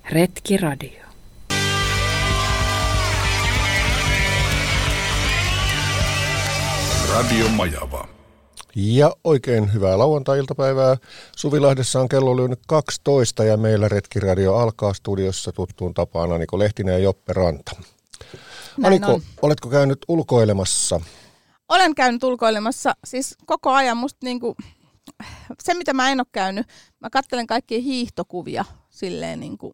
Retkiradio. Radio Majava. Ja oikein hyvää lauantai-iltapäivää. Suvilahdessa on kello lyönyt 12 ja meillä Retkiradio alkaa studiossa tuttuun tapaan Aniko Lehtinen ja Joppe Ranta. Aniko, oletko käynyt ulkoilemassa? Olen käynyt ulkoilemassa siis koko ajan. Musta niinku, se mitä mä en ole käynyt, mä katselen kaikkia hiihtokuvia silleen niinku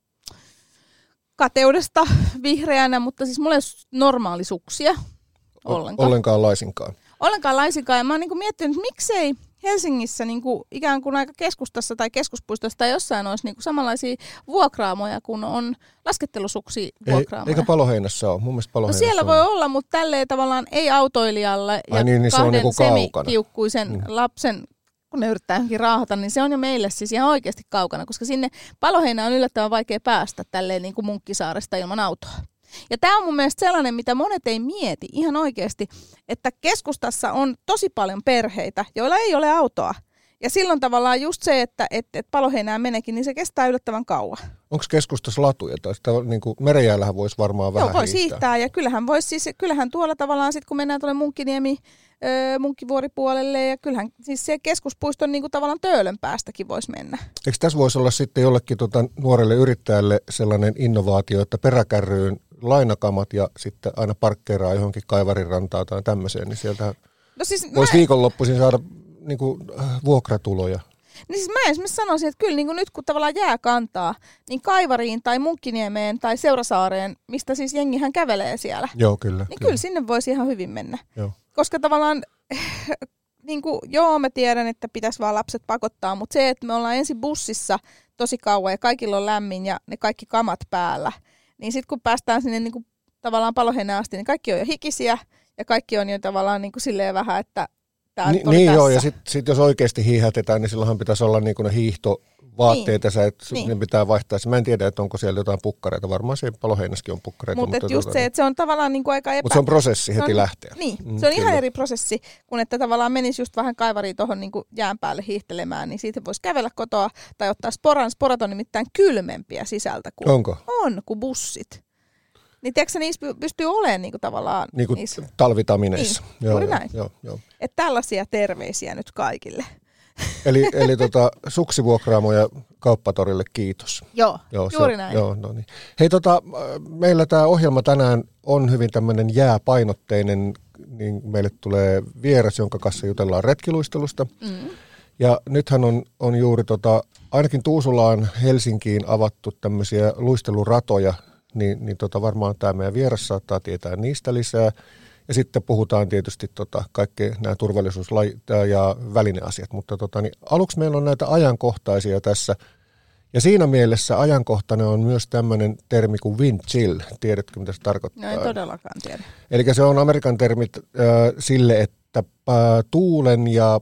kateudesta vihreänä, mutta siis mulla ei ole normaalisuuksia ollenkaan. Ollenkaan laisinkaan. Ja mä oon niinku miettinyt, että miksei Helsingissä niinku ikään kuin aika keskustassa tai keskuspuistossa tai jossain olisi niinku samanlaisia vuokraamoja kuin on laskettelusuksia vuokraamoja. Eikä Paloheinässä ole? Mun mielestä Paloheinässä siellä voi olla, mutta tälleen tavallaan ei autoilijalle ja niin kahden niinku semikiukkuisen lapsen, kun ne yrittää johonkin raahata, niin se on jo meille siis ihan oikeasti kaukana, koska sinne Paloheinään on yllättävän vaikea päästä tälleen niin kuin Munkkisaaresta ilman autoa. Ja tämä on mun mielestä sellainen, mitä monet ei mieti ihan oikeasti, että keskustassa on tosi paljon perheitä, joilla ei ole autoa. Ja silloin tavallaan just se, että Paloheinään menekin, niin se kestää yllättävän kauan. Onko keskustassa latuja? Tai sitä, niin kuin merenjäällähän voisi varmaan vähän voisi hiihtää. Ja kyllähän tuolla tavallaan sitten, kun mennään tuolle Munkkiniemi, Munkkivuoripuolelle, ja kyllähän siis se keskuspuiston niin kuin tavallaan Töölön päästäkin voisi mennä. Eikö tässä voisi olla sitten jollekin nuorelle yrittäjälle sellainen innovaatio, että peräkärryyn lainakamat ja sitten aina parkkeeraa johonkin Kaivarinrantaan tai tämmöiseen, niin sieltä voisi viikonloppuisin saada niin kuin vuokratuloja. Niin siis mä esimerkiksi sanoisin, että kyllä niin kuin nyt kun tavallaan jää kantaa, niin Kaivariin tai Munkkiniemeen tai Seurasaareen, mistä siis jengihän kävelee siellä. Joo, kyllä. Niin kyllä sinne voisi ihan hyvin mennä. Joo. Koska tavallaan, niin kuin, mä tiedän, että pitäisi vaan lapset pakottaa, mutta se, että me ollaan ensin bussissa tosi kauan ja kaikilla on lämmin ja ne kaikki kamat päällä, niin sitten kun päästään sinne niin kuin, tavallaan Paloheinään asti, niin kaikki on jo hikisiä ja kaikki on jo tavallaan niin kuin silleen vähän, että niin joo, ja sitten jos oikeasti hiihätetään, niin silloinhan pitäisi olla niin kuin ne hiihtovaatteet, että ne pitää vaihtaa. Mä en tiedä, että onko siellä jotain pukkareita. Varmaan siellä Paloheinässäkin on pukkareita. Mutta just se, että se on tavallaan niin kuin aika Mutta se on prosessi heti lähteä. Niin, se on ihan eri prosessi, kun että tavallaan menisi just vähän Kaivariin tuohon niin kuin jään päälle hiihtelemään, niin siitä voisi kävellä kotoa tai ottaa sporan. Sporat on nimittäin kylmempiä sisältä kuin, onko? On, kuin bussit. Niin tiedätkö, niissä pystyy olemaan niinku tavallaan niin kuin talvitamineissa. Niin, juuri näin. Joo. Että tällaisia terveisiä nyt kaikille. Eli suksivuokraamoja Kauppatorille, kiitos. Joo, juuri näin. Joo, no niin. Hei, meillä tämä ohjelma tänään on hyvin tämmöinen jääpainotteinen, niin meille tulee vieras, jonka kanssa jutellaan retkiluistelusta. Mm. Ja nythän on juuri ainakin Tuusulaan Helsinkiin avattu tämmöisiä luisteluratoja, niin varmaan tämä meidän vieras saattaa tietää niistä lisää. Ja sitten puhutaan tietysti kaikki nämä turvallisuus- ja välineasiat. Mutta niin aluksi meillä on näitä ajankohtaisia tässä. Ja siinä mielessä ajankohtainen on myös tämmöinen termi kuin wind chill. Tiedätkö, mitä se tarkoittaa? No en todellakaan tiedä. Eli se on Amerikan termit sille, että tuulen ja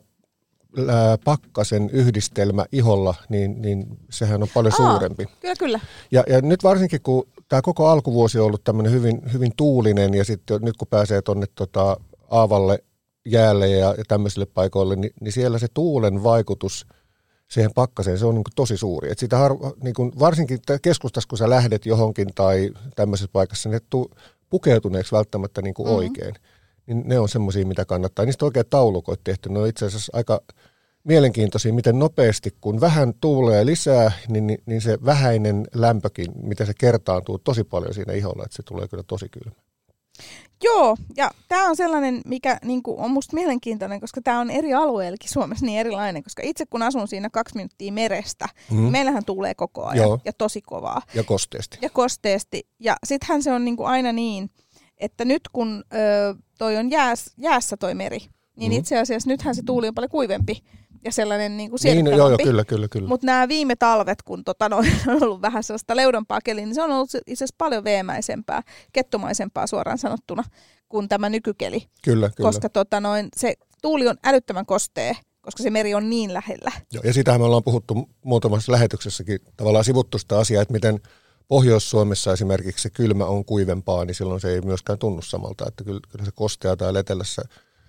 pakkasen yhdistelmä iholla, niin sehän on paljon suurempi. Kyllä. Ja nyt varsinkin, kun tämä koko alkuvuosi on ollut tämmöinen hyvin, hyvin tuulinen, ja sitten nyt kun pääsee tuonne aavalle jäälle ja tämmöisille paikoille, niin siellä se tuulen vaikutus siihen pakkaseen, se on niin kuin tosi suuri. Et sitä niin kuin varsinkin keskustassa, kun sä lähdet johonkin tai tämmöisessä paikassa, ne pukeutuneeksi välttämättä niin kuin oikein. Niin ne on semmoisia, mitä kannattaa. Niistä oikein taulukoit tehty. Ne on itse asiassa aika mielenkiintoisia, miten nopeasti, kun vähän tuulee lisää, niin se vähäinen lämpökin, mitä se kertaantuu tosi paljon siinä iholla, että se tulee kyllä tosi kylmä. Joo, ja tämä on sellainen, mikä niinku on musta mielenkiintoinen, koska tämä on eri alueellakin Suomessa niin erilainen, koska itse kun asun siinä 2 minuuttia merestä, niin meillähän tuulee koko ajan ja tosi kovaa. Ja kosteesti. Ja sittenhän se on niinku aina niin, että nyt kun toi on jäässä toi meri, niin itse asiassa nythän se tuuli on paljon kuivempi ja sellainen niin kuin siedettävämpi. Joo, kyllä. Mutta nämä viime talvet, kun on ollut vähän sellaista leudompaa keliä, niin se on ollut itse asiassa paljon veemäisempää, kettumaisempaa suoraan sanottuna kuin tämä nykykeli. Kyllä. Koska se tuuli on älyttömän kostee, koska se meri on niin lähellä. Joo, ja sitähän me ollaan puhuttu muutamassa lähetyksessäkin, tavallaan sivuttu sitä asiaa, että miten Pohjois-Suomessa esimerkiksi se kylmä on kuivempaa, niin silloin se ei myöskään tunnu samalta, että kyllä se kosteaa täällä etelässä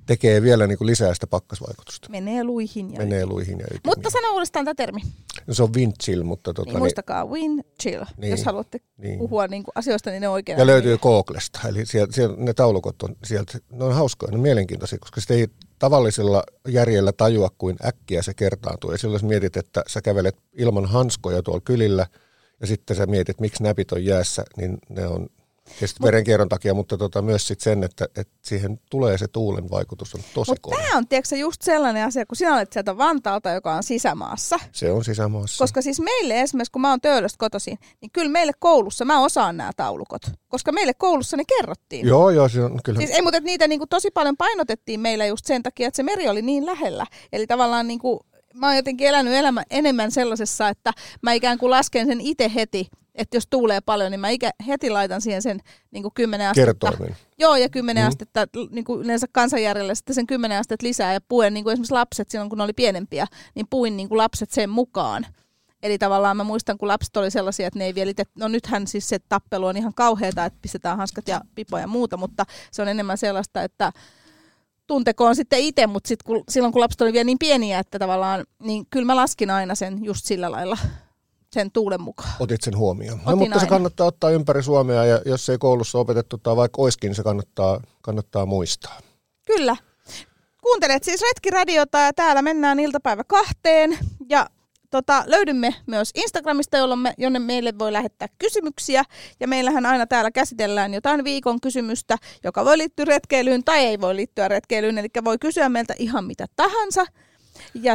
tekee vielä niin kuin lisää sitä pakkasvaikutusta. Menee luihin ja ytimiin. Mutta sano uudestaan tämä termi. No, se on wind chill, mutta... Niin, muistakaa, wind chill. Niin, jos haluatte puhua niin kuin asioista, niin ne oikein. Ja löytyy Googlesta, eli siellä ne taulukot on sieltä, ne on hauskoja, ne on mielenkiintoisia, koska sitä ei tavallisella järjellä tajua, kuin äkkiä se kertaantuu. Ja silloin mietit, että sä kävelet ilman hanskoja tuolla kylillä, ja sitten sä mietit, miksi näpit on jäässä, niin ne on tietysti verenkierron takia, mutta myös sit sen, että siihen tulee se tuulen vaikutus, on tosi kova. Mutta tämä on tiedätkö, just sellainen asia, kun sinä olet sieltä Vantaalta, joka on sisämaassa. Se on sisämaassa. Koska siis meille esimerkiksi, kun mä oon Töölöstä kotoisin, niin kyllä meille koulussa, mä osaan nämä taulukot. Koska meille koulussa ne kerrottiin. Joo, se on kyllä. Siis ei, mutta niitä niinku tosi paljon painotettiin meillä just sen takia, että se meri oli niin lähellä. Eli tavallaan niinku, mä oon jotenkin elänyt enemmän sellaisessa, että mä ikään kuin lasken sen itse heti. Että jos tuulee paljon, niin mä heti laitan siihen sen niin kuin 10 astetta. Kertoimen. Joo, ja 10 astetta, niin kuin yleensä kansanjärjellä sitten sen 10 astetta lisää. Ja puen niin kuin esimerkiksi lapset silloin, kun ne oli pienempiä, niin puin niin kuin lapset sen mukaan. Eli tavallaan mä muistan, kun lapset oli sellaisia, että ne ei vielä itse, no nythän siis se tappelu on ihan kauheata, että pistetään hanskat ja pipo ja muuta, mutta se on enemmän sellaista, että tuntekoon sitten itse, mutta sitten silloin kun lapset oli vielä niin pieniä, että tavallaan, niin kyllä mä laskin aina sen just sillä lailla. Sen tuulen mukaan. Otit sen huomioon. No, mutta aina. Se kannattaa ottaa ympäri Suomea, ja jos ei koulussa opetettu tai vaikka oiskin, se kannattaa muistaa. Kyllä. Kuuntelet siis Retkiradiota ja täällä mennään iltapäivä 2. Ja löydymme myös Instagramista, jonne meille voi lähettää kysymyksiä. Ja meillähän aina täällä käsitellään jotain viikon kysymystä, joka voi liittyä retkeilyyn tai ei voi liittyä retkeilyyn. Eli voi kysyä meiltä ihan mitä tahansa. Ja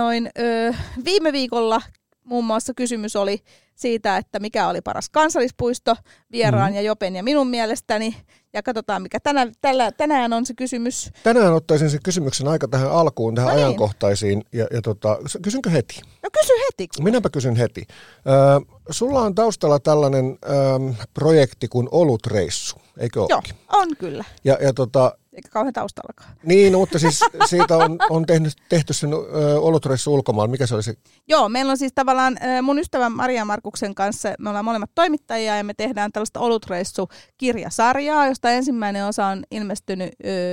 viime viikolla muun muassa kysymys oli siitä, että mikä oli paras kansallispuisto vieraan ja Jopen ja minun mielestäni. Ja katsotaan, mikä tänään on se kysymys. Tänään ottaisin sen kysymyksen aika tähän alkuun, tähän ajankohtaisiin. Ja kysynkö heti? No kysy heti. Minäpä kysyn heti. Sulla on taustalla tällainen projekti kuin Olutreissu, eikö olekin? Joo, on kyllä. Eikä kauhean taustallakaan. Niin, no, mutta siis siitä on tehty sen olutreissu ulkomaalla. Mikä se oli se? Joo, meillä on siis tavallaan mun ystävän Maria Markuksen kanssa, me ollaan molemmat toimittajia ja me tehdään tällaista olutreissu-kirjasarjaa, josta ensimmäinen osa on ilmestynyt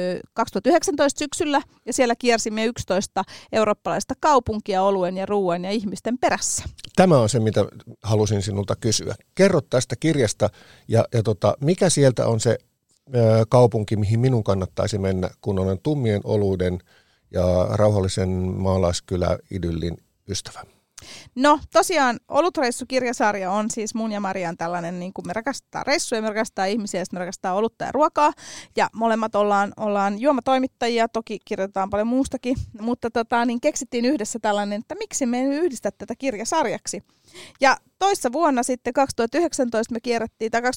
2019 syksyllä ja siellä kiersimme 11 eurooppalaista kaupunkia oluen ja ruoan ja ihmisten perässä. Tämä on se, mitä halusin sinulta kysyä. Kerro tästä kirjasta ja mikä sieltä on se kaupunki, mihin minun kannattaisi mennä, kun olen tummien oluiden ja rauhallisen maalaiskylä-idyllin ystävä? No tosiaan Olutreissu-kirjasarja on siis mun ja Marian tällainen, niin kuin me rakastetaan reissuja, me rakastetaan ihmisiä ja me rakastetaan olutta ja ruokaa. Ja molemmat ollaan juomatoimittajia, toki kirjoitetaan paljon muustakin, mutta niin keksittiin yhdessä tällainen, että miksi me ei yhdistä tätä kirjasarjaksi. Ja toissa vuonna sitten 2019 me kierrettiin, tai 2018-2019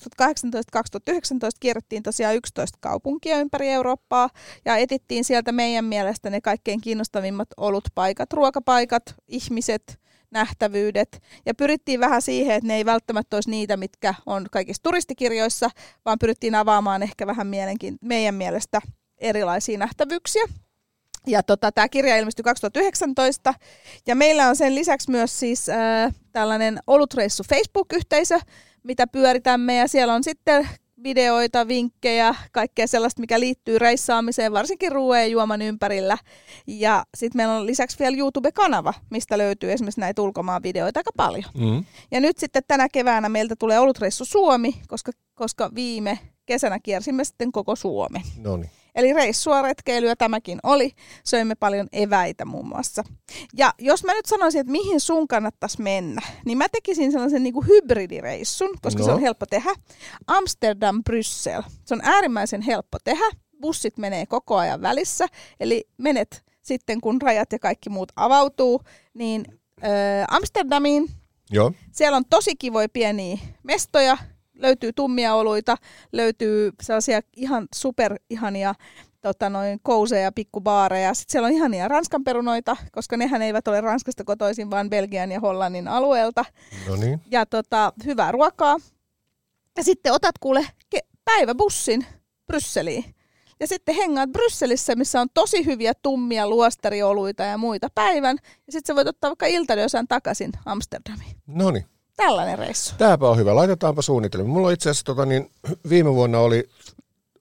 kierrettiin tosiaan 11 kaupunkia ympäri Eurooppaa ja etittiin sieltä meidän mielestä ne kaikkein kiinnostavimmat olutpaikat, ruokapaikat, ihmiset, nähtävyydet ja pyrittiin vähän siihen, että ne ei välttämättä olisi niitä, mitkä on kaikissa turistikirjoissa, vaan pyrittiin avaamaan ehkä vähän meidän mielestä erilaisia nähtävyyksiä. Ja tämä kirja ilmestyi 2019 ja meillä on sen lisäksi myös siis tällainen Olutreissu Facebook-yhteisö, mitä pyöritämme ja siellä on sitten videoita, vinkkejä, kaikkea sellaista, mikä liittyy reissaamiseen, varsinkin ruoan ja juoman ympärillä. Ja sitten meillä on lisäksi vielä YouTube-kanava, mistä löytyy esimerkiksi näitä ulkomaan videoita aika paljon. Ja nyt sitten tänä keväänä meiltä tulee Olutreissu Suomi, koska viime kesänä kiersimme sitten koko Suomen. Noniin. Eli reissua, retkeilyä tämäkin oli. Söimme paljon eväitä muun muassa. Ja jos mä nyt sanoisin, että mihin sun kannattaisi mennä, niin mä tekisin sellaisen niin kuin hybridireissun, koska se on helppo tehdä. Amsterdam-Bryssel. Se on äärimmäisen helppo tehdä. Bussit menee koko ajan välissä. Eli menet sitten, kun rajat ja kaikki muut avautuu, niin Amsterdamiin. Joo. Siellä on tosi kivoja pieniä mestoja. Löytyy tummia oluita, löytyy sellaisia ihan superihania kouseja, pikkubaareja. Sitten siellä on ihania Ranskan perunoita, koska nehän eivät ole Ranskasta kotoisin, vaan Belgian ja Hollannin alueelta. Noniin. Ja hyvää ruokaa. Ja sitten otat kuule päiväbussin Brysseliin. Ja sitten hengaat Brysselissä, missä on tosi hyviä tummia luostarioluita ja muita päivän. Ja sitten sä voit ottaa vaikka iltalyösään takaisin Amsterdamiin. Noniin. Tällainen reissu. Tämäpä on hyvä. Laitetaanpa suunnitelma. Mulla itse asiassa viime vuonna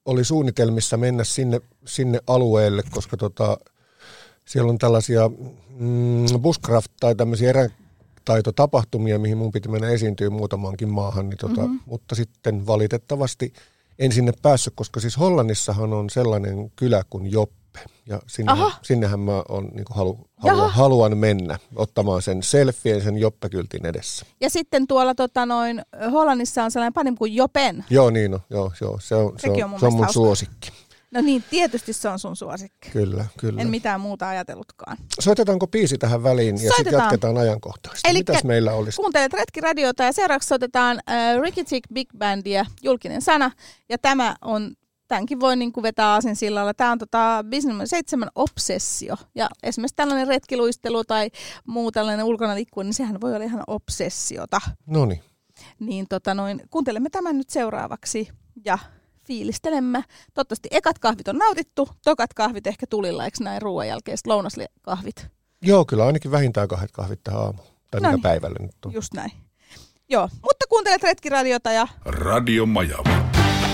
oli suunnitelmissa mennä sinne alueelle, koska siellä on tällaisia bushcraft tai tämmöisiä erätaitotapahtumia, mihin mun piti mennä esiintyä muutamaankin maahan, niin mutta sitten valitettavasti en sinne päässyt, koska siis Hollannissahan on sellainen kylä kuin Joppe, ja sinnehän mä on, niin haluan mennä ottamaan sen selfien sen Joppe-kyltin edessä. Ja sitten tuolla Hollannissa on sellainen panim kuin Jopen. Joo, niin on. Joo, se on mun suosikki. No niin, tietysti se on sun suosikki. Kyllä. En mitään muuta ajatellutkaan. Soitetaanko biisi tähän väliin ja sitten jatketaan ajankohtaisesti? Mitäs meillä olisi? Kuuntelet Retkiradiota ja seuraavaksi soitetaan Ricky Tick Big Bandia, Julkinen sana. Ja tämänkin voi niinku vetää aasinsillalla. Tämä on Business 7 obsessio. Ja esimerkiksi tällainen retkiluistelu tai muu tällainen ulkona liikkuu, niin sehän voi olla ihan obsessiota. Noniin. Niin kuuntelemme tämän nyt seuraavaksi ja fiilistelemme. Toivottavasti ekat kahvit on nautittu, tokat kahvit ehkä tulilla, eikö näin ruoan jälkeiset lounaskahvit? Joo, kyllä ainakin vähintään 2 kahvit tähän aamuun. Tai mikä päivällä nyt on. Just näin. Joo, mutta kuuntelet Retkiradiota ja Radio Majava.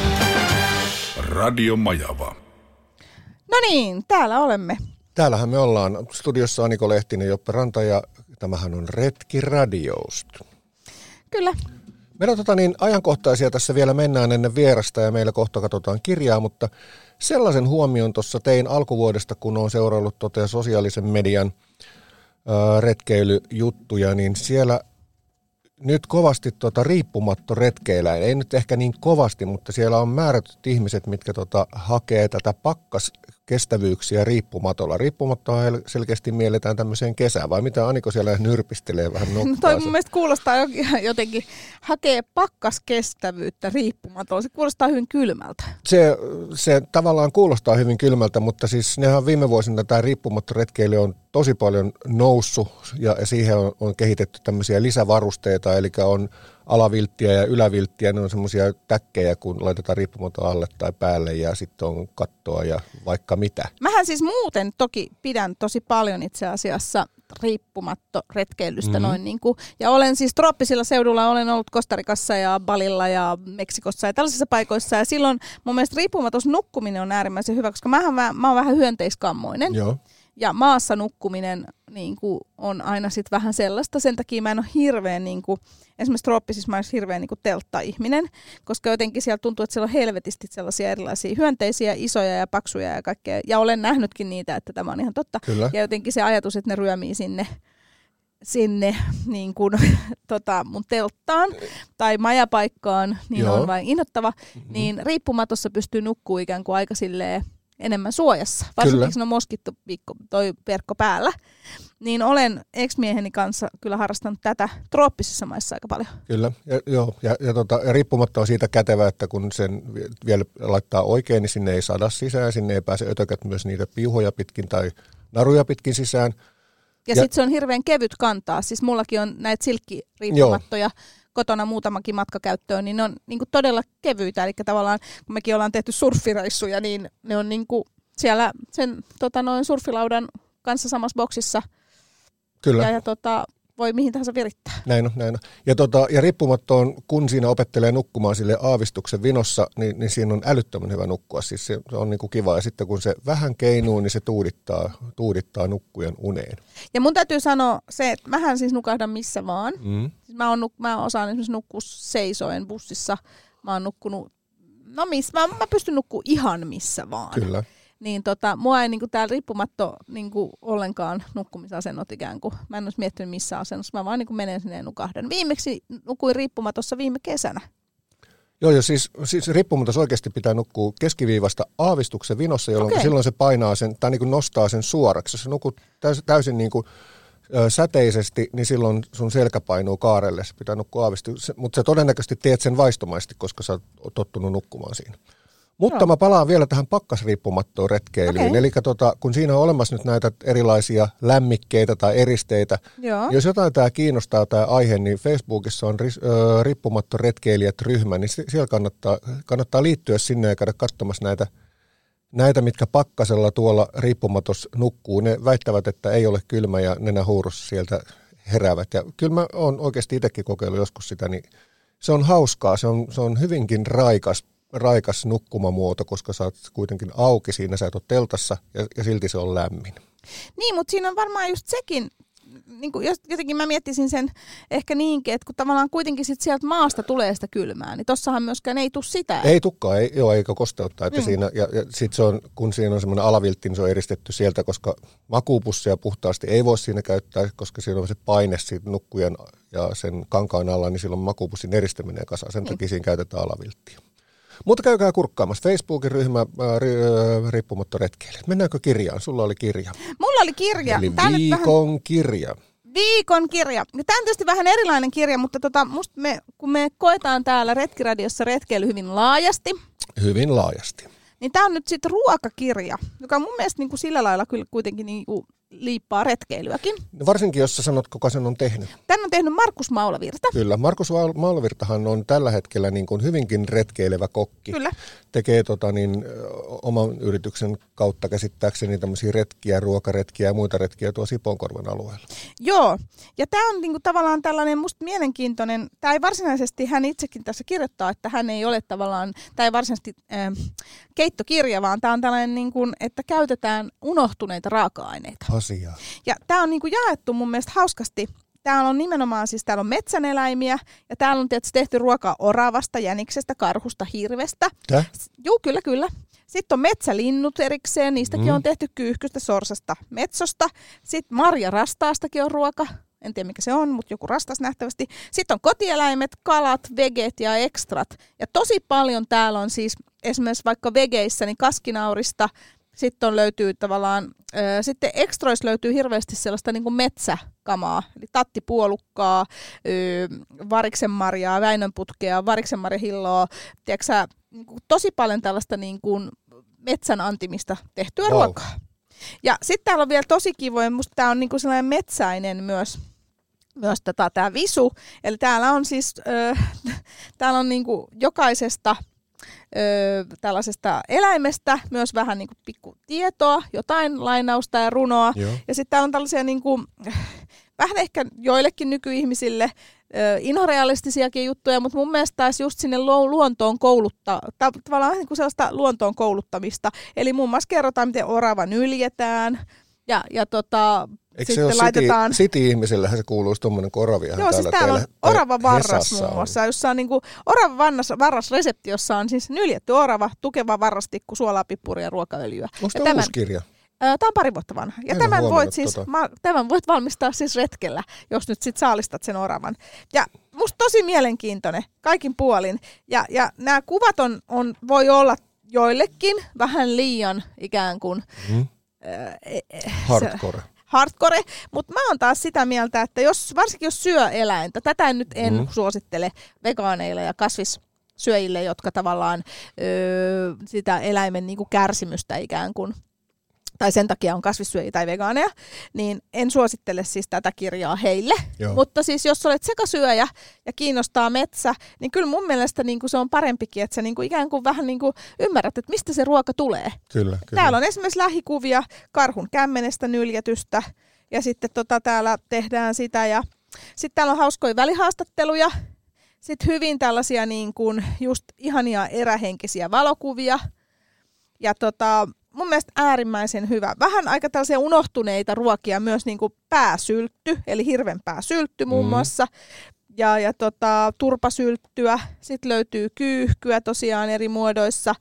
Radio Majava. No niin, täällä olemme. Täällähän me ollaan. Studiossa Aniko Lehtinen, Joppe Ranta ja tämähän on Retkiradiosta. Kyllä. Meillä on ajankohtaisia tässä vielä mennään ennen vierasta ja meillä kohta katsotaan kirjaa, mutta sellaisen huomion tuossa tein alkuvuodesta, kun olen seuraillut sosiaalisen median retkeilyjuttuja, niin siellä nyt kovasti riippumatto retkeillä, ei nyt ehkä niin kovasti, mutta siellä on määrätyt ihmiset, mitkä hakee tätä pakkaskestävyyksiä riippumatolla. Riippumattoa selkeästi mielletään tämmöiseen kesään, vai mitä Aniko siellä nyrpistelee vähän nokkaansa? No toi mun mielestä kuulostaa jotenkin, hakee pakkaskestävyyttä riippumatolla, se kuulostaa hyvin kylmältä. Se tavallaan kuulostaa hyvin kylmältä, mutta siis nehän viime vuosina tämä riippumattoretkeily on tosi paljon noussut ja siihen on kehitetty tämmöisiä lisävarusteita, eli on alavilttiä ja ylävilttiä, ne on semmoisia täkkejä, kun laitetaan riippumaton alle tai päälle ja sitten on kattoa ja vaikka mitä. Mähän siis muuten toki pidän tosi paljon itse asiassa riippumattoretkeilystä ja olen siis trooppisilla seudulla, olen ollut Kostarikassa ja Balilla ja Meksikossa ja tällaisissa paikoissa ja silloin mun mielestä riippumaton nukkuminen on äärimmäisen hyvä, koska mä oon vähän hyönteiskammoinen. Joo. Ja maassa nukkuminen on aina sit vähän sellaista. Sen takia mä en ole hirveän, esimerkiksi trooppisissa mä olen hirveän teltta-ihminen, koska jotenkin siellä tuntuu, että siellä on helvetisti sellaisia erilaisia hyönteisiä, isoja ja paksuja ja kaikkea. Ja olen nähnytkin niitä, että tämä on ihan totta. Kyllä. Ja jotenkin se ajatus, että ne ryömii sinne mun telttaan tai majapaikkaan, niin on vain innoittava. Mm-hmm. Niin riippumatossa pystyy nukkuu ikään kuin aika silleen enemmän suojassa, varsinkin kun on moskittu toi verkko päällä, niin olen ex-mieheni kanssa kyllä harrastanut tätä trooppisissa maissa aika paljon. Kyllä, ja riippumatta on siitä kätevä, että kun sen vielä laittaa oikein, niin sinne ei saada sisään, sinne ei pääse ötökät myös niitä piuhoja pitkin tai naruja pitkin sisään. Ja sitten se on hirveän kevyt kantaa, siis mullakin on näitä silkkiriippumattoja, kotona muutamakin matkakäyttöön, niin ne on todella kevyitä. Eli tavallaan, kun mekin ollaan tehty surffireissuja, niin ne on siellä sen surffilaudan kanssa samassa boksissa. Kyllä. Ja voi mihin tahansa virittää. Näin on. Ja riippumattoon, kun siinä opettelee nukkumaan sille aavistuksen vinossa, niin siinä on älyttömän hyvä nukkua. Siis se on kiva. Ja sitten kun se vähän keinuu, niin se tuudittaa nukkujan uneen. Ja mun täytyy sanoa se, että mähän siis nukahdan missä vaan. Mm. Siis mä osaan esimerkiksi nukkua seisoen bussissa. Mä oon nukkunut, mä pystyn nukkumaan ihan missä vaan. Kyllä. Niin mua ei täällä riippumatto ollenkaan nukkumisasennot ikään kuin. Mä en olisi miettinyt missä asennossa. Mä vaan menen sinne ja nukahdan. Viimeksi nukuin riippumatossa viime kesänä. Joo, siis riippumatos oikeasti pitää nukkua keskiviivasta aavistuksen vinossa, jolloin silloin se painaa sen, tai nostaa sen suoraksi. Jos sä nukut täysin säteisesti, niin silloin sun selkä painuu kaarelle. Se pitää nukkua aavistuksen, mutta sä todennäköisesti teet sen vaistomaisesti, koska sä oot tottunut nukkumaan siinä. Mutta mä palaan vielä tähän pakkasriippumattoon retkeilyyn. Okay. Eli kun siinä on olemassa nyt näitä erilaisia lämmikkeitä tai eristeitä, jos jotain tämä kiinnostaa tämä aihe, niin Facebookissa on riippumattoretkeilijät-ryhmä, niin siellä kannattaa liittyä sinne ja käydä katsomassa näitä, mitkä pakkasella tuolla riippumatossa nukkuu. Ne väittävät, että ei ole kylmä ja nenähuurussa sieltä heräävät. Ja kyllä mä oon oikeasti itsekin kokeillut joskus sitä, niin se on hauskaa, se on hyvinkin raikas raikas nukkumamuoto, koska sä oot kuitenkin auki siinä, sä et ole teltassa ja silti se on lämmin. Niin, mutta siinä on varmaan just sekin, niin kuin jotenkin mä miettisin sen ehkä niinkin, että kun tavallaan kuitenkin sit sieltä maasta tulee sitä kylmää, niin tossahan myöskään ei tule sitä. Ei tukkaa, eikä kosteutta. Että siinä, ja sit se on, kun siinä on semmoinen alaviltti, niin se on eristetty sieltä, koska makuupussia puhtaasti ei voi siinä käyttää, koska siinä on se paine siitä nukkujen ja sen kankaan alla, niin silloin makuupussin eristäminen kasaan. Sen takia siinä käytetään alavilttiä. Mutta käykää kurkkaamassa. Facebookin ryhmä Riippumatta retkeilijät. Mennäänkö kirjaan? Sulla oli kirja. Mulla oli kirja. Eli viikon kirja. Viikon kirja. Tämä on tietysti vähän erilainen kirja, mutta musta kun me koetaan täällä Retkiradiossa retkeily hyvin laajasti. Hyvin laajasti. Niin tämä on nyt sitten ruokakirja, joka mun mielestä niin kuin sillä lailla kyllä kuitenkin niin kuin liippaa retkeilyäkin. No varsinkin, jos sä sanot, kuka sen on tehnyt. Tän on tehnyt Markus Maulavirta. Kyllä, Markus Maulavirtahan on tällä hetkellä niin kuin hyvinkin retkeilevä kokki. Kyllä. Tekee oman yrityksen kautta käsittääkseni tämmöisiä retkiä, ruokaretkiä ja muita retkiä tuo Sipoonkorven alueella. Joo, ja tämä on niinku tavallaan tällainen musta mielenkiintoinen, tämä ei varsinaisesti, hän itsekin tässä kirjoittaa, että hän ei ole tavallaan, tämä ei varsinaisesti keittokirja, vaan tämä on tällainen, niin kuin, että käytetään unohtuneita raaka-aineita. Asiaa. Ja tämä on niin kuin jaettu mun mielestä hauskasti. Täällä on nimenomaan, siis täällä on metsäneläimiä ja täällä on tietysti tehty ruokaa oravasta, jäniksestä, karhusta, hirvestä. Joo, kyllä. Sitten on metsälinnut erikseen, niistäkin on tehty kyyhkystä, sorsasta, metsosta. Sitten marjarastaastakin on ruoka. En tiedä mikä se on, mutta joku rastas nähtävästi. Sitten on kotieläimet, kalat, veget ja ekstrat. Ja tosi paljon täällä on siis esimerkiksi vaikka vegeissä niin kaskinaurista. Sitten löytyy tavallaan, sitten ekstroissa löytyy hirveästi sellaista niin kuin metsäkamaa, eli tattipuolukkaa, variksenmarjaa, väinönputkea, variksenmarjahilloa, tiedätkö niin kuin tosi paljon tällaista niin kuin metsän antimista tehtyä ruokaa. Ja sitten täällä on vielä tosi kivoja, musta tää on niin kuin sellainen metsäinen myös tämä visu, eli täällä on siis, täällä on niin kuin jokaisesta tällaisesta eläimestä myös vähän niin kuin pikkutietoa, jotain lainausta ja runoa. Joo. Ja sitten täällä on tällaisia niin kuin, vähän ehkä joillekin nykyihmisille inhorealistisiakin juttuja, mutta mun mielestä taas just sinne luontoon tavallaan niin kuin sellaista luontoon kouluttamista. Eli muun muassa kerrotaan, miten orava nyljetään ja eikö sitten se laitetaan... City-ihmisillähän se kuuluisi tuommoinen koravia. Joo, siis täällä on orava varras muun muassa, jossa on niinku orava varras resepti, jossa on siis nyljetty orava, tukeva varrastikku, suolaa, pippuria ja ruokaöljyä. Onko tämä uusi kirja? Tämä on pari vuotta vanha. Ja tämän voit valmistaa siis retkellä, jos nyt sit saalistat sen oravan. Ja musta tosi mielenkiintoinen kaikin puolin. Ja nämä kuvat voi olla joillekin vähän liian ikään kuin... hardcore, mutta mä oon taas sitä mieltä, että varsinkin jos syö eläintä, tätä en suosittele vegaaneille ja kasvissyöjille, jotka tavallaan sitä eläimen niinku kärsimystä ikään kuin, tai sen takia on kasvissyöjiä tai vegaaneja, niin en suosittele siis tätä kirjaa heille. Joo. Mutta siis jos olet sekasyöjä ja kiinnostaa metsä, niin kyllä mun mielestä niin kuin se on parempikin, että sä niin kuin ikään kuin vähän niin kuin ymmärrät, että mistä se ruoka tulee. Kyllä. Täällä on esimerkiksi lähikuvia karhun kämmenestä nyljetystä ja sitten täällä tehdään sitä ja sitten täällä on hauskoja välihaastatteluja, sitten hyvin tällaisia niin kuin just ihania erähenkisiä valokuvia ja mun mielestä äärimmäisen hyvä. Vähän aika tällaisia unohtuneita ruokia myös niin kuin pääsyltty, eli hirvenpääsyltty muun muassa. Ja turpasylttyä. Sitten löytyy kyyhkyä tosiaan eri muodoissa.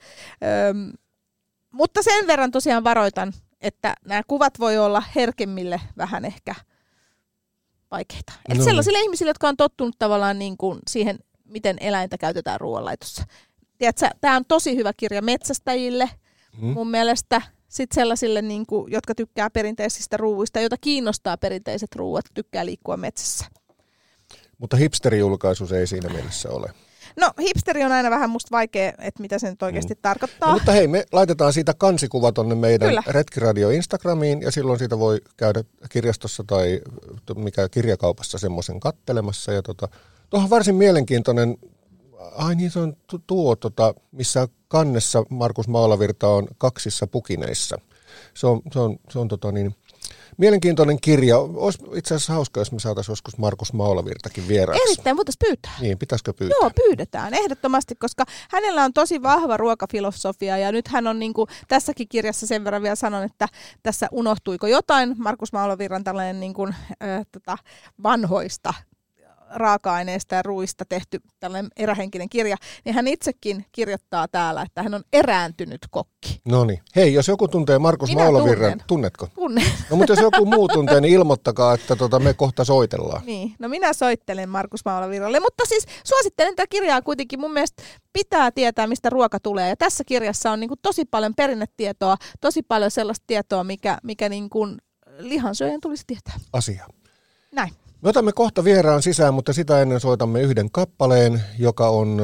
Mutta sen verran tosiaan varoitan, että nämä kuvat voi olla herkemmille vähän ehkä vaikeita. Että sellaisille ihmisille, jotka on tottunut tavallaan niin kuin siihen, miten eläintä käytetään ruoanlaitossa. Tiedätkö, tämä on tosi hyvä kirja metsästäjille. Mun mielestä sitten sellaisille, niin kuin, jotka tykkää perinteisistä ruuista, joita kiinnostaa perinteiset ruuat, tykkää liikkua metsässä. Mutta hipsterijulkaisu se ei siinä mielessä ole. No hipsteri on aina vähän musta vaikea, että mitä se nyt oikeasti tarkoittaa. No, mutta hei, me laitetaan siitä kansikuva tonne meidän Retkiradio Instagramiin ja silloin siitä voi käydä kirjastossa tai mikä kirjakaupassa semmoisen kattelemassa. Ja tuohon varsin mielenkiintoinen, niin se on missä kannessa Markus Maulavirta on kaksissa pukineissa. Se on Mielenkiintoinen kirja. Olisi itse asiassa hauska, jos me saataisiin joskus Markus Maulavirtakin vieraaksi. Erittäin voitaisiin pyytää. Niin, pitäisikö pyytää? Joo, pyydetään ehdottomasti, koska hänellä on tosi vahva ruokafilosofia ja nyt hän on niin kuin tässäkin kirjassa sen verran vielä sanon, että tässä unohtuiko jotain. Markus Maulavirran tällainen niin kuin, vanhoista raaka-aineista ja ruuista tehty tällainen erähenkinen kirja, niin hän itsekin kirjoittaa täällä, että hän on erääntynyt kokki. No niin. Hei, jos joku tuntee Markus Maulavirran, tunnetko? Tunnen. No mutta jos joku muu tuntee, niin ilmoittakaa, että me kohta soitellaan. Niin, no minä soittelen Markus Maulavirralle, mutta siis suosittelen tätä kirjaa kuitenkin. Mun mielestä pitää tietää, mistä ruoka tulee. Ja tässä kirjassa on niin kuin tosi paljon perinnetietoa, tosi paljon sellaista tietoa, mikä niin kuin lihansyöjän tulisi tietää. Asia. Näin. Me otamme kohta vieraan sisään, mutta sitä ennen soitamme yhden kappaleen, joka on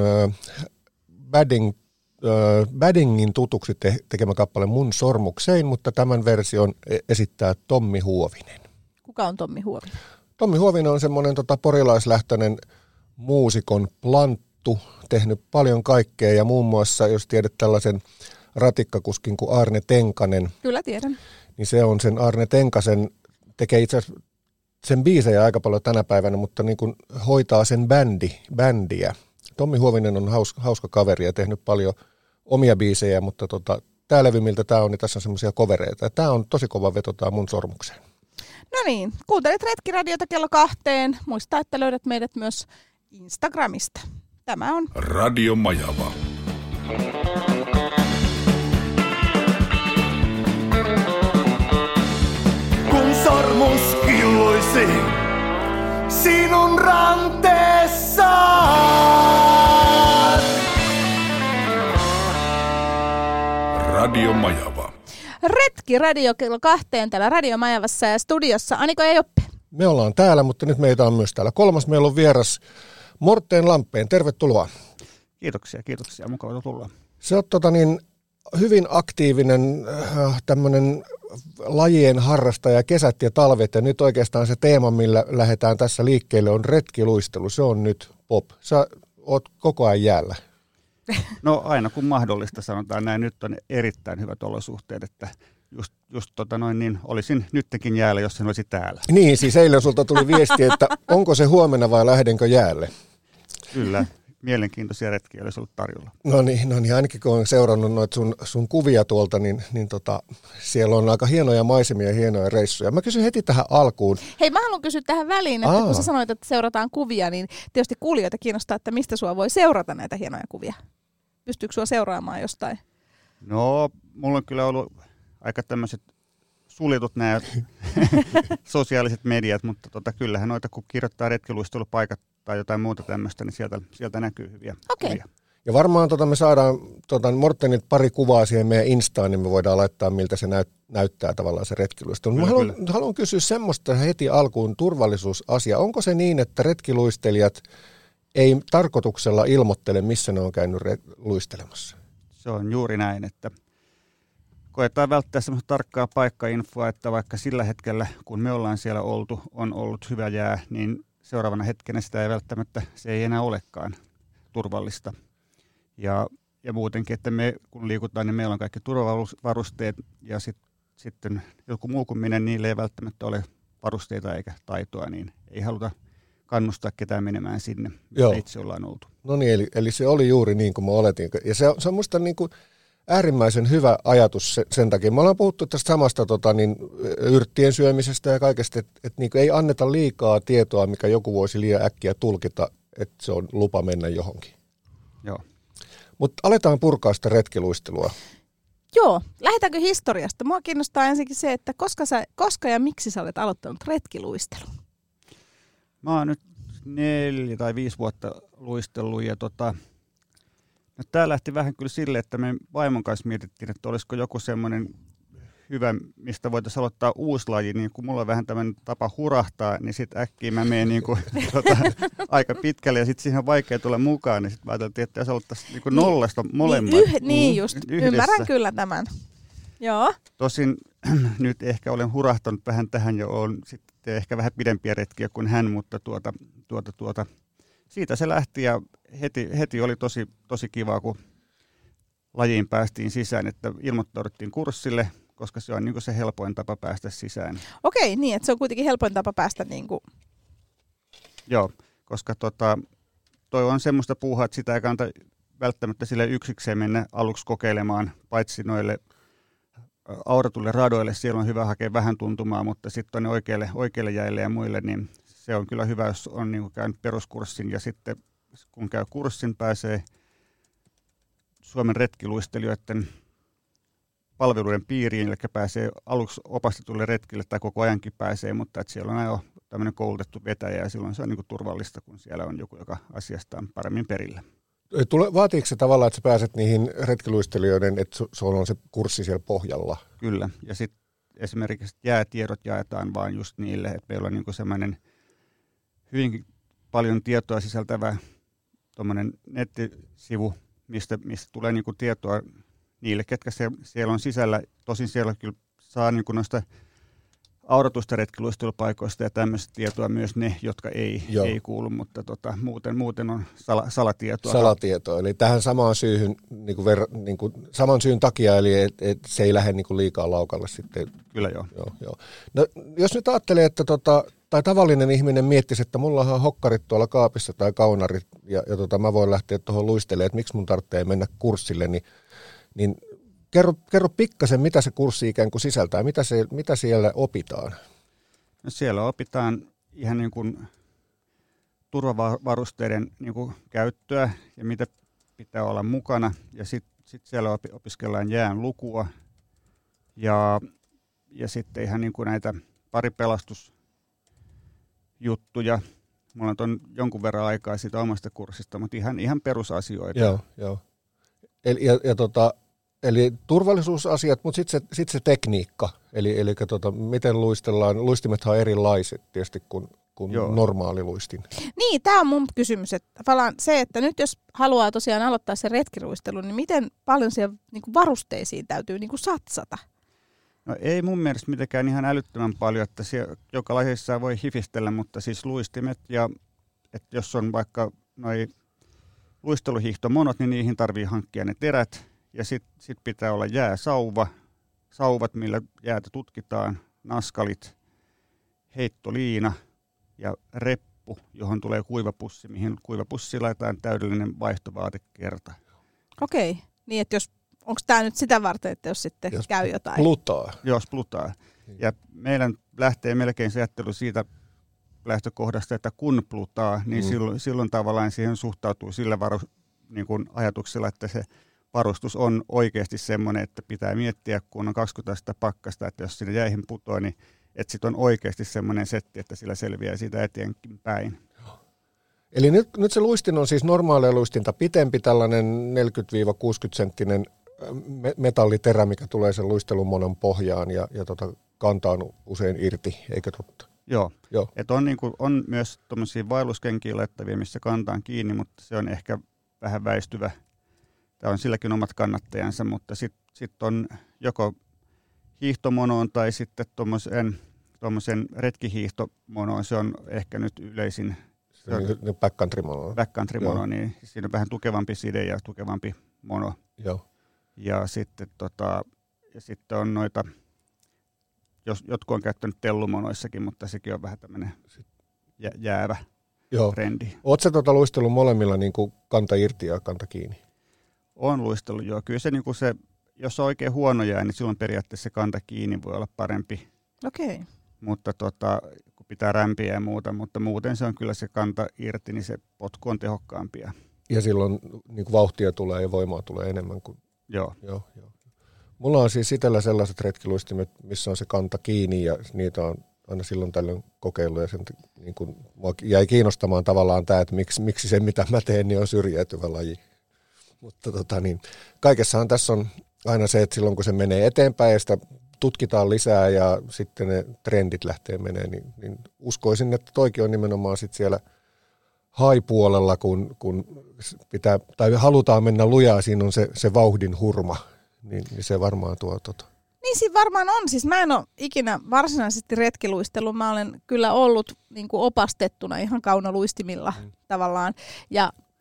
Baddingin tutuksi tekemä kappale Mun sormuksein, mutta tämän version esittää Tommi Huovinen. Kuka on Tommi Huovinen? Tommi Huovinen on semmoinen porilaislähtöinen muusikon planttu, tehnyt paljon kaikkea ja muun muassa, jos tiedät tällaisen ratikkakuskin kuin Arne Tenkanen. Kyllä tiedän. Niin se on sen Arne Tenkasen, tekee itse asiassa sen biisejä aika paljon tänä päivänä, mutta niin kuin hoitaa sen bändiä. Tommi Huovinen on hauska kaveri ja tehnyt paljon omia biisejä, mutta tää levy, miltä tää on, niin tässä on semmoisia covereita. Tää on tosi kova veto, tää Mun sormukseen. No niin, kuuntelet Retkiradiota kello 2. Muista, että löydät meidät myös Instagramista. Tämä on Radio Majava. Kun sormus killuisi sinun ranteessaan. Radio Majava. Retkiradio kello 2 täällä Radio Majavassa ja studiossa Aniko ja Joppe. Me ollaan täällä, mutta nyt meitä on myös täällä kolmas. Meillä on vieras Morten Lampeen. Tervetuloa. Kiitoksia. Mukava tulla. Se on hyvin aktiivinen tämmöinen lajien harrastaja, kesät ja talvet, ja nyt oikeastaan se teema, millä lähdetään tässä liikkeelle, on retkiluistelu. Se on nyt pop. Sä oot koko ajan jäällä. No aina kun mahdollista, sanotaan näin. Nyt on erittäin hyvät olosuhteet, että niin olisin nytkin jäällä, jos en olisi täällä. Niin, siis eilen sulta tuli viesti, että onko se huomenna vai lähdenkö jäälle? Kyllä. Mielenkiintoisia retkiä olisi ollut tarjolla. No niin, ainakin kun olen seurannut noita sun kuvia tuolta, niin siellä on aika hienoja maisemia ja hienoja reissuja. Mä kysyn heti tähän alkuun. Hei, mä haluan kysyä tähän väliin, että kun sä sanoit, että seurataan kuvia, niin tietysti kuulijoita kiinnostaa, että mistä sua voi seurata näitä hienoja kuvia. Pystyykö sua seuraamaan jostain? No, mulla on kyllä ollut aika tämmöiset suljetut nämä sosiaaliset mediat, mutta kyllähän noita, kun kirjoittaa retkiluistelupaikat tai jotain muuta tämmöistä, niin sieltä näkyy hyviä kuvia. Ja varmaan me saadaan Mortenit pari kuvaa siihen meidän Instaan, niin me voidaan laittaa, miltä se näyttää tavallaan se retkiluistelu. Mä haluan kysyä semmoista heti alkuun turvallisuusasia. Onko se niin, että retkiluistelijat ei tarkoituksella ilmoittele, missä ne on käynyt luistelemassa? Se on juuri näin, että koetaan välttää semmoista tarkkaa paikkainfoa, että vaikka sillä hetkellä, kun me ollaan siellä oltu, on ollut hyvä jää, niin seuraavana hetkenä sitä ei välttämättä, se ei enää olekaan turvallista. Ja muutenkin, että me kun liikutaan, niin meillä on kaikki turvavarusteet ja sitten joku muu kuin minä, niille ei välttämättä ole varusteita eikä taitoa, niin ei haluta kannustaa ketään menemään sinne, missä itse ollaan oltu. No niin, eli se oli juuri niin kuin mä oletin. Ja se on musta niin kuin äärimmäisen hyvä ajatus sen takia. Me ollaan puhuttu tästä samasta yrttien syömisestä ja kaikesta, että niin ei anneta liikaa tietoa, mikä joku voisi liian äkkiä tulkita, että se on lupa mennä johonkin. Joo. Mutta aletaan purkaa sitä retkiluistelua. Joo, lähdetäänkö historiasta? Mua kiinnostaa ensinnäkin se, että koska ja miksi sä olet aloittanut retkiluistelun? Mä oon nyt 4 tai 5 vuotta luistellut ja no, tää lähti vähän kyllä sille, että me vaimon kanssa mietittiin, että olisiko joku semmoinen hyvä, mistä voitaisiin aloittaa uusi laji, niin kun mulla on vähän tämmöinen tapa hurahtaa, niin sitten äkkiä mä menen aika pitkälle ja sitten siihen on vaikea tulla mukaan, niin sitten mä ajattelin, että jos aloittaisiin nollasta molemmat. Niin just, ymmärrän kyllä tämän. Joo. Tosin nyt ehkä olen hurahtanut vähän tähän ja olen sitten ehkä vähän pidempiä retkiä kuin hän, mutta siitä se lähti ja heti oli tosi kivaa, kun lajiin päästiin sisään, että ilmoittauduttiin kurssille, koska se on niin kuin se helpoin tapa päästä sisään. Okei, niin, että se on kuitenkin helpoin tapa päästä niin kuin... Joo, koska toi on semmoista puuhaa, että sitä ei kannata välttämättä sille yksikseen mennä aluksi kokeilemaan, paitsi noille auratulle radoille. Siellä on hyvä hakea vähän tuntumaa, mutta sitten on oikeille jäille ja muille, niin se on kyllä hyvä, jos on niin kuin käynyt peruskurssin ja sitten kun käy kurssin, pääsee Suomen retkiluistelijoiden palveluiden piiriin, eli pääsee aluksi opastetulle retkille tai koko ajankin pääsee, mutta että siellä on aina tämmöinen koulutettu vetäjä ja silloin se on niin kuin turvallista, kun siellä on joku, joka asiasta on paremmin perillä. Vaatiiko se tavallaan, että sä pääset niihin retkiluistelijoiden, että sulla on se kurssi siellä pohjalla? Kyllä, ja sitten esimerkiksi jäätiedot jaetaan vaan just niille, että meillä on niin kuin semmoinen hyvinkin paljon tietoa sisältävä tuommoinen nettisivu, mistä tulee niin kuin tietoa niille, ketkä siellä on sisällä. Tosin siellä kyllä saa niin kuin noista auratusta retkiluistelupaikoista ja tämmöistä tietoa myös ne, jotka ei kuulu, mutta muuten on salatietoa. Salatietoa, eli tähän samaan syyhyn, saman syyn takia, eli et se ei lähde niin kuin liikaa laukalle sitten. Kyllä joo. No, jos nyt ajattelee, että tai tavallinen ihminen miettisi, että mulla on hokkarit tuolla kaapissa tai kaunarit, ja mä voin lähteä tuohon luistelemaan, että miksi mun tarvitsee mennä kurssille, niin kerro pikkasen, mitä se kurssi ikään kuin sisältää, mitä siellä opitaan? No siellä opitaan ihan niin kuin turvavarusteiden niin kuin käyttöä ja mitä pitää olla mukana. Ja sitten siellä opiskellaan jään lukua ja sitten ihan niin kuin näitä paripelastusjuttuja. Mulla on jonkun verran aikaa siitä omasta kurssista, mutta ihan perusasioita. Joo. Eli turvallisuusasiat, mutta sitten se tekniikka, eli miten luistellaan. Luistimethan on erilaiset tietysti kuin normaali luistin. Niin, tämä on mun kysymys. Että tavallaan se, että nyt jos haluaa tosiaan aloittaa sen retkiluistelun, niin miten paljon siellä niin kuin varusteisiin täytyy niin kuin satsata? No ei mun mielestä mitenkään ihan älyttömän paljon, että jokalaisessa voi hifistellä, mutta siis luistimet ja että jos on vaikka noi luisteluhiihtomonot, niin niihin tarvii hankkia ne terät. Ja sit pitää olla sauvat, millä jäätä tutkitaan, naskalit, heittoliina ja reppu, johon tulee kuivapussi, mihin kuivapussi laitetaan täydellinen vaihtovaatekerta. Okei, niin että onko tämä nyt sitä varten, että jos sitten käy jotain? Plutaa. Jos plutaa. Ja meidän lähtee melkein se ajattelu siitä lähtökohdasta, että kun plutaa, niin silloin tavallaan siihen suhtautuu sillä niin kuin ajatuksella, että se varustus on oikeasti semmoinen, että pitää miettiä, kun on 20 astetta pakkasta, että jos sinne jäihin putoaa, niin että sitten on oikeasti semmoinen setti, että sillä selviää siitä eteenkin päin. Eli nyt se luistin on siis normaalia luistinta pitempi, tällainen 40-60 senttinen metalliterä, mikä tulee sen luistelumonon pohjaan ja kanta on usein irti, eikö totta? Joo. Että on myös tuommoisia vaelluskenkiä laittavia, missä kanta on kiinni, mutta se on ehkä vähän väistyvä. Tämä on silläkin omat kannattajansa, mutta sitten on joko hiihtomonoon tai sitten tuommoisen retkihiihtomonoon. Se on ehkä nyt yleisin. Backcountry-mono, niin siinä on vähän tukevampi side ja tukevampi mono. Joo. Ja sitten on noita, jotkut on käyttänyt tellumonoissakin, mutta sekin on vähän tämmöinen jäävä trendi. Oletko luistellut molemmilla niin kuin kanta irti ja kanta kiinni? On luistellut, joo. Kyllä se, niin kuin se, jos on oikein huono jää, niin silloin periaatteessa se kanta kiinni voi olla parempi. Okei. Mutta kun pitää rämpiä ja muuta, mutta muuten se on kyllä se kanta irti, niin se potku on tehokkaampia. Ja silloin niin kuin vauhtia tulee ja voimaa tulee enemmän kuin... Joo. Mulla on siis itsellä sellaiset retkiluistimet, missä on se kanta kiinni ja niitä on aina silloin tällöin kokeillut ja sen, niin kuin, mua jäi kiinnostamaan tavallaan tämä, että miksi se mitä mä teen, niin on syrjäytyvä laji. Mutta kaikessahan tässä on aina se, että silloin kun se menee eteenpäin ja sitä tutkitaan lisää ja sitten ne trendit lähtee menee, niin uskoisin, että toikin on nimenomaan sit siellä high-puolella, kun pitää, tai halutaan mennä lujaa, siinä on se vauhdin hurma, niin se varmaan tuo Niin siinä varmaan on. Siis mä en ole ikinä varsinaisesti retkiluistellut. Mä olen kyllä ollut niin kuin opastettuna ihan kaunaluistimilla tavallaan. Ja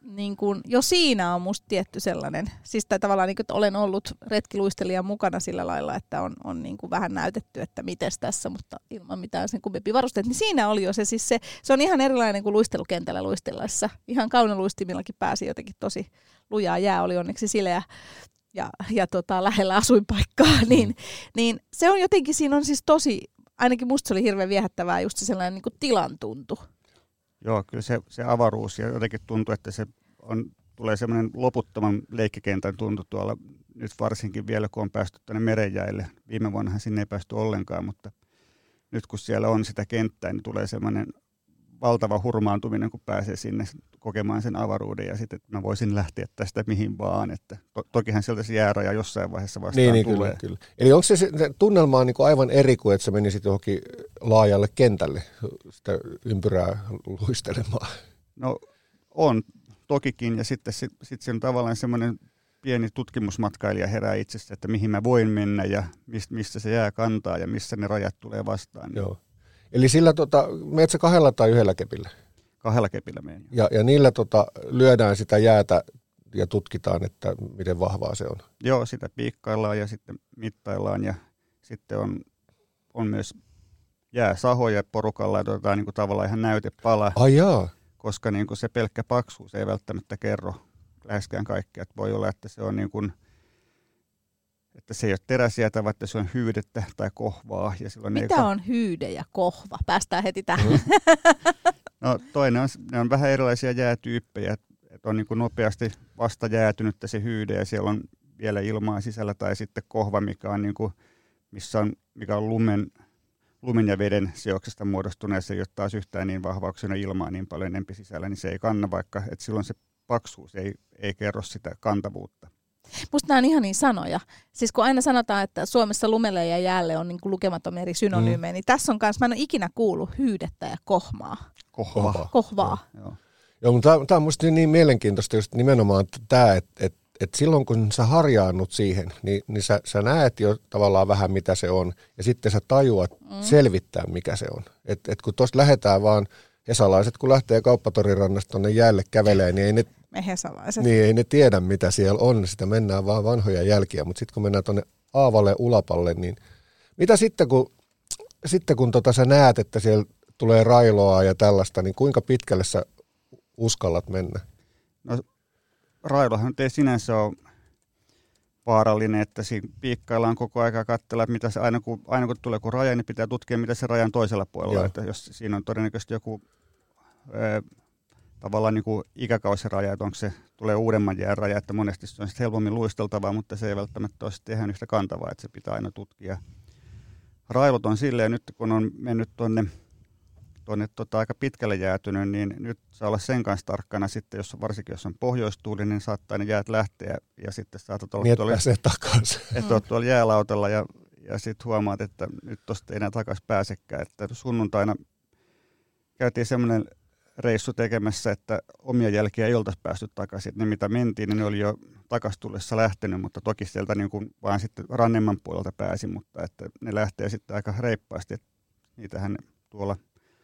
niin kun, jo siinä on musta tietty sellainen, siis tavallaan niin kun, että olen ollut retkiluistelijan mukana sillä lailla, että on niin kun vähän näytetty, että mites tässä, mutta ilman mitään sen kummempi varusteet, niin siinä oli jo se on ihan erilainen kuin luistelukentällä luistellessa. Ihan kauneluistimillakin pääsi jotenkin tosi lujaa, jää oli onneksi sileä ja lähellä asuinpaikkaa, niin se on jotenkin, siinä on siis tosi, ainakin musta se oli hirveän viehättävää just se sellainen niin kuin tilan tuntu. Joo, kyllä se avaruus ja jotenkin tuntuu, että tulee semmoinen loputtoman leikkikentän tuntu tuolla nyt varsinkin vielä, kun on päästy tuonne merenjäille. Viime vuonnahan sinne ei päästy ollenkaan, mutta nyt kun siellä on sitä kenttää, niin tulee semmoinen valtava hurmaantuminen, kun pääsee sinne kokemaan sen avaruuden ja sitten, että mä voisin lähteä tästä mihin vaan. Että tokihan sieltä se jääraja jossain vaiheessa vastaan niin, tulee. Kyllä. Eli onko se tunnelma on niin kuin aivan eri kuin, että sä menisit johonkin laajalle kentälle sitä ympyrää luistelemaan? No on tokikin ja sitten se on tavallaan semmoinen pieni tutkimusmatkailija herää itsessä, että mihin mä voin mennä ja mistä se jää kantaa ja missä ne rajat tulee vastaan. Joo. Eli sillä meet sä 2 tai 1 kepillä? 2 kepillä menen. Ja niillä lyödään sitä jäätä ja tutkitaan, että miten vahvaa se on. Joo, sitä piikkaillaan ja sitten mittaillaan ja sitten on myös jääsahoja porukalla ja niin kuin tavallaan ihan näytepala. Ai jaa. Koska niin kuin se pelkkä paksuus ei välttämättä kerro läheskään kaikkea. Että voi olla, että se on niin kuin, että se ei ole teräsjäätä, vaan että se on hyydettä tai kohvaa. Ja mitä on hyyde ja kohva? Päästään heti tähän. No toinen ne on vähän erilaisia jäätyyppejä. Että on niin kuin nopeasti vasta jäätynyttä se hyyde ja siellä on vielä ilmaa sisällä. Tai sitten kohva, mikä on lumen ja veden seoksesta muodostunut ja se ei ole taas yhtään niin vahvaa, kun ilmaa niin paljon enempi sisällä, niin se ei kanna vaikka, että silloin se paksuus ei kerro sitä kantavuutta. Musta nämä on ihan niin sanoja. Siis kun aina sanotaan, että Suomessa lumelle ja jäälle on niin kuin lukematon eri synonyymejä, niin tässä on kanssa, mä en ole ikinä kuullut hyydettä ja kohmaa. Kohvaa. Joo, mutta tämä on musta niin mielenkiintoista just nimenomaan tämä, että silloin kun sä harjaannut siihen, niin sä näet jo tavallaan vähän mitä se on ja sitten sä tajuat selvittää mikä se on. Et kun tuosta lähdetään vaan, hesalaiset kun lähtee Kauppatorin rannasta tuonne jäälle kävelee, niin ei ne tiedä mitä siellä on, sitä mennään vaan vanhoja jälkiä, mutta sitten kun mennään tuonne aavalle ulapalle, niin mitä sitten kun sä näet, että siellä tulee railoa ja tällaista, niin kuinka pitkälle sä uskallat mennä? No, railohan ei sinänsä ole vaarallinen, että siinä piikkaillaan koko aika katsella, mitä se aina kun tulee joku raja, niin pitää tutkia, mitä se rajan toisella puolella. Että jos siinä on todennäköisesti joku tavallaan niin kuin ikäkausiraja, että onko se tulee uudemman jään raja, että monesti se on helpommin luisteltavaa, mutta se ei välttämättä ole sitten ihan yhtä kantavaa, että se pitää aina tutkia. Railot on silleen, nyt kun on mennyt tuonne aika pitkälle jäätynyt, niin nyt saa olla sen kanssa tarkkana sitten, varsinkin jos on pohjoistuuli, niin saattaa ne jäät lähteä ja sitten saatat olla tuolla jäälautalla ja sitten huomaat, että nyt tuosta ei enää takaisin pääsekään. Että sunnuntaina käytiin semmoinen reissu tekemässä, että omia jälkiä ei oltaisi päästy takaisin. Ne mitä mentiin, niin ne oli jo takaistullessa lähtenyt, mutta toki sieltä niin kuin vaan sitten rannemman puolelta pääsi, mutta että ne lähtee sitten aika reippaasti. Että niitähän tuolla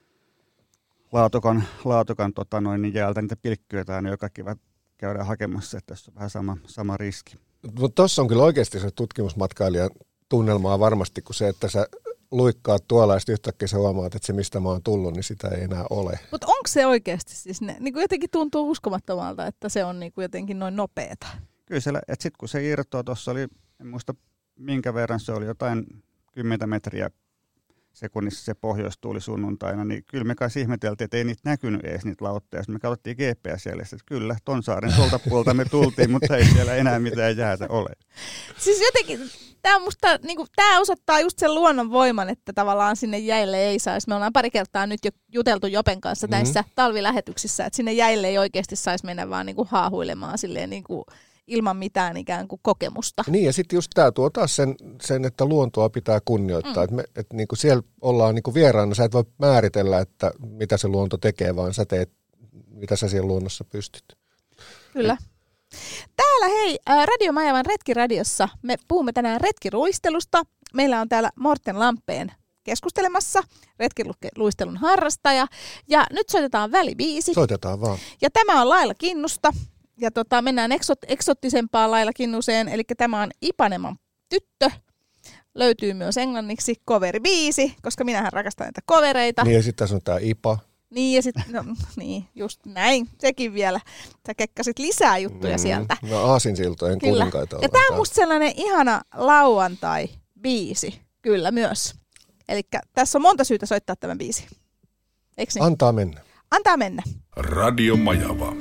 Laatokan jäältä niitä pilkkyjä aina jo kaikki käydään hakemassa, että tässä on vähän sama riski. Mutta tuossa on kyllä oikeasti se tutkimusmatkailijan tunnelmaa varmasti, kun se, että sä luikkaat tuolla ja sitten yhtäkkiä sä huomaat, että se mistä mä oon tullut, niin sitä ei enää ole. Mutta onko se oikeasti siis niin kuin jotenkin tuntuu uskomattomalta, että se on niin kuin jotenkin noin nopeeta? Kyllä siellä, että sitten kun se irtoaa, tuossa oli, en muista minkä verran se oli, jotain 10 metriä sekunnissa se pohjoistuuli sunnuntaina, niin kyllä me kai ihmeteltiin, että ei niitä näkynyt edes niitä lautteja. Me katsottiin GPS-jäljestä, että kyllä, ton saaren tuolta puolta me tultiin, mutta ei siellä enää mitään jäätä ole. Siis jotenkin, tämä osoittaa just sen luonnon voiman, että tavallaan sinne jäille ei saisi. Me ollaan pari kertaa nyt jo juteltu Jopen kanssa näissä talvilähetyksissä, että sinne jäille ei oikeasti saisi mennä vaan niin kuin haahuilemaan silleen niin kuin ilman mitään ikään kuin kokemusta. Niin, ja sitten just tämä tuo taas sen, että luontoa pitää kunnioittaa. Että niinku siellä ollaan niinku vieraana, sä et voi määritellä, että mitä se luonto tekee, vaan sä teet, mitä sä siellä luonnossa pystyt. Kyllä. Täällä hei, Radio Majavan retkiradiossa me puhumme tänään retkiruistelusta. Meillä on täällä Morten Lampeen keskustelemassa, retkiluistelun harrastaja. Ja nyt soitetaan välibiisi. Soitetaan vaan. Ja tämä on Laila Kinnusta. Ja mennään eksottisempaan Laila Kinnuseen, eli tämä on Ipaneman tyttö. Löytyy myös englanniksi cover-biisi, koska minähän rakastan näitä covereita. Niin ja sitten tässä on tämä Ipa. Niin ja sitten, just näin, sekin vielä. Sä kekkasit lisää juttuja sieltä. No aasinsiltojen kuninkaita. Ja tämä on musta sellainen ihana lauantai-biisi, kyllä myös. Eli tässä on monta syytä soittaa tämä biisi. Eikö niin? Antaa mennä. Antaa mennä. Radio Majava.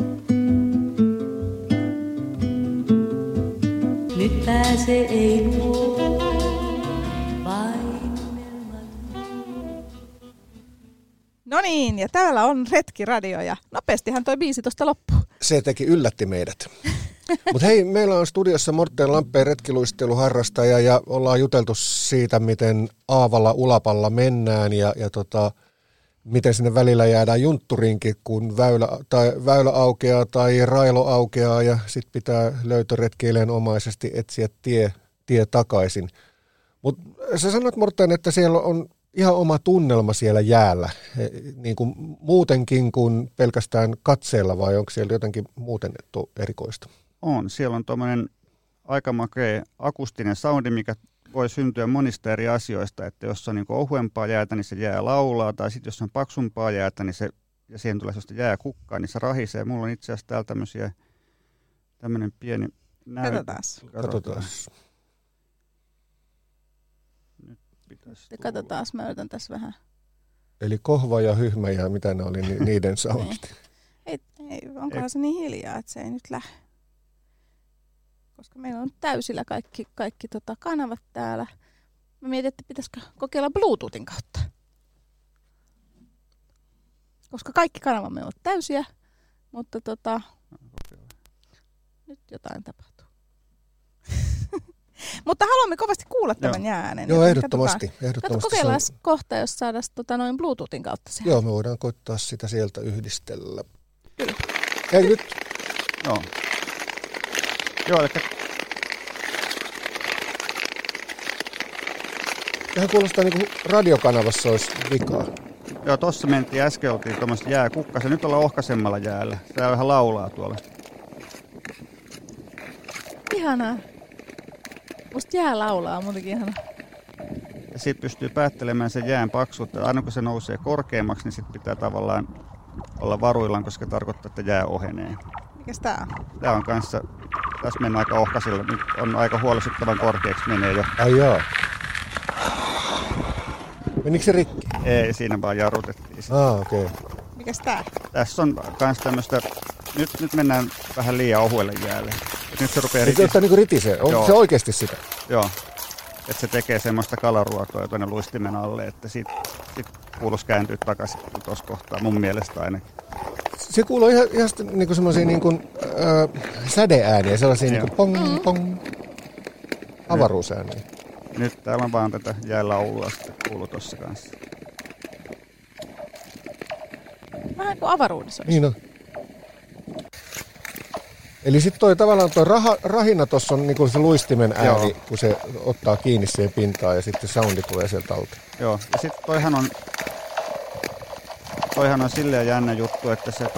Nyt pääsee ei luo, vain No niin, ja täällä on Retkiradio ja nopeastihan toi biisi tuosta loppuu. Se yllätti meidät. Mutta hei, meillä on studiossa Morten Lampeen retkiluisteluharrastaja ja ollaan juteltu siitä, miten aavalla ulapalla mennään ja miten sinne välillä jäädään juntturiinkin, kun väylä aukeaa tai railo aukeaa ja sitten pitää löytöretkeilijän omaisesti etsiä tie takaisin. Mutta sä sanoit, Morten, että siellä on ihan oma tunnelma siellä jäällä, niin kuin muutenkin kuin pelkästään katseella, vai onko siellä jotenkin muuten erikoista? On. Siellä on tuommoinen aika makea akustinen soundi, mikä voi syntyä monista eri asioista, että jos on niin ohuempaa jäätä, niin se jää laulaa, tai sitten jos on paksumpaa jäätä, niin ja siihen tulee sellaista jääkukkaa, niin se rahisee. Mulla on itse asiassa täällä tämmöinen pieni Katsotaan. Nyt pitäisi Katsotaan, mä yritän tässä vähän. Eli kohva ja hyhmä ja mitä ne oli, niiden soundit. Ei, onkohan se niin hiljaa, että se ei nyt lähde. Koska meillä on täysillä kaikki kanavat täällä. Mä mietin, että pitäisikö kokeilla Bluetoothin kautta. Koska kaikki kanavamme ovat täysiä, mutta nyt jotain tapahtuu. Mutta haluamme kovasti kuulla tämän jäänen. Joo, ehdottomasti. Kokeillaan kohta, jos saadaan noin Bluetoothin kautta se. Joo, me voidaan koittaa sitä sieltä yhdistellä. Kyllä. Hei nyt. Joo, eli tähän kuulostaa niin kuin radiokanavassa olisi vikaa. Joo, tossa äsken oltiin tuommoista jääkukkassa. Nyt ollaan ohkaisemmalla jäällä. Tää vähän laulaa tuolla. Ihanaa. Musta jää laulaa muutenkin ihanaa. Ja sit pystyy päättelemään sen jään paksuutta. Aina kun se nousee korkeammaksi, niin sit pitää tavallaan olla varuillaan, koska tarkoittaa, että jää ohenee. Mikäs tää on? Tää on kanssa, tässä mennään aika ohkaisilla. Nyt on aika huolestuttavan korkeaksi menee jo. Ai joo. Menikö se rikki? Ei, siinä vaan jarrutettiin. Okei. Okay. Mikäs tää? Tässä on kans tämmöstä, nyt mennään vähän liian ohuelle jäälle. Nyt se rupeaa ritisee. Niin ritisee. On se oikeasti sitä? Joo. Että se tekee semmoista kalaruotoa tuonne luistimen alle, että sit kuuluisi kääntyä takaisin tuossa kohtaa, mun mielestä ainakin. Se kuuluu ihan niin semmoisia niin sädeääniä, sellaisia niin kuin pong, pong, avaruusääniä. Nyt täällä on vaan tätä jäälaulua sitten kuuluu tuossa kanssa. Vähän kuin avaruudessa olisi. Niin on. Eli sitten tavallaan tuo rahina tuossa on niinku se luistimen ääni, kun se ottaa kiinni siihen pintaan ja sitten soundi tulee sieltä alta. Joo, ja sitten toihan on silleen jännä juttu, että se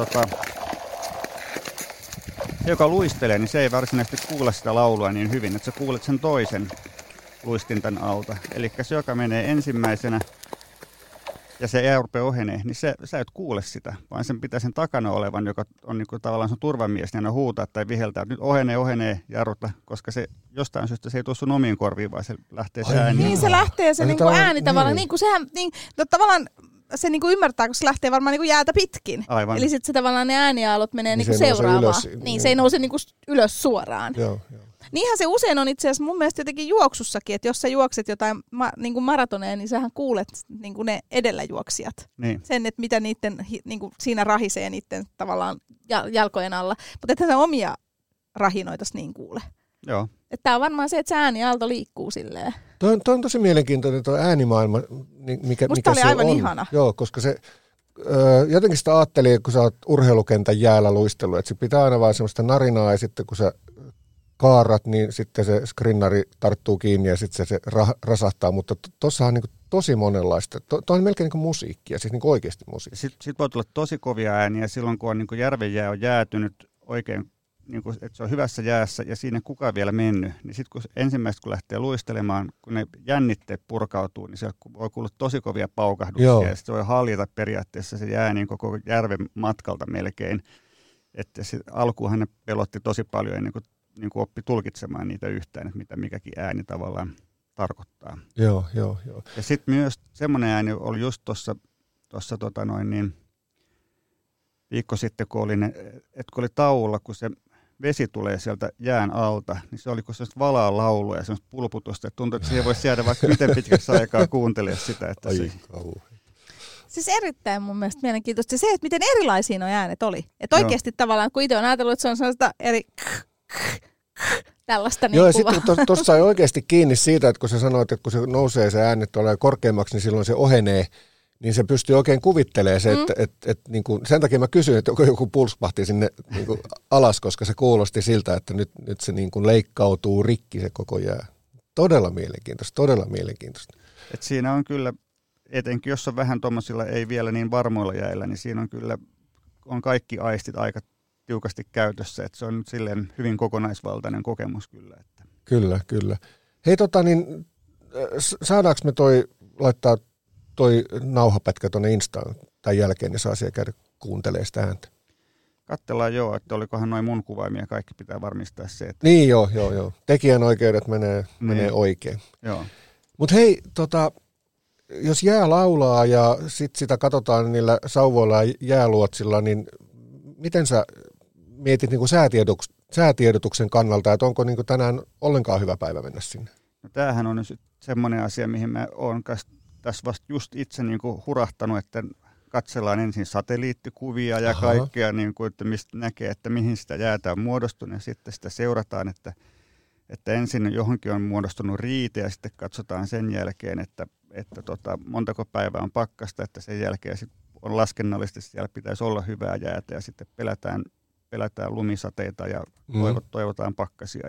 joka luistelee, niin se ei varsinaisesti kuule sitä laulua niin hyvin, että sä kuulet sen toisen luistinten alta. Eli se, joka menee ensimmäisenä ja se jää rupeaa ohenee, niin sä et kuule sitä, vaan sen pitää sen takana olevan, joka on niinku tavallaan sun turvamies, niin aina huutaa tai viheltää, että nyt ohenee, jarruta, koska se jostain syystä se ei tule sun omiin korviin, vaan se lähtee se ääni. Niin se lähtee se niinku ääni tavallaan, niin kuin sehän, tavallaan se niinku ymmärtää, koska se lähtee varmaan niinku jäätä pitkin. Aivan. Eli sitten se tavallaan ne ääniaallot menee niinku seuraavaan. Niin, se ei nouse niinku ylös suoraan. Joo. Niinhän se usein on itse asiassa mun mielestä jotenkin juoksussakin, että jos sä juokset jotain niin maratoneja, niin sähän kuulet niin kuin ne edelläjuoksijat. Niin. Sen, että mitä niiden niin kuin siinä rahisee niiden tavallaan jalkojen alla. Mutta ethän sä omia rahinoitas niin kuule. Joo. Tämä on varmaan se, että se ääniaalto liikkuu silleen. Tuo on tosi mielenkiintoinen tuo äänimaailma, mikä oli se aivan on. ihana. Joo, koska se jotenkin sitä ajattelin, kun sä oot urheilukentän jäällä luistellut, että se pitää aina vaan semmoista narinaa ja sitten kun sä kaarat, niin sitten se skrinnari tarttuu kiinni ja sitten se rasahtaa, mutta tossahan niin tosi monenlaista. Tuo on melkein niin kuin musiikkia, siis niin kuin oikeasti musiikkia. Sitten voi tulla tosi kovia ääniä silloin, kun on niin kuin järven jää on jäätynyt oikein, niin kuin, että se on hyvässä jäässä ja siinä ei kukaan vielä mennyt. Niin sitten kun ensimmäistä kun lähtee luistelemaan, kun ne jännitteet purkautuu, niin se voi kuulla tosi kovia paukahduksia. Joo. Ja se voi haljata periaatteessa se jää niin koko järven matkalta melkein. Että alkuunhan ne pelotti tosi paljon ennen kuin, niin kuin oppi tulkitsemaan niitä yhtään, että mitä mikäkin ääni tavallaan tarkoittaa. Joo. Ja sitten myös semmoinen ääni oli just tuossa viikko sitten, kun oli tauolla, kun se vesi tulee sieltä jään alta, niin se oli kuin sellaista valaa laulua ja sellaista pulputusta, että tuntui, että siihen voisi jäädä vaikka miten pitkäksi aikaa kuuntelemaan sitä. Että Siis erittäin mun mielestä mielenkiintoista se, että miten erilaisia nuo äänet oli. Että oikeasti tavallaan, kun itse on ajatellut, että se on sellaista eri tällaista Joo, niin ja sitten tuossa sai oikeasti kiinni siitä, että kun sä sanoit, että kun se nousee se ääni tulee korkeammaksi, niin silloin se ohenee, niin se pystyy oikein kuvittelemaan se, että niin kuin, sen takia mä kysyin, että onko joku pulskpahti sinne niin kuin alas, koska se kuulosti siltä, että nyt se niin kuin leikkautuu rikki se koko jää. Todella mielenkiintoista. Et siinä on kyllä, etenkin jos on vähän tuommoisilla ei vielä niin varmoilla jäillä, niin siinä on kaikki aistit aika tiukasti käytössä, että se on nyt silleen hyvin kokonaisvaltainen kokemus kyllä. Että. Kyllä. Hei saadaanko me laittaa toi nauhapätkä tuonne Instaan tai jälkeen, niin saa siellä käydä kuuntelemaan sitä ääntä. Katsellaan että olikohan noin mun kuvaimia, kaikki pitää varmistaa se. Että. Niin joo. Tekijänoikeudet menee oikein. Joo. Mutta hei, jos jää laulaa ja sit sitä katsotaan niillä sauvoilla ja jääluotsilla, niin miten sä mietit niin kuin säätiedotuksen kannalta, että onko niin kuin tänään ollenkaan hyvä päivä mennä sinne? No tämähän on nyt semmoinen asia, mihin mä oon tässä vasta just itse niin kuin hurahtanut, että katsellaan ensin satelliittikuvia ja kaikkea, niin kuin, että mistä näkee, että mihin sitä jäätä on muodostunut, ja sitten sitä seurataan, että ensin johonkin on muodostunut riite, ja sitten katsotaan sen jälkeen, että montako päivää on pakkasta, että sen jälkeen sit on laskennallisesti, siellä pitäisi olla hyvää jäätä, ja sitten pelätään lumisateita ja toivotaan pakkasia.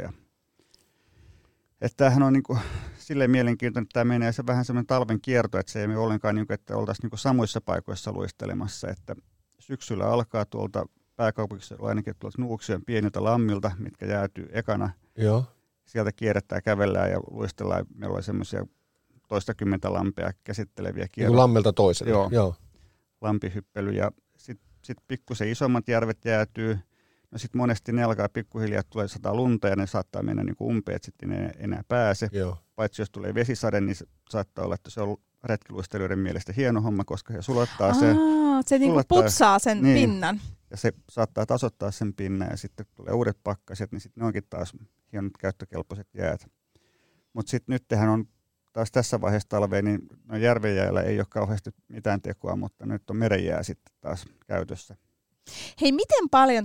Että tämähän on niinku silleen mielenkiintoinen, että tämä menee se vähän semmoinen talven kierto, että se ei mene ollenkaan, niinku, että oltaisiin niinku samoissa paikoissa luistelemassa. Että syksyllä alkaa tuolta pääkaupunkiseudulla ainakin tuolta Nuuksion pieniltä lammilta, mitkä jäätyy ekana. Joo. Sieltä kierretään, kävellään ja luistellaan. Meillä oli semmoisia toistakymmentä lampea käsitteleviä kierroja. Lammelta toiselle. Joo. Lampihyppely ja sitten pikkusen isommat järvet jäätyy. No sitten monesti ne alkaa pikkuhiljaa, tulee 100 lunta ja ne saattaa mennä niin kuin umpeen, että sitten ne ei enää pääse. Joo. Paitsi jos tulee vesisade, niin se saattaa olla, että se on retkiluistelijoiden mielestä hieno homma, koska se sulattaa sen. Se niin kuin putsaa sen pinnan. Ja se saattaa tasoittaa sen pinnan ja sitten tulee uudet pakkaset, niin sitten ne onkin taas hienot käyttökelpoiset jäät. Mutta sitten nythän on taas tässä vaiheessa talvea, niin no järvenjäällä ei ole kauheasti mitään tekoa, mutta nyt on merenjää sitten taas käytössä. Hei, miten paljon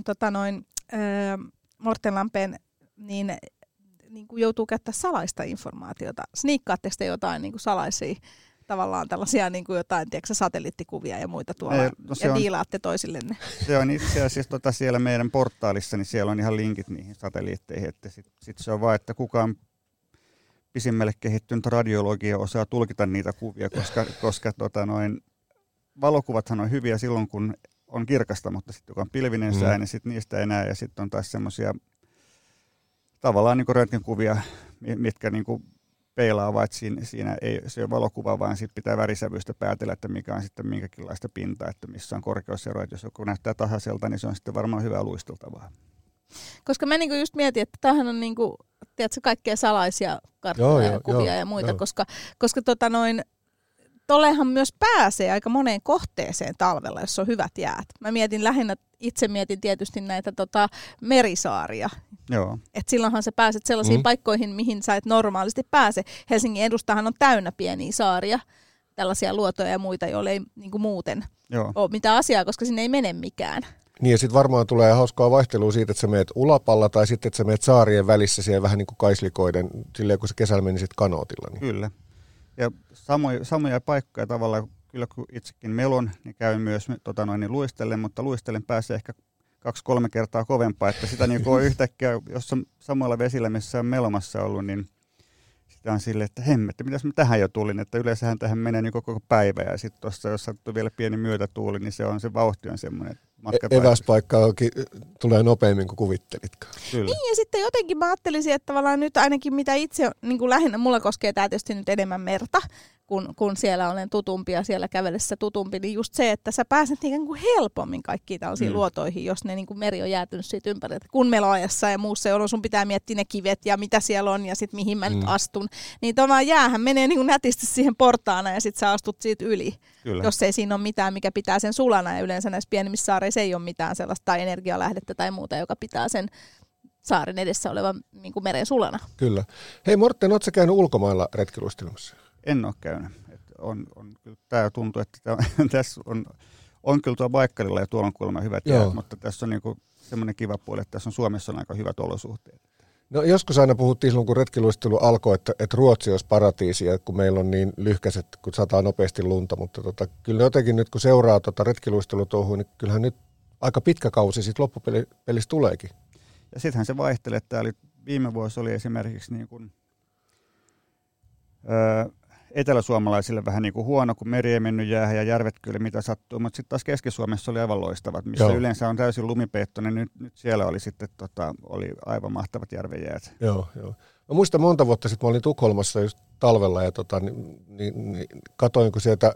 Mortenlampeen niin kuin joutuu käyttää salaista informaatiota? Sniikkaatteko te jotain niin kuin salaisia, tavallaan tällaisia niin kuin jotain, tiedätkö, satelliittikuvia ja muita tuolla, ja diilaatte toisillenne? Se on itse asiassa siellä meidän portaalissa, niin siellä on ihan linkit niihin satelliitteihin, että sit se on vaan, että kukaan pisimmälle kehittynyt radiologia osaa tulkita niitä kuvia, koska valokuvathan on hyviä silloin, kun on kirkasta, mutta sitten kun on pilvinen sää, niin sitten niistä ei näe, ja sitten on taas semmoisia tavallaan niin röntgenkuvia, mitkä niin kuin peilaavat, että siinä ei se ole valokuva, vaan sitten pitää värisävyistä päätellä, että mikä on sitten minkäkinlaista pintaa, että missä on korkeuseroa, että jos joku näyttää tasaiselta, niin se on sitten varmaan hyvää luisteltavaa. Koska mä niinku just mietin, että tämähän on niinku, tiedätkö, kaikkea salaisia karttoja ja kuvia ja muita, koska tollehan myös pääsee aika moneen kohteeseen talvella, jos on hyvät jäät. Mä itse mietin tietysti näitä merisaaria. Joo. Et silloinhan sä pääset sellaisiin paikkoihin, mihin sä et normaalisti pääse. Helsingin edustahan on täynnä pieniä saaria, tällaisia luotoja ja muita, joille ei niinku muuten ole mitään asiaa, koska sinne ei mene mikään. Niin ja sitten varmaan tulee hauskaa vaihtelua siitä, että sä meet ulapalla tai sitten, että sä meet saarien välissä siellä vähän niin kuin kaislikoiden, silleen kun sä kesällä menisit kanootilla. Niin. Kyllä. Ja samoja paikkoja tavallaan, kyllä kun itsekin melon, niin käyn myös luistellen, mutta luistellen pääsee ehkä 2-3 kertaa kovempaa, että sitä niin kuin on yhtäkkiä, jos on samalla vesillä, missä on melomassa ollut, niin sitten on silleen, että hemmetti, mitäs mä tähän jo tulin, että yleensähän tähän menee niin koko päivä ja sitten tuossa, jos sattuu vielä pieni myötätuuli, niin se vauhti on semmoinen eväspaikka tulee nopeammin kuin kuvittelitkaan. Kyllä. Niin ja sitten jotenkin mä ajattelisin, että tavallaan nyt ainakin mitä itse niin kuin lähinnä, mulla koskee tämä tietysti nyt enemmän merta, kun siellä olen tutumpi ja siellä kävellessä tutumpi, niin just se, että sä pääset ikään kuin helpommin kaikkiin tällaisiin luotoihin, jos ne niin kuin meri on jäätynyt siitä ympäriltä. Kun meloajassa ja muussa, jolloin sun pitää miettiä ne kivet ja mitä siellä on ja sitten mihin mä nyt astun, niin tavallaan jäähän menee niin kuin nätisti siihen portaana ja sitten sä astut siitä yli. Kyllä. Jos ei siinä ole mitään, mikä pitää sen sulana ja yleensä näissä pienimmissä saareissa ei ole mitään sellaista energialähdettä tai muuta, joka pitää sen saaren edessä olevan niin kuin meren sulana. Kyllä. Hei Morten, ootko sä käynyt ulkomailla retkiluistelemassa? En ole käynyt. Tämä tuntuu, että tässä on kyllä tuo Baikkalilla ja tuolla on kuulemma hyvät jäät, mutta tässä on niinku semmoinen kiva puoli, että tässä on Suomessa on aika hyvät olosuhteet. No joskus aina puhuttiin silloin, kun retkiluistelu alkoi, että Ruotsi olisi paratiisi, kun meillä on niin lyhkäiset, kun sataa nopeasti lunta, mutta kyllä jotenkin nyt kun seuraa retkiluistelutouhua, niin kyllähän nyt aika pitkä kausi sitten loppupelissä tuleekin. Ja sittenhän se vaihtelee, että viime vuosi oli esimerkiksi niin kuin, eteläsuomalaisille vähän niin kuin huono, kun meri ei mennyt jäähän ja järvet kyllä mitä sattuu, mutta sitten taas Keski-Suomessa oli aivan loistavat, missä yleensä on täysin lumipeittoinen, nyt siellä oli sitten oli aivan mahtavat järvenjäät. Joo. Mä muistan monta vuotta sitten, mä olin Tukholmassa just talvella ja niin katoin, kun sieltä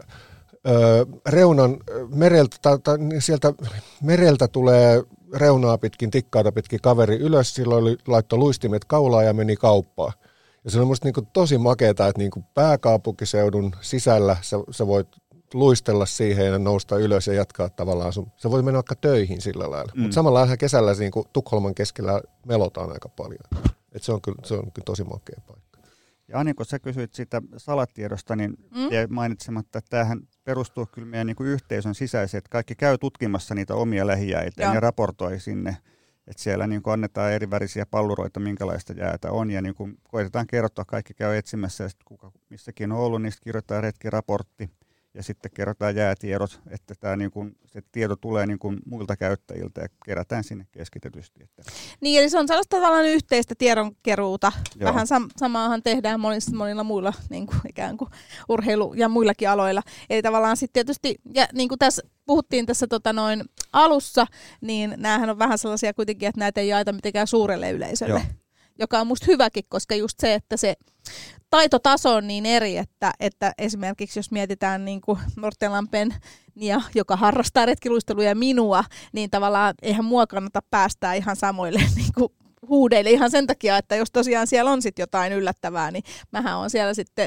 reunan mereltä, sieltä mereltä tulee reunaa pitkin, tikkaita pitkin kaveri ylös, silloin laittoi luistimet kaulaan ja meni kauppaan. Ja se on musta niinku tosi makeeta, että niinku pääkaupunkiseudun sisällä sä voit luistella siihen ja nousta ylös ja jatkaa tavallaan sä voit mennä vaikka töihin sillä lailla. Mutta samalla kesällä niinku Tukholman keskellä melotaan aika paljon. Et se on kyllä tosi makea paikka. Ja Ani, kun sä kysyit siitä salatiedosta, niin mainitsematta, että tämähän perustuu kyllä meidän niinku yhteisön sisäiseen, että kaikki käy tutkimassa niitä omia lähijäitä ja raportoi sinne. Että siellä niin annetaan eri värisiä palluroita, minkälaista jäätä on, ja niin koitetaan kertoa, kaikki käy etsimässä, ja sitten kuka missäkin on ollut, niin sitten kirjoitetaan retkiraportti, ja sitten kerrotaan jäätiedot, että tämä, niin kuin, se tieto tulee niin kuin muilta käyttäjiltä, ja kerätään sinne keskitetysti. Niin, eli se on sellaista tavallaan yhteistä tiedonkeruuta. Vähän samaahan tehdään monilla muilla niin kuin ikään kuin urheilu- ja muillakin aloilla. Eli tavallaan sitten tietysti, ja niin kuin tässä puhuttiin tässä alussa, niin näähän on vähän sellaisia kuitenkin, että näitä ei jaeta mitenkään suurelle yleisölle. Joka on musta hyväkin, koska just se, että se taitotaso on niin eri, että esimerkiksi jos mietitään niin kuin Morten Lampen, joka harrastaa retkiluistelua ja minua, niin tavallaan eihän mua kannata päästää ihan samoille niin kuin huudeille ihan sen takia, että jos tosiaan siellä on sitten jotain yllättävää, niin mähän on siellä sitten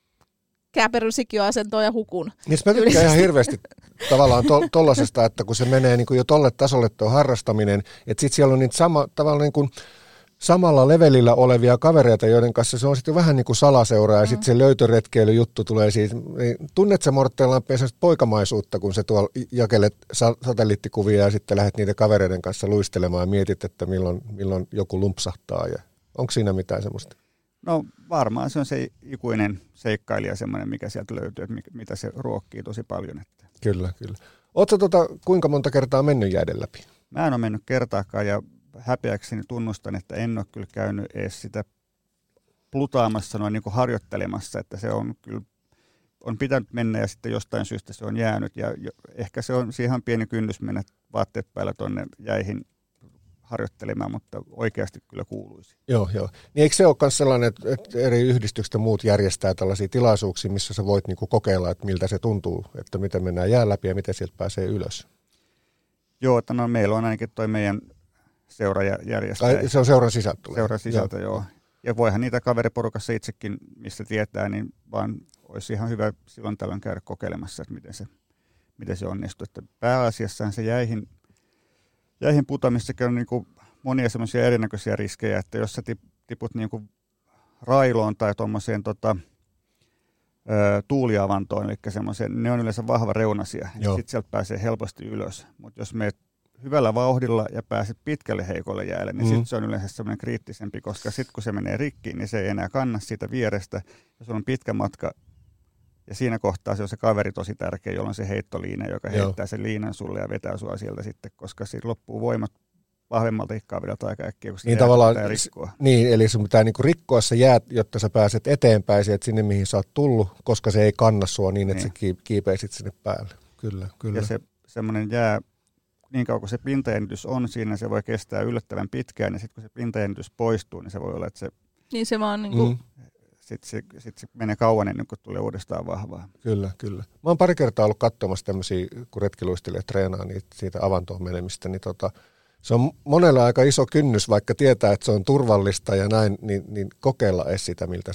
käperyn sikioasentoon ja hukun. Niin mä tykkään ihan hirveästi tavallaan tollasesta, että kun se menee niin kuin jo tolle tasolle tuo harrastaminen, että sitten siellä on niitä tavallaan niin kuin samalla levelillä olevia kavereita, joiden kanssa se on sitten vähän niin kuin salaseuraa ja sitten se löytöretkeilyjuttu tulee siitä. Tunnet sä Morten Lampen poikamaisuutta, kun se tuolla jakelet satelliittikuvia ja sitten lähdet niiden kavereiden kanssa luistelemaan ja mietit, että milloin joku lumpsahtaa ja onko siinä mitään semmoista? No varmaan se on se ikuinen seikkailija semmoinen, mikä sieltä löytyy, että mitä se ruokkii tosi paljon. Että. Kyllä. Ootko kuinka monta kertaa mennyt jääden läpi? Mä en ole mennyt kertaakaan ja häpeäkseni tunnustan, että en ole kyllä käynyt edes sitä plutaamassa noin niin kuin harjoittelemassa, että se on kyllä on pitänyt mennä ja sitten jostain syystä se on jäänyt ja ehkä se on siihen pieni kynnys mennä vaatteet päällä tuonne jäihin harjoittelemaan, mutta oikeasti kyllä kuuluisi. Joo. Niin eikö se ole myös sellainen, että eri yhdistykset ja muut järjestää tällaisia tilaisuuksia, missä sä voit niinku kokeilla, että miltä se tuntuu, että miten mennään jään läpi ja miten sieltä pääsee ylös? Joo, että meillä on ainakin toi meidän seura järjestää. Se on seuran sisältä? Seuran sisältä, joo. Ja voihan niitä kaveriporukassa itsekin, missä tietää, niin vaan olisi ihan hyvä silloin tällöin käydä kokeilemassa, että miten se onnistuu. Että pääasiassahan se jäihin putoamissakin on niin kuin monia semmoisia erinäköisiä riskejä, että jos sä tiput niin kuin railoon tai tuommoiseen tuuliavantoon, eli semmoiseen, ne on yleensä vahva reunasia, ja sitten sieltä pääsee helposti ylös. Mutta jos meet hyvällä vauhdilla ja pääset pitkälle heikolle jäälle, niin sitten se on yleensä semmoinen kriittisempi, koska sitten kun se menee rikkiin, niin se ei enää kanna siitä vierestä, ja se on pitkä matka, ja siinä kohtaa se on se kaveri tosi tärkeä, jolloin se heittoliina, joka heittää sen liinan sulle ja vetää sua sieltä sitten, koska siitä loppuu voimat vahvemmalta hikkaa aika äkkiä, koska niin tavallaan, niin, eli sun pitää niinku rikkoa se jää, jotta sä pääset eteenpäin sieltä sinne, mihin sä oot tullut, koska se ei kanna sua niin, että sä kiipeisit sinne päälle. Kyllä. Ja se semmoinen jää, niin kauan kun se pintajännitys on siinä, se voi kestää yllättävän pitkään, ja sitten kun se pintajännitys poistuu, niin se voi olla, että se... Niin se vaan niinku... Sitten se menee kauan ennen kuin tulee uudestaan vahvaa. Kyllä. Mä oon pari kertaa ollut katsomassa tämmöisiä, kun retkiluistelijat treenaa siitä avantoon menemistä, niin se on monella aika iso kynnys, vaikka tietää, että se on turvallista ja näin, niin kokeilla edes sitä, miltä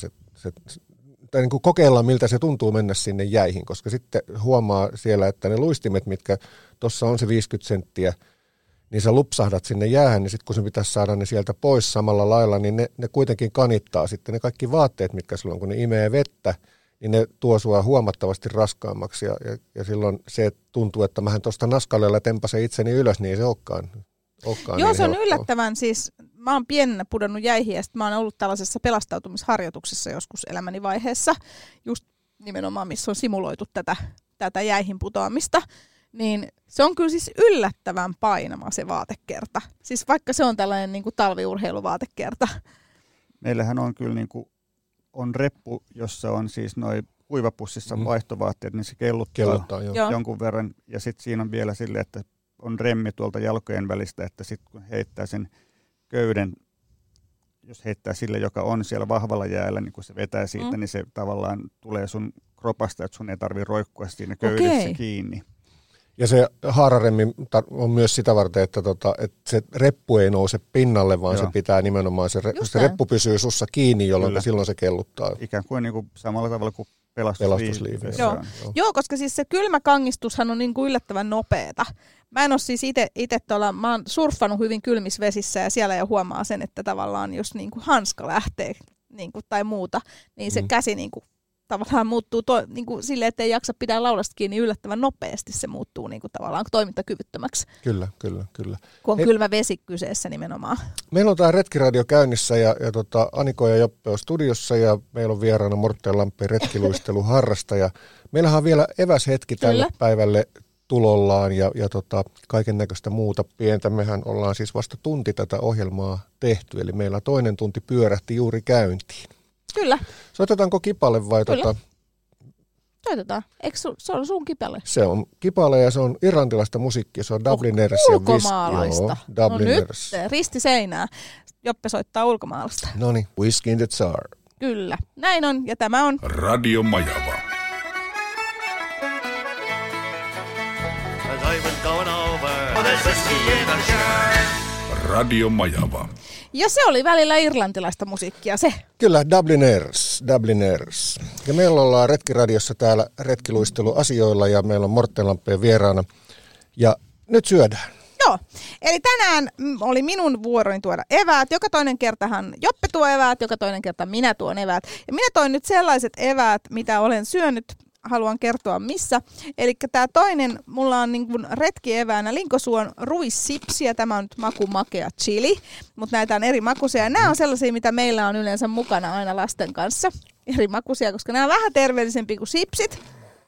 tai niin kuin kokeilla, miltä se tuntuu mennä sinne jäihin, koska sitten huomaa siellä, että ne luistimet, mitkä tuossa on se 50 senttiä, niin sä lupsahdat sinne jäähän, niin sitten kun se pitäisi saada ne sieltä pois samalla lailla, niin ne kuitenkin kanittaa sitten ne kaikki vaatteet, mitkä sulla on, kun ne imee vettä, niin ne tuo sua huomattavasti raskaammaksi, ja silloin se tuntuu, että mähän tuosta naskalella tempasen itseni ylös, niin ei se olekaan. Joo, niin se on yllättävän siis, mä oon pienenä pudonnut jäihin, ja sitten mä oon ollut tällaisessa pelastautumisharjoituksessa joskus elämäni vaiheessa, just nimenomaan, missä on simuloitu tätä jäihin putoamista. Niin se on kyllä siis yllättävän painava se vaatekerta. Siis vaikka se on tällainen niin kuin talviurheiluvaatekerta. Meillähän on kyllä niin kuin, on reppu, jossa on siis noi kuivapussissa vaihtovaatteet, niin se kelluttaa jonkun verran. Ja sitten siinä on vielä silleen, että on remmi tuolta jalkojen välistä, että sitten kun heittää sen köyden, jos heittää sille, joka on siellä vahvalla jäällä, niin kun se vetää siitä, niin se tavallaan tulee sun kropasta, että sun ei tarvitse roikkua siinä köydessä kiinni. Ja se haararemmi on myös sitä varten, että se reppu ei nouse pinnalle, vaan se pitää nimenomaan, se reppu pysyy sussa kiinni, jolloin silloin se kelluttaa. Ikään kuin samalla tavalla kuin pelastusliivi. Joo, koska siis se kylmäkangistushan on niin kuin yllättävän nopeeta. Mä en ole siis itse mä oon surffannut hyvin kylmissä vesissä ja siellä jo huomaa sen, että tavallaan jos niin kuin hanska lähtee niin kuin, tai muuta, niin se käsi niin kuin tavallaan muuttuu niin silleen, että ei jaksa pitää laudasta kiinni yllättävän nopeasti. Se muuttuu niin kuin, tavallaan toimintakyvyttömäksi. Kyllä. Kun on kylmä vesi kyseessä nimenomaan. Meillä on tämä retkiradio käynnissä ja Aniko ja Joppe on studiossa ja meillä on vieraana Morten Lampeen retkiluisteluharrastaja. Meillähän on vielä eväshetki tälle päivälle tulollaan ja kaiken näköistä muuta pientä. Mehän ollaan siis vasta tunti tätä ohjelmaa tehty, eli meillä toinen tunti pyörähti juuri käyntiin. Kyllä. Soitetaanko kipale vai Kyllä. Soitetaan. Eikö se on sun kipale? Se on kipale ja se on irlantilaista musiikkia. Se on Dubliners. Ulkomaalaista. Dubliners. No nyt, risti seinää. Joppe soittaa ulkomaalaista. Noniin, Whiskey in the Tsar. Kyllä, näin on ja tämä on Radio Majava. Radio Majava. Ja se oli välillä irlantilaista musiikkia se. Kyllä, Dubliners. Ja meillä ollaan Retkiradiossa täällä retkiluisteluasioilla ja meillä on Morten Lampeen vieraana. Ja nyt syödään. Joo, eli tänään oli minun vuoroni tuoda eväät. Joka toinen kertahan Joppe tuo eväät, joka toinen kerta minä tuon eväät. Ja minä toin nyt sellaiset eväät, mitä olen syönyt. Haluan kertoa missä. Eli tämä toinen, mulla on niin kuin retkieväänä Linkosuon ruissipsi ja tämä on nyt maku makea chili. Mutta näitä on eri makuisia ja nämä on sellaisia, mitä meillä on yleensä mukana aina lasten kanssa. Eri makuisia, koska nämä on vähän terveellisempiä kuin sipsit.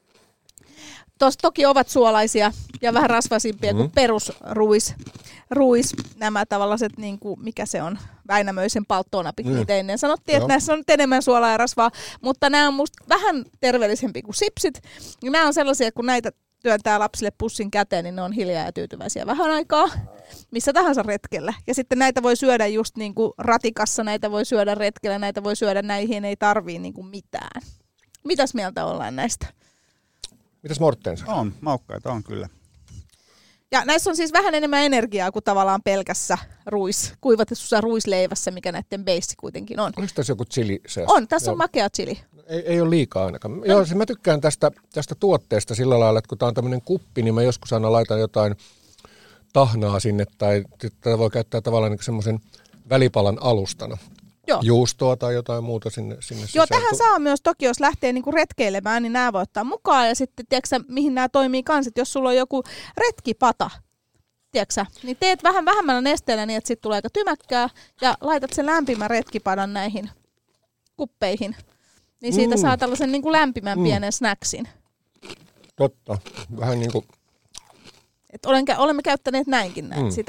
Tuossa toki ovat suolaisia ja vähän rasvaisimpia kuin perusruis. Nämä tavalliset, niin kuin, mikä se on, Väinämöisen palttoonapit, niitä ennen sanottiin, että näissä on enemmän suolaa ja rasvaa, mutta nämä on musta vähän terveellisempiä kuin sipsit. Ja nämä on sellaisia, kun näitä työntää lapsille pussin käteen, niin ne on hiljaa ja tyytyväisiä vähän aikaa, missä tahansa retkellä. Ja sitten näitä voi syödä just niin kuin ratikassa, näitä voi syödä retkellä, näitä voi syödä, näihin ei tarvii niin kuin mitään. Mitäs mieltä ollaan näistä? Mitäs Morten sanoo? On, maukkaita on kyllä. Ja näissä on siis vähän enemmän energiaa kuin tavallaan pelkässä kuivatetussa ruisleivässä, mikä näiden beissi kuitenkin on. Oliko tässä joku chili seassa? On, tässä on makea chili. Ei ole liikaa ainakaan. Joo, siis mä tykkään tästä tuotteesta sillä lailla, että kun tää on tämmöinen kuppi, niin mä joskus aina laitan jotain tahnaa sinne, tai tätä voi käyttää tavallaan niin semmoisen välipalan alustana. Joo. Juustoa tai jotain muuta sinne sisään. Joo, tähän saa myös toki, jos lähtee niinku retkeilemään, niin nämä voi ottaa mukaan. Ja sitten, tiedätkö mihin nämä toimii kanssa, jos sulla on joku retkipata, tiedätkö, niin teet vähän vähemmällä nesteellä niin, että sitten tulee aika tymäkkää. Ja laitat sen lämpimän retkipadan näihin kuppeihin. Niin siitä saa tällaisen niinku lämpimän pienen snacksin. Totta, vähän niin kuin... Olemme käyttäneet näinkin sitä.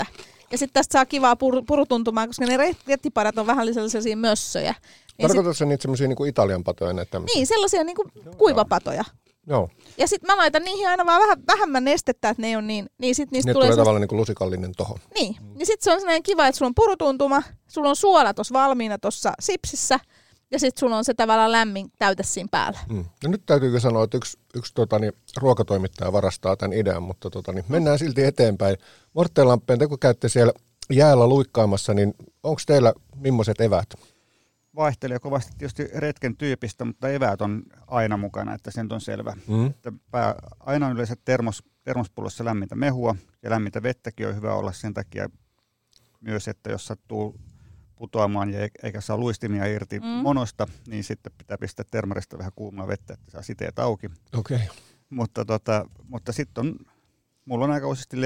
Ja sitten tästä saa kivaa purutuntumaa, koska ne rettipadat on vähän sellaisia mössöjä. Tarkoitatko sä niitä semmoisia niinku Italian patoja näitä tämmöisiä? Niin, sellaisia niinku kuivapatoja. Joo. Ja sitten mä laitan niihin aina vaan vähemmän nestettä, että ne ei ole niin sit niistä ne tulee tavallaan niinku lusikallinen tohon. Niin. Ja sitten se on sellainen kiva, että sulla on purutuntuma, sulla on suola tuossa valmiina tuossa sipsissä, ja sitten sulla on se tavallaan lämmin täyte siinä päällä. No nyt täytyykö sanoa, että yksi ruokatoimittaja varastaa tämän idean, mutta mennään silti eteenpäin. Morten Lampeen, te kun käytte siellä jäällä luikkaamassa, niin onko teillä millaiset eväät? Vaihtelee kovasti tietysti retken tyypistä, mutta eväät on aina mukana, että sen on selvä. Että aina on yleensä termospullossa lämmintä mehua ja lämmintä vettäkin on hyvä olla sen takia myös, että jos sattuu putoamaan eikä saa luistimia irti monosta, niin sitten pitää pistää termarista vähän kuumaa vettä, että saa siteet auki. Okay. Mutta sitten mulla on aika useasti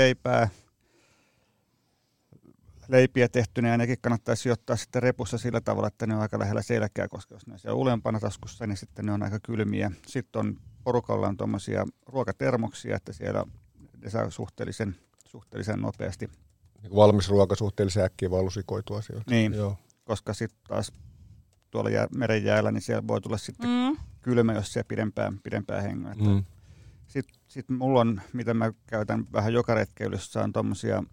leipiä tehtynä ja nekin kannattaa sijoittaa sitten repussa sillä tavalla, että ne on aika lähellä selkää, koska jos ne on siellä ylempänä taskussa, niin sitten ne on aika kylmiä. Sitten on porukalla on tuommoisia ruokatermoksia, että siellä ne saa suhteellisen nopeasti. Niin valmis ruoka suhteellisen äkkiä vaan lusikoitua sieltä. Niin, joo. Koska sitten taas tuolla meren jäällä, niin siellä voi tulla sitten kylmä, jos se pidempään hengaa. Sitten mulla on, mitä mä käytän vähän joka retkeilyssä, on tuommoisia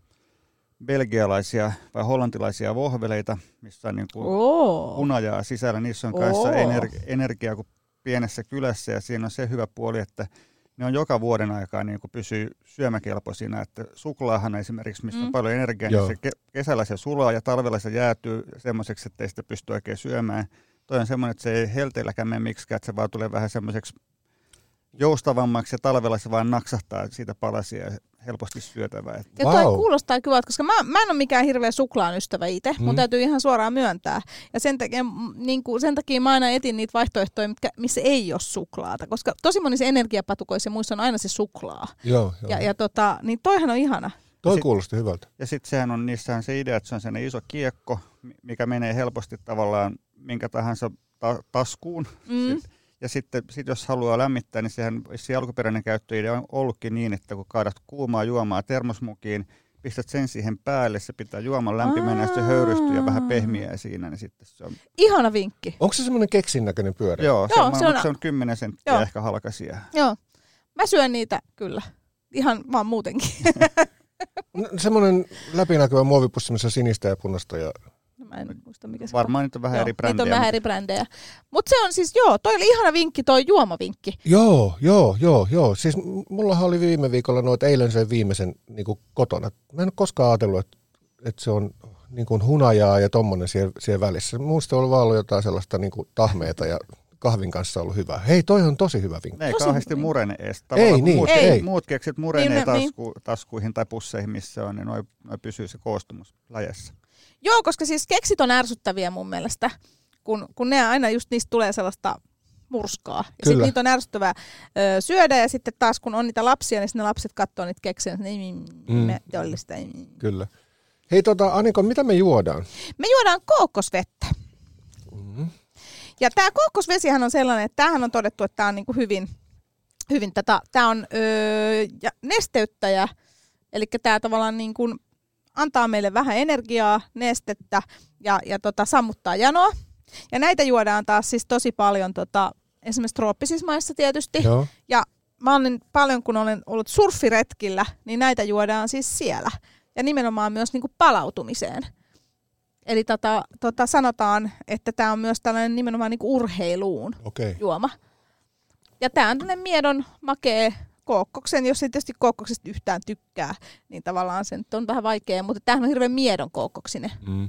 belgialaisia vai hollantilaisia vohveleita, missä on niin kuin hunajaa sisällä. Niissä on kanssa energiaa kuin pienessä kylässä, ja siinä on se hyvä puoli, että ne on joka vuoden aikaa niin kuin pysyy syömäkelpoisina. Että suklaahan esimerkiksi, missä on paljon energiaa, niin se kesällä se sulaa ja talvella se jäätyy semmoiseksi, että ei sitä pysty oikein syömään. Toi on semmoinen, että se ei helteilläkään mene miksikään, että se vaan tulee vähän semmoiseksi joustavammaksi ja talvella se vaan naksahtaa siitä palasia ja helposti syötävää. Ja toi kuulostaa kyllä, koska mä en ole mikään hirveä suklaan ystävä itse, mun täytyy ihan suoraan myöntää. Ja sen takia mä aina etin niitä vaihtoehtoja, missä ei ole suklaata, koska tosi monissa energiapatukoissa ja muissa on aina se suklaa. Joo. Niin toihan on ihana. Toi kuulosti hyvältä. Ja sitten niissähän se idea, että se on sellainen iso kiekko, mikä menee helposti tavallaan minkä tahansa taskuun. Ja sitten jos haluaa lämmittää, niin se alkuperäinen käyttöidea on ollutkin niin, että kun kaadat kuumaa juomaa termosmukiin, pistät sen siihen päälle, se pitää juoman lämpimänä, ja sitten se höyrystyy ja vähän pehmiää siinä, niin sitten se on... Ihana vinkki. Onko se semmoinen keksin näköinen pyörä? Joo, se on 10 senttiä ehkä halkaisia. Joo, mä syön niitä kyllä, ihan vaan muutenkin. Semmoinen läpinäkyvä muovipussi, missä sinistä ja punaista ja... Mä en muista, mikä se varmaan niitä on vähän eri brändejä. Niitä on vähän eri brändejä. Mutta se on siis, toi oli ihana vinkki, toi juomavinkki. Joo. Siis mullahan oli viime viikolla noita eilen sen viimeisen niin kuin kotona. Mä en ole koskaan ajatellut, että se on niin kuin hunajaa ja tommonen siellä välissä. Muista on vaan ollut jotain sellaista niin kuin tahmeita ja kahvin kanssa ollut hyvä. Hei, toi on tosi hyvä vinkki. Ne ei kauheasti murene edes. Muut keksit murenee taskuihin tai pusseihin, missä on, niin noi pysyy se koostumus läjässä. Joo, koska siis keksit on ärsyttäviä mun mielestä, kun ne aina just niistä tulee sellaista murskaa. Ja sitten niitä on ärsyttävää syödä, ja sitten taas kun on niitä lapsia, niin ne lapset katsoo niitä keksiä, niin me jollista. Kyllä. Hei Aniko, mitä me juodaan? Me juodaan kookosvettä. Ja tämä kookosvesihän on sellainen, että tämähän on todettu, että tämä on niinku hyvin tämä on nesteyttäjä, eli tämä tavallaan niin kuin antaa meille vähän energiaa, nestettä ja sammuttaa janoa. Ja näitä juodaan taas siis tosi paljon esimerkiksi trooppisissa maissa tietysti. Joo. Ja mä olen paljon, kun olen ollut surffiretkillä, niin näitä juodaan siis siellä. Ja nimenomaan myös niinku palautumiseen. Eli sanotaan, että tämä on myös tällainen nimenomaan niinku urheiluun juoma. Ja tämä on tällainen miedon makea kookkoksen, jos ei tietysti kookkoksesta yhtään tykkää, niin tavallaan se on vähän vaikea, mutta tämähän on hirveän miedon kookkoksinen.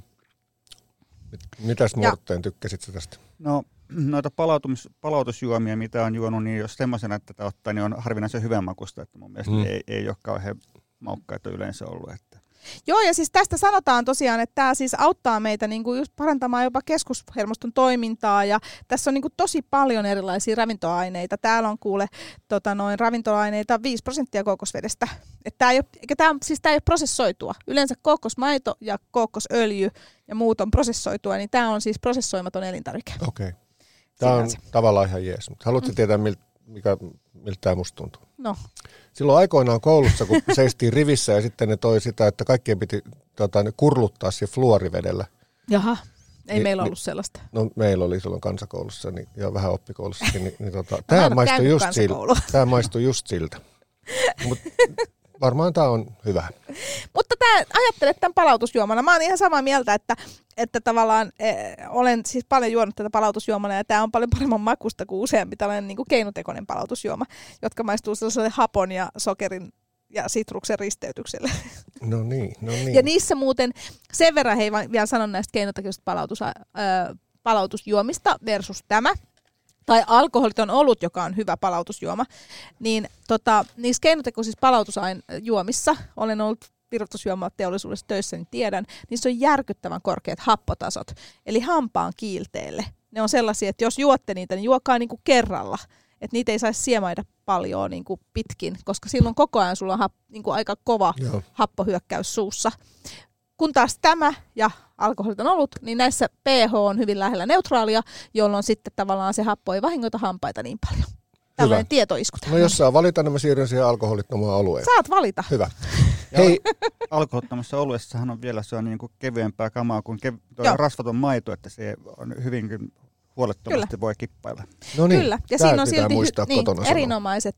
Mitäs Morten tykkäsit sä tästä? No noita palautusjuomia, mitä on juonut, niin jos semmoisena, että tätä ottaa, niin on harvinaisen hyvän makusta, että mun mielestä ei ole kauhean maukkaita yleensä ollut. Että. Joo, ja siis tästä sanotaan tosiaan, että tämä siis auttaa meitä niinku just parantamaan jopa keskushermoston toimintaa, ja tässä on niinku tosi paljon erilaisia ravintoaineita. Täällä on ravintoaineita 5% kookosvedestä. Tämä ei ole prosessoitua. Yleensä kookosmaito ja kookosöljy ja muut on prosessoitua, niin tämä on siis prosessoimaton elintarvike. Okei. Tämä on tavallaan ihan jees. Haluatko tietää, miltä tämä musta tuntuu. No. Silloin aikoinaan koulussa, kun seistiin rivissä ja sitten ne toi sitä, että kaikkien piti kurluttaa se fluorivedellä. Jaha, ei meillä ollut sellaista. No meillä oli silloin kansakoulussa ja vähän oppikoulussakin. Tämä maistui just siltä. Mut varmaan tämä on hyvä. Mutta ajattelet tämän palautusjuomana. Mä oon ihan samaa mieltä, että tavallaan olen siis paljon juonut tätä palautusjuomana ja tämä on paljon paremman makusta kuin useampi tällainen niin kuin keinotekoinen palautusjuoma, jotka maistuu sellaiselle hapon ja sokerin ja sitruksen risteytykselle. No niin. Ja niissä muuten sen verran hei vielä sanon näistä keinotekoisista palautusjuomista versus tämä. Tai alkoholiton olut, joka on hyvä palautusjuoma, niin niissä keinotekoisissa palautusjuomissa, olen ollut virvoitusjuomateollisuudessa töissä, niin tiedän, niissä on järkyttävän korkeat happotasot, eli hampaan kiilteelle. Ne on sellaisia, että jos juotte niitä, niin juokaa niinku kerralla, että niitä ei saisi siemaida paljon niinku pitkin, koska silloin koko ajan sulla on niinku aika kova happohyökkäys suussa. Kun taas tämä ja alkoholiton olut, niin näissä pH on hyvin lähellä neutraalia, jolloin sitten tavallaan se happo ei vahingoita hampaita niin paljon. Tällainen tietoisku. No jos saa valita, niin mä siirryn siihen alkoholittomaan olueen. Saat valita. Hyvä. Hei. Alkoholittomassa oluessahan on vielä se on niin kuin kevyempää kamaa kuin rasvaton maito, että se on hyvinkin huolettomasti voi kippailla. No niin, kyllä. Ja siinä on silti erinomaiset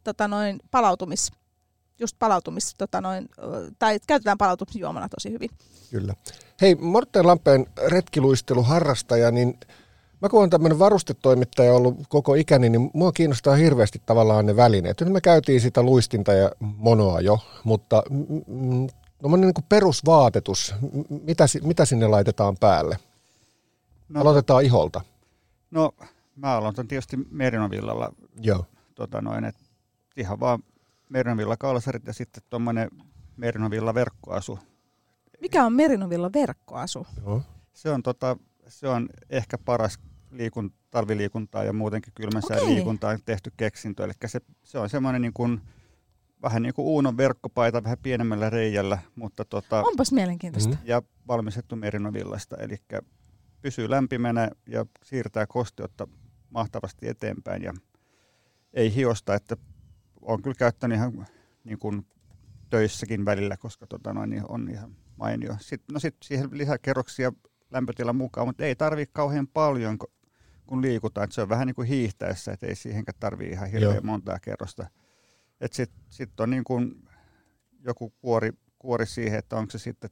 tai käytetään palautumisjuomana tosi hyvin. Kyllä. Hei, Morten Lampeen retkiluisteluharrastaja, niin mä kun olen tämmöinen varustetoimittaja ollut koko ikäni, niin mua kiinnostaa hirveästi tavallaan ne välineet. Nyt me käytiin sitä luistinta ja monoa jo, mutta niin kuin perusvaatetus, mitä sinne laitetaan päälle? No, aloitetaan iholta. No, mä aloitan tietysti merinovillalla. Joo. Et ihan vaan merinovilla kaulasarit ja sitten tuommoinen merinovilla verkkoasu. Mikä on merinovilla verkkoasu? Joo. Se on ehkä paras talviliikuntaa ja muutenkin kylmän sään liikuntaan tehty keksintö. Eli se on semmoinen niin kuin, vähän niin kuin uunon verkkopaita vähän pienemmällä reijällä. Mutta onpas mielenkiintoista. Ja valmistettu merinovillasta. Eli pysyy lämpimänä ja siirtää kosteutta mahtavasti eteenpäin. Ja ei hiosta, että olen kyllä käyttänyt ihan niin kuin töissäkin välillä, koska niin on ihan mainio. Sitten siihen lisäkerroksia lämpötilan mukaan, mutta ei tarvitse kauhean paljon, kun liikutaan. Että se on vähän niin kuin hiihtäessä, että ei siihenkään tarvitse ihan hirveän montaa kerrosta. Sitten on niin kuin joku kuori siihen, että onko se sitten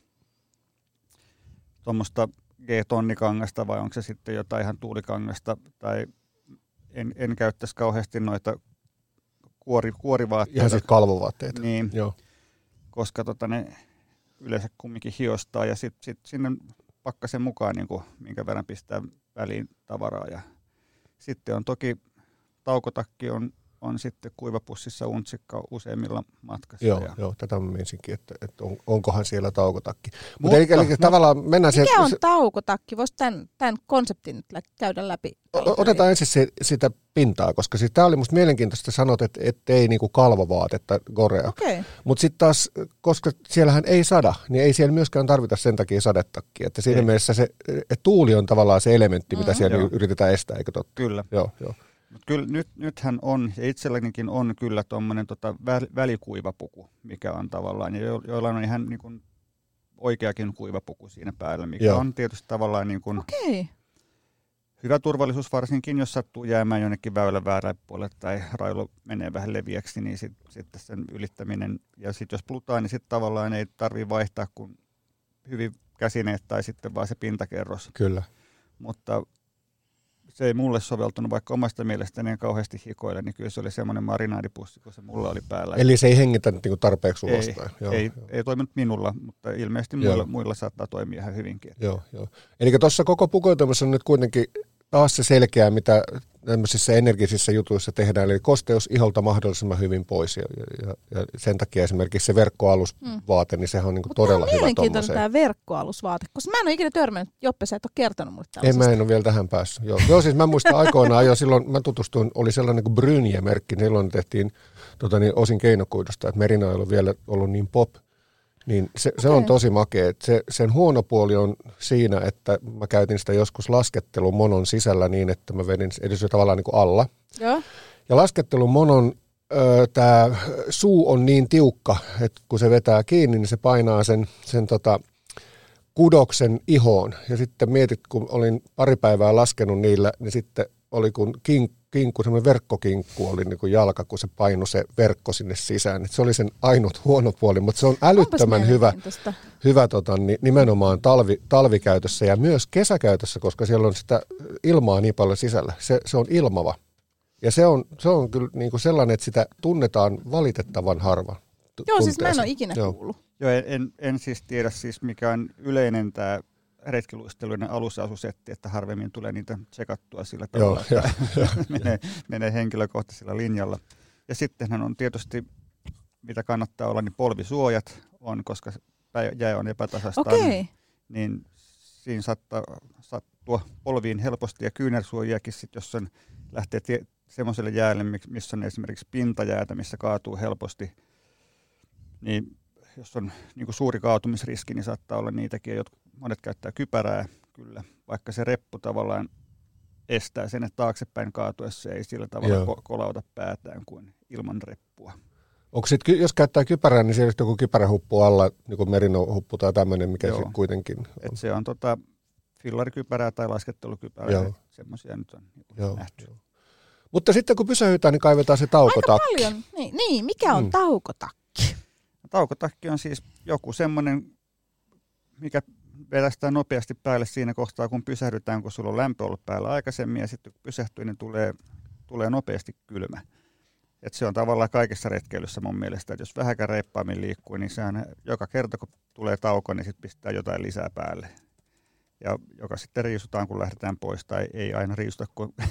tuommoista G-tonnikangasta vai onko se sitten jotain ihan tuulikangasta. Tai en käyttäisi kauheasti noita kuorivaatteita. Ihan sitten kalvovaatteita. Niin, joo. Koska ne yleensä kumminkin hiostaa ja sitten sinne pakkasen mukaan, niin kuin, minkä verran pistää väliin tavaraa. Ja sitten on toki taukotakki on sitten kuivapussissa untsikka useimmilla matkassa. Joo, tätä mä mietinkin, että onkohan siellä taukotakki. Mutta eli tavallaan mennään mikä on taukotakki? Voisi tämän konseptin nyt käydä läpi? Otetaan ensin sitä pintaa, koska tämä oli musta mielenkiintoista sanot, että ei niinku kalvovaatetta gorea. Okay. Mutta sitten taas, koska siellähän ei sada, niin ei siellä myöskään tarvita sen takia sadetakkia. Että siinä mielessä se tuuli on tavallaan se elementti, mitä siellä yritetään estää, eikö totta? Kyllä. Joo. Mutta kyllä nythän on, ja itsellänikin on kyllä tuommoinen välikuivapuku, mikä on tavallaan, ja joilla on ihan niin kuin oikeakin kuivapuku siinä päällä, mikä on tietysti tavallaan niin kuin hyvä turvallisuus, varsinkin jos sattuu jäämään jonnekin väylän väärälle puolelle tai railu menee vähän leviäksi, niin sitten sen ylittäminen, ja sitten jos plutaa, niin sitten tavallaan ei tarvitse vaihtaa kuin hyvin käsineet tai sitten vaan se pintakerros. Kyllä. Mutta se ei mulle soveltunut, vaikka omasta mielestäni en kauheasti hikoile, niin kyllä se oli semmoinen marinaadipussi, kun se mulla oli päällä. Eli se ei hengitä niin tarpeeksi ulostaan? Ei toiminut minulla, mutta ilmeisesti muilla saattaa toimia ihan hyvinkin. Joo. Eli tuossa koko pukeutumisessa on nyt kuitenkin taas se selkeää, mitä tämmöisissä energisissä jutuissa tehdään, eli kosteus iholta mahdollisimman hyvin pois, ja sen takia esimerkiksi se verkkoalusvaate, niin sehän on niin todella hyvä tommoseen. Mutta mielenkiintoinen tämä verkkoalusvaate, koska mä en ole ikinä törmännyt, Joppe, sä et ole kertonut mulle tällaisesta. Mä en ole vielä tähän päässyt. Joo, siis mä muistan aikoinaan jo silloin, mä tutustuin, oli sellainen kuin Brynje-merkki, silloin tehtiin osin keinokuidusta, että Merina ei ole vielä ollut niin pop. Niin se on tosi makea. Sen huono puoli on siinä, että mä käytin sitä joskus laskettelun monon sisällä niin, että mä vedin edes tavallaan niin kuin alla. Joo. Ja laskettelumonon tämä suu on niin tiukka, että kun se vetää kiinni, niin se painaa sen kudoksen ihoon. Ja sitten mietit, kun olin pari päivää laskenut niillä, niin sitten oli kun kinkku, semmoinen verkkokinkku oli niin kuin jalka, kun se painoi se verkko sinne sisään. Et se oli sen ainut huono puoli, mutta se on älyttömän hyvä nimenomaan talvikäytössä ja myös kesäkäytössä, koska siellä on sitä ilmaa niin paljon sisällä. Se on ilmava. Ja se on kyllä niin kuin sellainen, että sitä tunnetaan valitettavan harva. Joo, siis mä en ole ikinä kuullut. Joo, en siis tiedä siis mikä on yleinen tämä retkiluisteluiden alusasusetti, että harvemmin tulee niitä tsekattua sillä tavalla, että menee henkilökohtaisella linjalla. Ja sittenhän on tietysti, mitä kannattaa olla, niin polvisuojat on, koska jää on epätasasta. Niin siinä saattaa sattua polviin helposti ja kyynärsuojiakin, sit, jos on lähtee semmoiselle jäälle, missä on esimerkiksi pintajäätä, missä kaatuu helposti, niin jos on niin kuin suuri kaatumisriski, niin saattaa olla niitäkin, jotka monet käyttää kypärää kyllä, vaikka se reppu tavallaan estää sen, että taaksepäin kaatuessa ei sillä tavalla kolauta päätään kuin ilman reppua. Onko sitten, jos käyttää kypärää, niin siellä joku kypärähuppu alla, niin kuin merinohuppu tai tämmöinen, mikä se kuitenkin on? Et se on fillarikypärää tai laskettelukypärää, semmoisia nyt on nähty. Joo. Mutta sitten kun pysähytään, niin kaivetaan se taukotakki. Aika paljon. Niin, mikä on taukotakki? Taukotakki on siis joku semmoinen, mikä vetästään nopeasti päälle siinä kohtaa, kun pysähdytään, kun sulla on lämpö ollut päällä aikaisemmin, ja sitten kun pysähtyy, niin tulee nopeasti kylmä. Et se on tavallaan kaikessa retkeilyssä mun mielestä, että jos vähänkään reippaammin liikkuu, niin sehän joka kerta, kun tulee tauko, niin sitten pistää jotain lisää päälle. Ja joka sitten riisutaan, kun lähdetään pois, tai ei aina riisuta,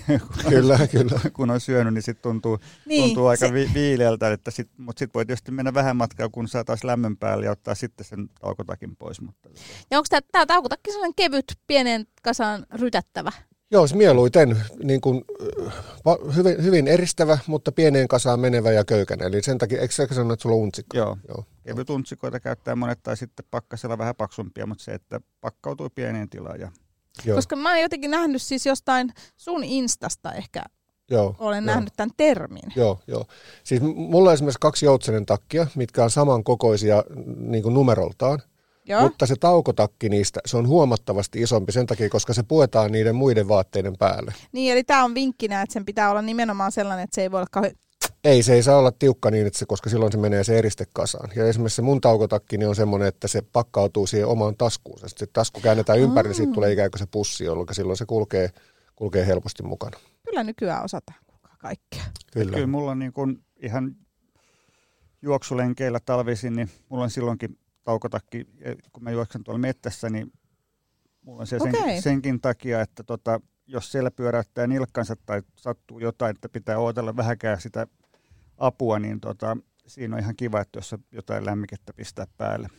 kun on syönyt, niin sitten tuntuu aika viileältä, mutta sitten voi tietysti mennä vähän matkaa, kun saa taas lämmön päälle ja ottaa sitten sen taukotakin pois. Ja onko tämä taukotakki sellainen kevyt, pienen kasaan rytättävä? Joo, mieluiten niin kuin, hyvin eristävä, mutta pieneen kasaan menevä ja köykäinen. Eli sen takia, eikö sä sanoa, että sulla on untsikko? Joo. Kevyt untsikoita käyttää monet tai sitten pakkasella vähän paksumpia, mutta se, että pakkautuu pieneen tilaan. Koska mä oon jotenkin nähnyt siis jostain sun Instasta ehkä, olen nähnyt tämän termin. Joo. Siis mulla on esimerkiksi 2 joutsenen takkia, mitkä on samankokoisia niin kuin numeroltaan. Joo. Mutta se taukotakki niistä, se on huomattavasti isompi sen takia, koska se puetaan niiden muiden vaatteiden päälle. Niin, eli tämä on vinkkinä, että sen pitää olla nimenomaan sellainen, että se ei voi olla kauhean... Ei, se ei saa olla tiukka niin, että koska silloin se menee se eriste kasaan. Ja esimerkiksi se mun taukotakki niin on semmoinen, että se pakkautuu siihen omaan taskuunsa. Sitten se tasku käännetään ympäri, niin siitä tulee ikään kuin se pussi, jolloin silloin se kulkee helposti mukana. Kyllä nykyään osataan kaikkea. Kyllä mulla on niin kuin ihan juoksulenkeillä talvisin, niin mulla on silloinkin taukotakki, kun mä juoksen tuolla mettässä, niin mulla on se senkin takia, että jos siellä pyöräyttää nilkkansa tai sattuu jotain, että pitää odotella vähäkään sitä apua, niin siinä on ihan kiva, että jos jotain lämmikettä pistää päälle.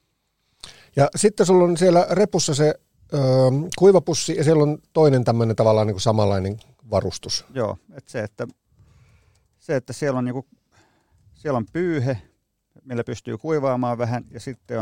Ja sitten sulla on siellä repussa se kuivapussi ja siellä on toinen tämmöinen tavallaan niin kuin samanlainen varustus. Joo, että siellä on, niinku, siellä on pyyhe, millä pystyy kuivaamaan vähän, ja sitten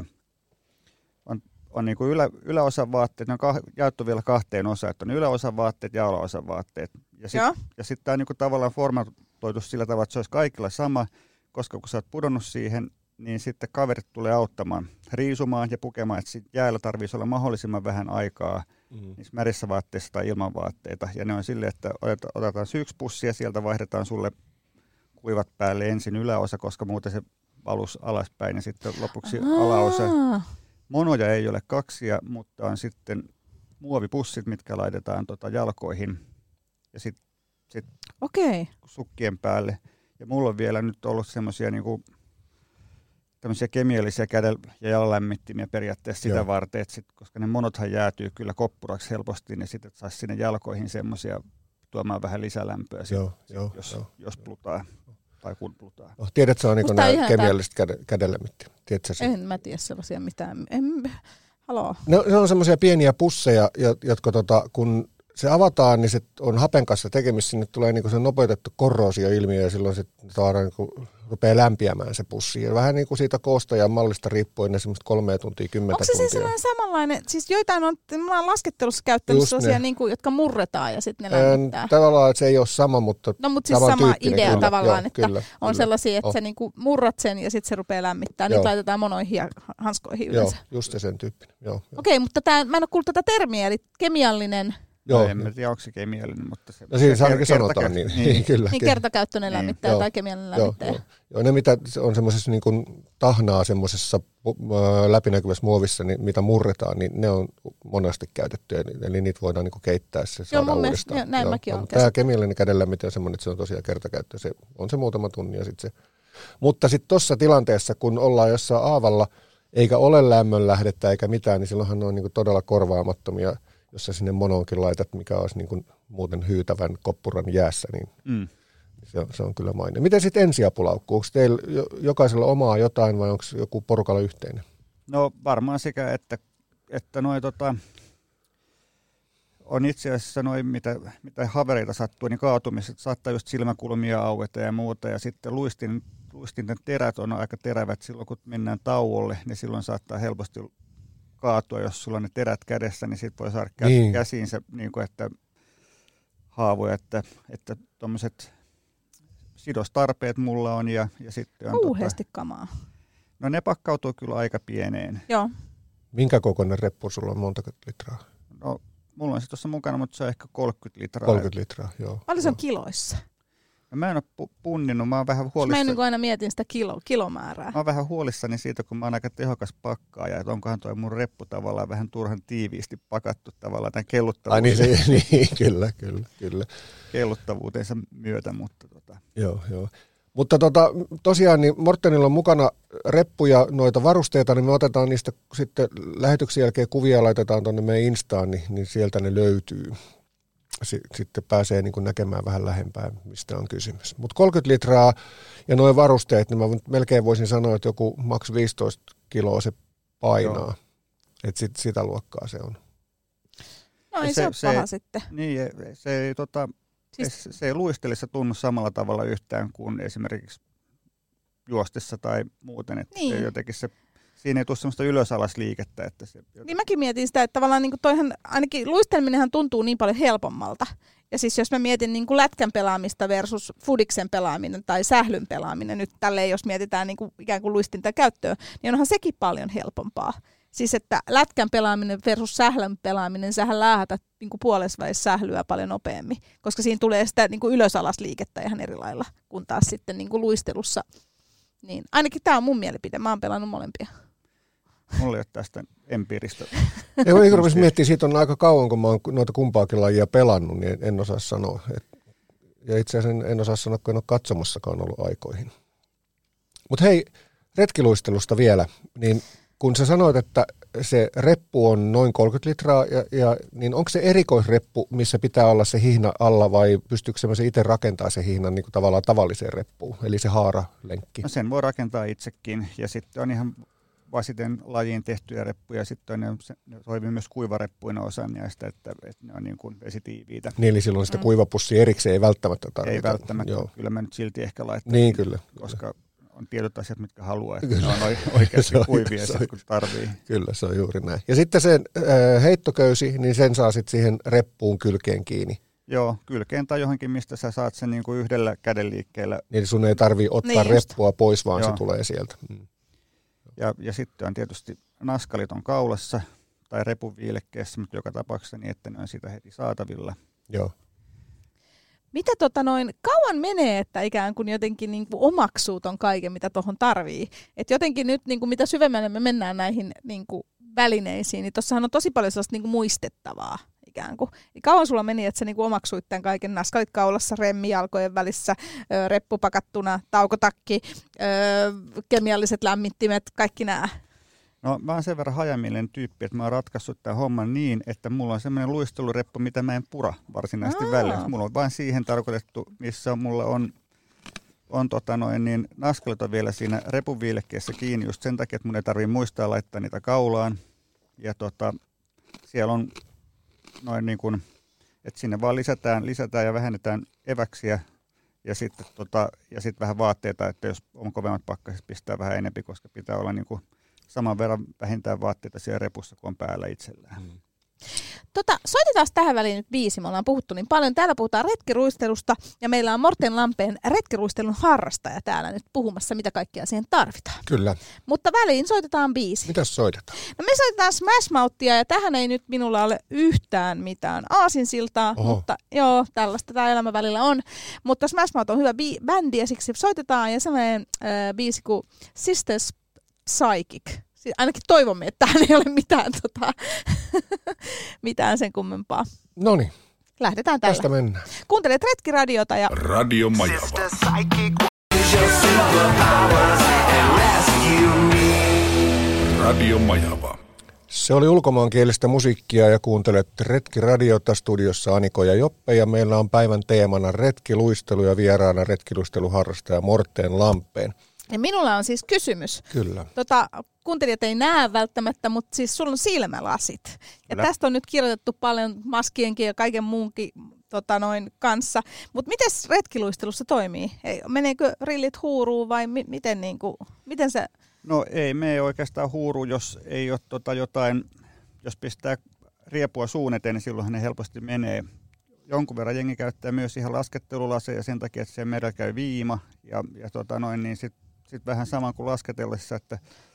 on niin kuin yläosan vaatteet, ne on jaettu vielä 2 osaan, että on yläosan vaatteet ja alaosan vaatteet. Ja sitten tämä on niin kuin tavallaan formatoitu sillä tavalla, että se olisi kaikilla sama, koska kun sä oot pudonnut siihen, niin sitten kaverit tulee auttamaan, riisumaan ja pukemaan, että jäällä tarvitsisi olla mahdollisimman vähän aikaa niissä märissä vaatteissa tai ilman vaatteita. Ja ne on silleen, että otetaan yksi pussi ja sieltä vaihdetaan sulle kuivat päälle ensin yläosa, koska muuten se valus alaspäin ja sitten lopuksi alaosa. Monoja ei ole 2, mutta on sitten muovipussit, mitkä laitetaan jalkoihin ja sitten sukkien päälle. Ja mulla on vielä nyt ollut semmoisia niinku tämmöisiä kemiallisia ja jalanlämmittimiä periaatteessa sitä varten, että koska ne monothan jäätyy kyllä koppuraksi helposti, niin sitten saisi sinne jalkoihin semmoisia tuomaan vähän lisälämpöä, jos plutaa. Tai kun plutaa. Tiedätkö, se on niin nämä kemialliset kädenlämmittimet? En mä tiedä sellaisia mitään. Haloo. Ne on semmoisia pieniä pusseja, jotka kun se avataan, niin se on hapen kanssa tekemistä. Sinne tulee niin se nopeutettu korroosioilmiö ja silloin se saadaan niin rupeaa lämpiämään se pussi. Ja vähän niin kuin siitä koosta ja mallista riippuen esimerkiksi 3 tuntia, 10 Onko se tuntia. siis sellainen samanlainen, siis joitain on laskettelussa käyttänyt sellaisia, niin kuin, jotka murretaan ja sitten ne lämmittää? Tavallaan se ei ole sama, mutta siis sama idea kyllä, tavallaan, joo, että kyllä, on sellaisia, että sä niin kuin murrat sen ja sitten se rupeaa lämmittää. Nyt laitetaan monoihin ja hanskoihin yleensä. Joo, just sen tyyppinen. Okei, mutta mä en ole kuullut tätä termiä, eli kemiallinen. Joo. En tiedä, onko se kemiallinen, mutta se... No siinä ainakin sanotaan niin. Kyllä. Niin kertakäyttöinen lämmittäjä tai kemiallinen lämmittäjä. Joo, ne mitä on semmoisessa niin kuin tahnaa semmoisessa läpinäkyvässä muovissa, niin mitä murretaan, niin ne on monesti käytettyjä, eli niitä voidaan niin kuin keittää se saada uudestaan. Joo, näin mäkin olen tämä kemiallinen kädenlämmitys on semmoinen, että se on tosiaan kertakäyttö, se on se muutama tunnin ja sitten se. Mutta sitten tuossa tilanteessa, kun ollaan jossain aavalla, eikä ole lämmönlähdettä eikä mitään, niin silloinhan ne on niin kuin todella korvaamattomia. Jos sä sinne monoonkin laitat, mikä olisi niin kuin muuten hyytävän koppuran jäässä, niin se on kyllä maine. Miten sitten ensiapulaukku? Onko teillä jokaisella omaa jotain vai onko joku porukalla yhteinen? No varmaan sekä, että noi on itse asiassa noin, mitä havereita sattuu, niin kaatumiset saattaa just silmäkulmia aueta ja muuta. Ja sitten luistinten terät on aika terävät silloin, kun mennään tauolle, niin silloin saattaa helposti kaatua, jos sulla on ne terät kädessä, niin sit voi saada käsiinsä niin kuin, että haavoja, että tuommoiset sidostarpeet mulla on ja sitten on kauheasti kamaa. No ne pakkautuu kyllä aika pieneen. Joo. Minkä kokoinen reppu sulla on, monta litraa? No mulla on se tuossa mukana, mutta se on ehkä 30 litraa. 30 litraa, joo. Paljon se on kiloissa? No, mä en ole punninnut, mä oon vähän huolissani. Mä en aina mietin sitä kilomäärää. Mä oon vähän huolissani siitä, kun mä oon aika tehokas pakkaaja, että onkohan toi mun reppu tavallaan vähän turhan tiiviisti pakattu tavallaan tämän kelluttavuutensa. Niin, kyllä. Kelluttavuutensa myötä, mutta Joo. Mutta tosiaan niin Mortenilla on mukana reppuja, noita varusteita, niin me otetaan niistä sitten lähetyksen jälkeen kuvia ja laitetaan tuonne meidän Instaan, niin sieltä ne löytyy. Sitten pääsee niin kuin näkemään vähän lähempää, mistä on kysymys. Mutta 30 litraa ja nuo varusteet, niin mä melkein voisin sanoa, että joku maks 15 kiloa se painaa. Että sitä luokkaa se on. No ei se ole paha sitten. Niin, se ei luistelissa tunnu samalla tavalla yhtään kuin esimerkiksi juostessa tai muuten. Että niin. Se jotenkin siinä ei tule sellaista ylös-alas-liikettä. Että se niin mäkin mietin sitä, että tavallaan niin kuin toihan, ainakin luistelminenhan tuntuu niin paljon helpommalta. Ja siis jos mä mietin niin kuin lätkän pelaamista versus fudiksen pelaaminen tai sählyn pelaaminen, nyt tälleen jos mietitään niin kuin ikään kuin luistinta käyttöön, niin onhan sekin paljon helpompaa. Siis että lätkän pelaaminen versus sählyn pelaaminen, sähän läähätät niin kuin puolesväis sählyä paljon nopeammin, koska siinä tulee sitä niin kuin ylös-alas-liikettä ihan eri lailla, kun taas sitten niin kuin luistelussa. Niin ainakin tämä on mun mielipide, mä oon pelannut molempia. Mulla ei ole tästä empiiristä. Ei kun rupesi miettimään, siitä on aika kauan, kun mä oon noita kumpaakin lajia pelannut, niin en osaa sanoa. Ja itse asiassa en osaa sanoa, kun en ole katsomassakaan ollut aikoihin. Mutta hei, retkiluistelusta vielä, niin kun sä sanoit, että se reppu on noin 30 litraa, niin onko se erikoisreppu, missä pitää olla se hihna alla, vai pystyykö se itse rakentamaan se hihnan niin kuin tavallaan tavalliseen reppuun, eli se haaralenkki? No sen voi rakentaa itsekin, ja sitten on ihan vasiten lajiin tehtyjä reppuja, sitten ne toimii myös kuivareppuina osan näistä, että ne on niin kuin vesitiiviitä. Niin, eli silloin sitä kuivapussia erikseen ei välttämättä tarvita. Ei välttämättä, joo. Kyllä mä nyt silti ehkä laittaisin, niin, kyllä. Koska on tietyt asiat, mitkä haluaa, että ne on oikeasti kuivia sitten, kun tarvii. Kyllä, se on juuri näin. Ja sitten se heittoköysi, niin sen saa sitten siihen reppuun kylkeen kiinni. Joo, kylkeen tai johonkin, mistä sä saat sen niin kuin yhdellä kädenliikkeellä. Niin sun ei tarvitse ottaa reppua pois, vaan se tulee sieltä. Ja sitten on tietysti naskalit on kaulassa tai repun viilekkeessä, mutta joka tapauksessa niin, että ne on sitä heti saatavilla. Joo. Mitä kauan menee, että ikään kuin jotenkin niin kuin omaksuu ton kaiken, mitä tuohon tarvii? Et jotenkin nyt, niin kuin mitä syvemmälle me mennään näihin niin kuin välineisiin, niin tuossahan on tosi paljon sellaista niin kuin muistettavaa ikään kuin. Kauan sulla meni, että sä niin kuin omaksuit tämän kaiken, naskalit kaulassa, remmi jalkojen välissä, reppu pakattuna, taukotakki, kemialliset lämmittimet, kaikki nämä? No mä oon sen verran hajamielinen tyyppi, että mä oon ratkaissut tämän homman niin, että mulla on semmoinen luistelureppu, mitä mä en pura varsinaisesti väliin. Mulla on vain siihen tarkoitettu, missä mulla on naskalit on vielä siinä repun viilekkeessä kiinni just sen takia, että mun ei tarvitse muistaa laittaa niitä kaulaan. Ja siellä on noin niin kuin, että sinne vaan lisätään ja vähennetään eväksiä Ja sitten vähän vaatteita, että jos on kovemmat pakkaset, pistää vähän enempi, koska pitää olla niin kuin saman verran vähintään vaatteita siellä repussa, kun on päällä itsellään. Soitetaan tähän väliin nyt biisi. Me ollaan puhuttu niin paljon. Täällä puhutaan retkiruistelusta ja meillä on Morten Lampeen retkiruistelun harrastaja täällä nyt puhumassa, mitä kaikkea siihen tarvitaan. Kyllä. Mutta väliin soitetaan biisi. Mitäs soitetaan? No me soitetaan Smash Mouthia ja tähän ei nyt minulla ole yhtään mitään aasinsiltaa, mutta joo, tällaista tämä elämä välillä on. Mutta Smash Mouth on hyvä bändi ja siksi soitetaan ja sellainen biisi kuin Sisters Psychic. Ainakin toivomme, että tähän ei ole mitään sen kummempaa. Noniin. Lähdetään tällä. Tästä mennään. Kuuntelet Retkiradiota ja Radio Majava. Radio Majava. Se oli ulkomaankielistä musiikkia ja kuuntelet Retkiradiota, studiossa Aniko ja Joppe ja meillä on päivän teemana retkiluistelu ja vieraana retkiluisteluharrastaja Morten Lampeen. Ja minulla on siis kysymys. Kyllä. Kuuntelijat ei näe välttämättä, mutta siis sulla on silmälasit. Ja Kyllä. tästä on nyt kirjoitettu paljon maskienkin ja kaiken muunkin kanssa. Mutta miten retkiluistelussa toimii? Meneekö rillit huuruun vai miten se... No ei mene oikeastaan huuruun, jos ei ole jotain, jos pistää riepua suun eteen, niin silloinhan ne helposti menee. Jonkun verran jengi käyttää myös ihan laskettelulaseja sen takia, että siellä merellä käy viima niin sitten vähän sama kuin lasketellessa, että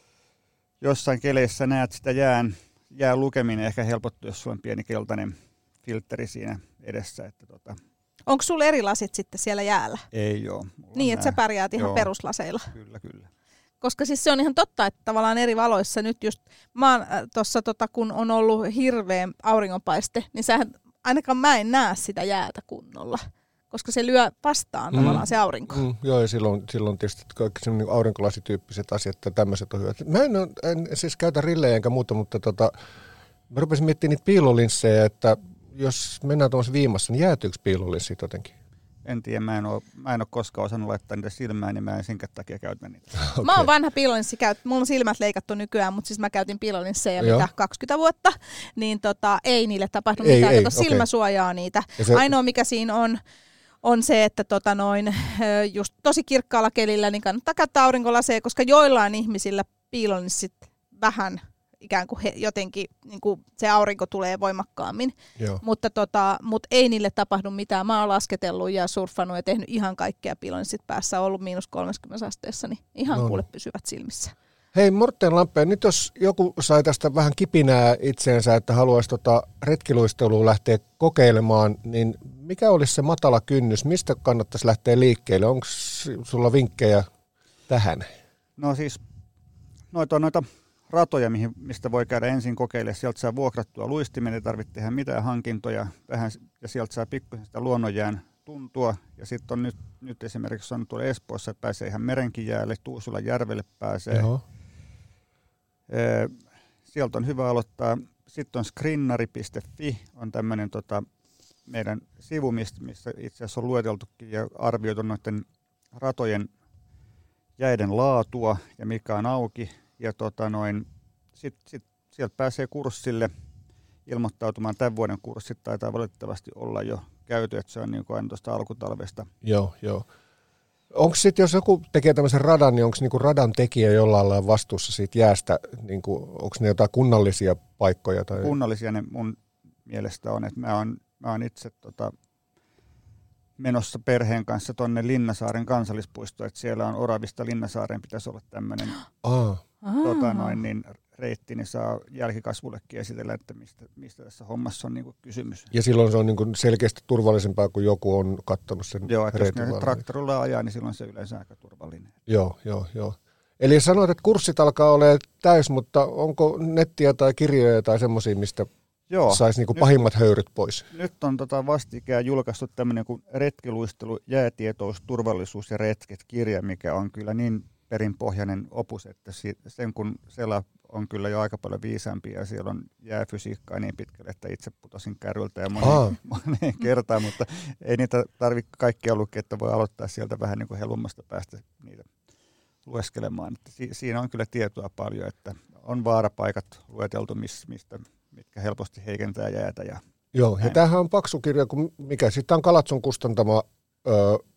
jossain keleissä näet sitä jään lukeminen ehkä helpottuu, jos sulla on pieni keltainen filtteri siinä edessä. Onko sulla eri lasit sitten siellä jäällä? Ei ole. Niin, että sä pärjäät ihan peruslaseilla. Kyllä. Koska siis se on ihan totta, että tavallaan eri valoissa nyt just, mä oon tuossa kun on ollut hirveä auringonpaiste, niin ainakaan mä en näe sitä jäätä kunnolla, koska se lyö vastaan tavallaan se aurinko. Joo, ja silloin tietysti kaikki aurinkolasityyppiset asiat ja tämmöiset on hyvät. Mä en siis käytä rillejä enkä muuta, mutta mä rupesin miettimään niitä piilolinssejä, että jos mennään tuollaisessa viimassa, niin jäätyykö piilolinssit jotenkin? En tiedä, mä en ole koskaan osannut laittaa niitä silmään, niin mä en senkään takia käytä niitä. Okay. Mä oon vanha piilolinssi, mulla on silmät leikattu nykyään, mutta siis mä käytin piilolinsseja 20 vuotta, niin ei niille tapahdu mitään, silmä suojaa niitä. Ainoa mikä siinä on se, että just tosi kirkkaalla kelillä niin kannattaa käyttää aurinkolaseja, koska joillain ihmisillä piilolinssit vähän ikään kuin jotenkin niin kuin se aurinko tulee voimakkaammin, mutta ei niille tapahdu mitään. Mä oon lasketellut ja surffannut ja tehnyt ihan kaikkea piilolinssit päässä, ollut -30 asteessa, niin ihan kuule pysyvät silmissä. Hei Morten Lampeen, nyt jos joku sai tästä vähän kipinää itseensä, että haluaisi retkiluistelua lähteä kokeilemaan, niin mikä olisi se matala kynnys? Mistä kannattaisi lähteä liikkeelle? Onko sulla vinkkejä tähän? No siis noita ratoja, mistä voi käydä ensin kokeilemaan. Sieltä saa vuokrattua luistimen, ei tarvitse tehdä mitään hankintoja vähän, ja sieltä saa pikkuisen sitä luonnonjään tuntua. Ja sitten on nyt esimerkiksi on tuolla Espoossa, että pääsee ihan merenkin jäälle, Tuusulan järvelle pääsee. Sieltä on hyvä aloittaa. Sitten on skrinnari.fi, on tämmöinen meidän sivu, missä itse asiassa on lueteltukin ja arvioitu noiden ratojen jäiden laatua ja mikä on auki. Ja sit sieltä pääsee kurssille ilmoittautumaan. Tämän vuoden kurssit taitaa valitettavasti olla jo käyty, että se on niin kuin aina tuosta alkutalvesta. Joo. Onko sitten, jos joku tekee tämmöisen radan, niin onko niinku radan tekijä jollain lailla vastuussa siitä jäästä? Niinku, onko ne jotain kunnallisia paikkoja? Tai? Kunnallisia ne mun mielestä on. Että mä oon itse menossa perheen kanssa tuonne Linnasaaren kansallispuistoon, että siellä on Oravista Linnasaareen pitäisi olla tämmöinen niin reitti, niin saa jälkikasvullekin esitellä, että mistä tässä hommassa on niinku kysymys. Ja silloin se on niinku selkeästi turvallisempaa, kun joku on katsonut sen Joo, että jos ne traktorilla ajaa, niin silloin se yleensä aika turvallinen. Joo. Eli sanoit, että kurssit alkaa olemaan täys, mutta onko nettiä tai kirjoja tai semmoisia, mistä saisi niinku pahimmat höyryt pois? Nyt on vastikään julkaistu tämmöinen kuin retkiluistelu, jäätietous, turvallisuus ja retket -kirja, mikä on kyllä niin perinpohjainen opus, että sen kun siellä on kyllä jo aika paljon viisaampi ja siellä on jääfysiikkaa niin pitkälle, että itse putosin kärryltä ja moneen kertaan, mutta ei niitä tarvitse kaikkia lukea, että voi aloittaa sieltä vähän niin kuin helpommasta päästä niitä lueskelemaan. Että siinä on kyllä tietoa paljon, että on vaarapaikat lueteltu, mitkä helposti heikentää jäätä. Ja tämähän on paksu kirja, mikä sitten on Kalatson kustantama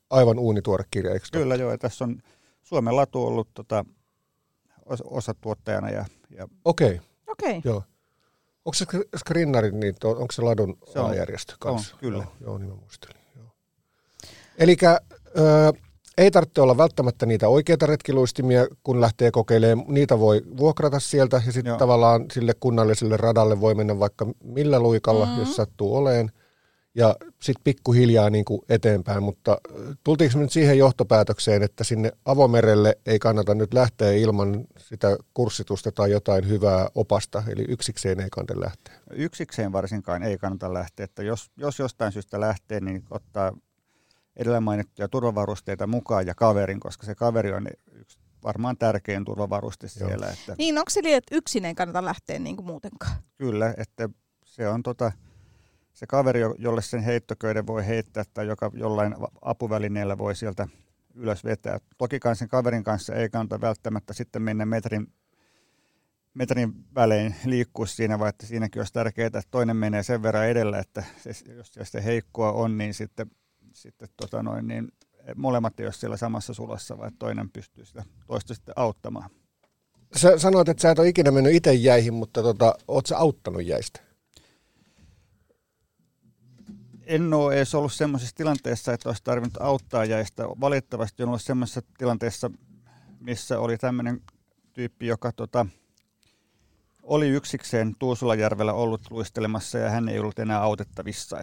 aivan uunituore kirja, eikö? Kyllä joo, ja tässä on Suomen Latu ollut osatuottajana. Okei. Okei. Joo. Onko se Skrinnarin, niin onko se Ladun järjestö kanssa? On, kyllä. Joo, niin mä muistelin. Eli ei tarvitse olla välttämättä niitä oikeita retkiluistimia, kun lähtee kokeilemaan. Niitä voi vuokrata sieltä ja sitten tavallaan sille kunnalliselle radalle voi mennä vaikka millä luikalla, jos sattuu oleen. Ja sitten pikkuhiljaa niin kuin eteenpäin, mutta tultiinko me nyt siihen johtopäätökseen, että sinne avomerelle ei kannata nyt lähteä ilman sitä kurssitusta tai jotain hyvää opasta, eli yksikseen ei kannata lähteä? Yksikseen varsinkaan ei kannata lähteä, että jos jostain syystä lähtee, niin ottaa edellä mainittuja turvavarusteita mukaan ja kaverin, koska se kaveri on yksi varmaan tärkein turvavaruste siellä. Että niin, onko se niin, että yksin ei kannata lähteä niin kuin muutenkaan? Kyllä, että se on se kaveri, jolle sen heittoköyden voi heittää tai joka jollain apuvälineellä voi sieltä ylös vetää. Tokikaan sen kaverin kanssa ei kannata välttämättä sitten mennä metrin välein liikkua siinä, vaan että siinäkin olisi tärkeää, että toinen menee sen verran edellä, että jos se heikkoa on, niin sitten niin molemmat ei ole siellä samassa sulassa, vaan toinen pystyy sitä toista sitten auttamaan. Sä sanoit, että sä et ole ikinä mennyt itse jäihin, mutta oot sä auttanut jäistä? En ole edes ollut semmoisessa tilanteessa, että olisi tarvinnut auttaa jäistä. Valitettavasti on ollut semmoisessa tilanteessa, missä oli tämmöinen tyyppi, joka oli yksikseen Tuusulajärvellä ollut luistelemassa ja hän ei ollut enää autettavissa.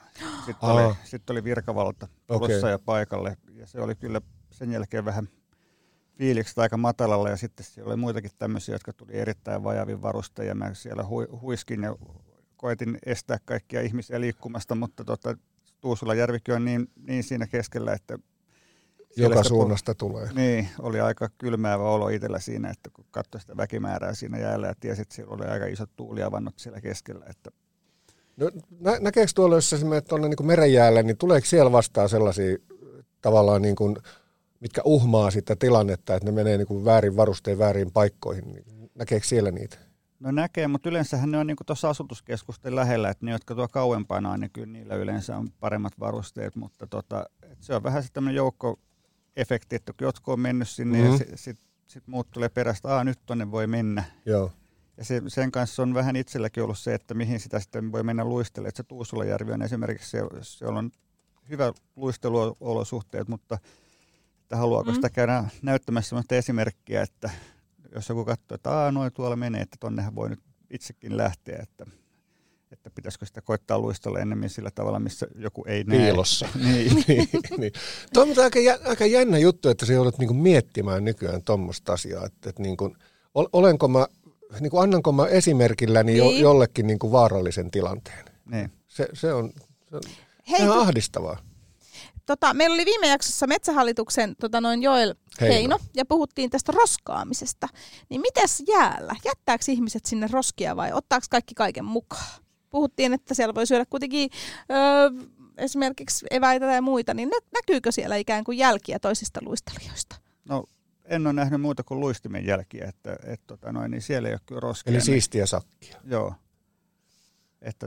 Sitten oli virkavalta tulossa ja paikalle ja se oli kyllä sen jälkeen vähän fiilikset aika matalalla ja sitten siellä oli muitakin tämmöisiä, jotka tuli erittäin vajavin varusteja ja mä siellä huiskin ja koetin estää kaikkia ihmisiä liikkumasta, mutta Tuusulajärvikin on niin siinä keskellä, että joka suunnasta tulee. Niin, oli aika kylmäävä olo itsellä siinä, että kun katsoi sitä väkimäärää siinä jäällä ja tiesi, että siellä oli aika isot tuuliavannot siellä keskellä. Että no, näkeekö tuolla, jos sä menet tuonne niin merenjäälle, niin tuleeko siellä vastaan sellaisia tavallaan, niin kuin, mitkä uhmaa sitä tilannetta, että ne menee niin kuin väärin varustein väärin paikkoihin? Näkeekö siellä niitä? No näkee, mutta yleensähän ne on niin kuin tuossa asutuskeskusten lähellä, että ne, jotka tuo kauempana, niin kyllä niillä yleensä on paremmat varusteet, mutta se on vähän se tämmöinen joukkoefekti, että kun jotkut on mennyt sinne ja sitten muut tulee perästä, nyt tonne voi mennä. Joo. Ja sen kanssa on vähän itselläkin ollut se, että mihin sitä sitten voi mennä luistelemaan. Että se Tuusulajärvi on esimerkiksi, siellä on hyvä luisteluolosuhteet, mutta että haluaako sitä käydä näyttämässä sellaista esimerkkiä, että jos joku katsoo, että noin tuolla menee, että tonnehan voi nyt itsekin lähteä, että pitäisikö sitä koittaa luistella ennemmin sillä tavalla, missä joku ei näe. Piilossa. niin. Tuo on aika jännä juttu, että sä joudut niinku miettimään nykyään tuommoista asiaa, että niinku, olenko mä, niinku, annanko mä esimerkilläni jollekin niinku vaarallisen tilanteen. Niin. Se on ihan ahdistavaa. Meillä oli viime jaksossa Metsähallituksen Joel Heino ja puhuttiin tästä roskaamisesta. Niin mitäs jäällä? Jättääkö ihmiset sinne roskia vai ottaako kaikki kaiken mukaan? Puhuttiin, että siellä voi syödä kuitenkin esimerkiksi eväitä tai muita, niin näkyykö siellä ikään kuin jälkiä toisista luistelijoista? No en ole nähnyt muuta kuin luistimen jälkiä, niin siellä ei ole kyllä roskia. Eli siistiä sakkia. Joo. Että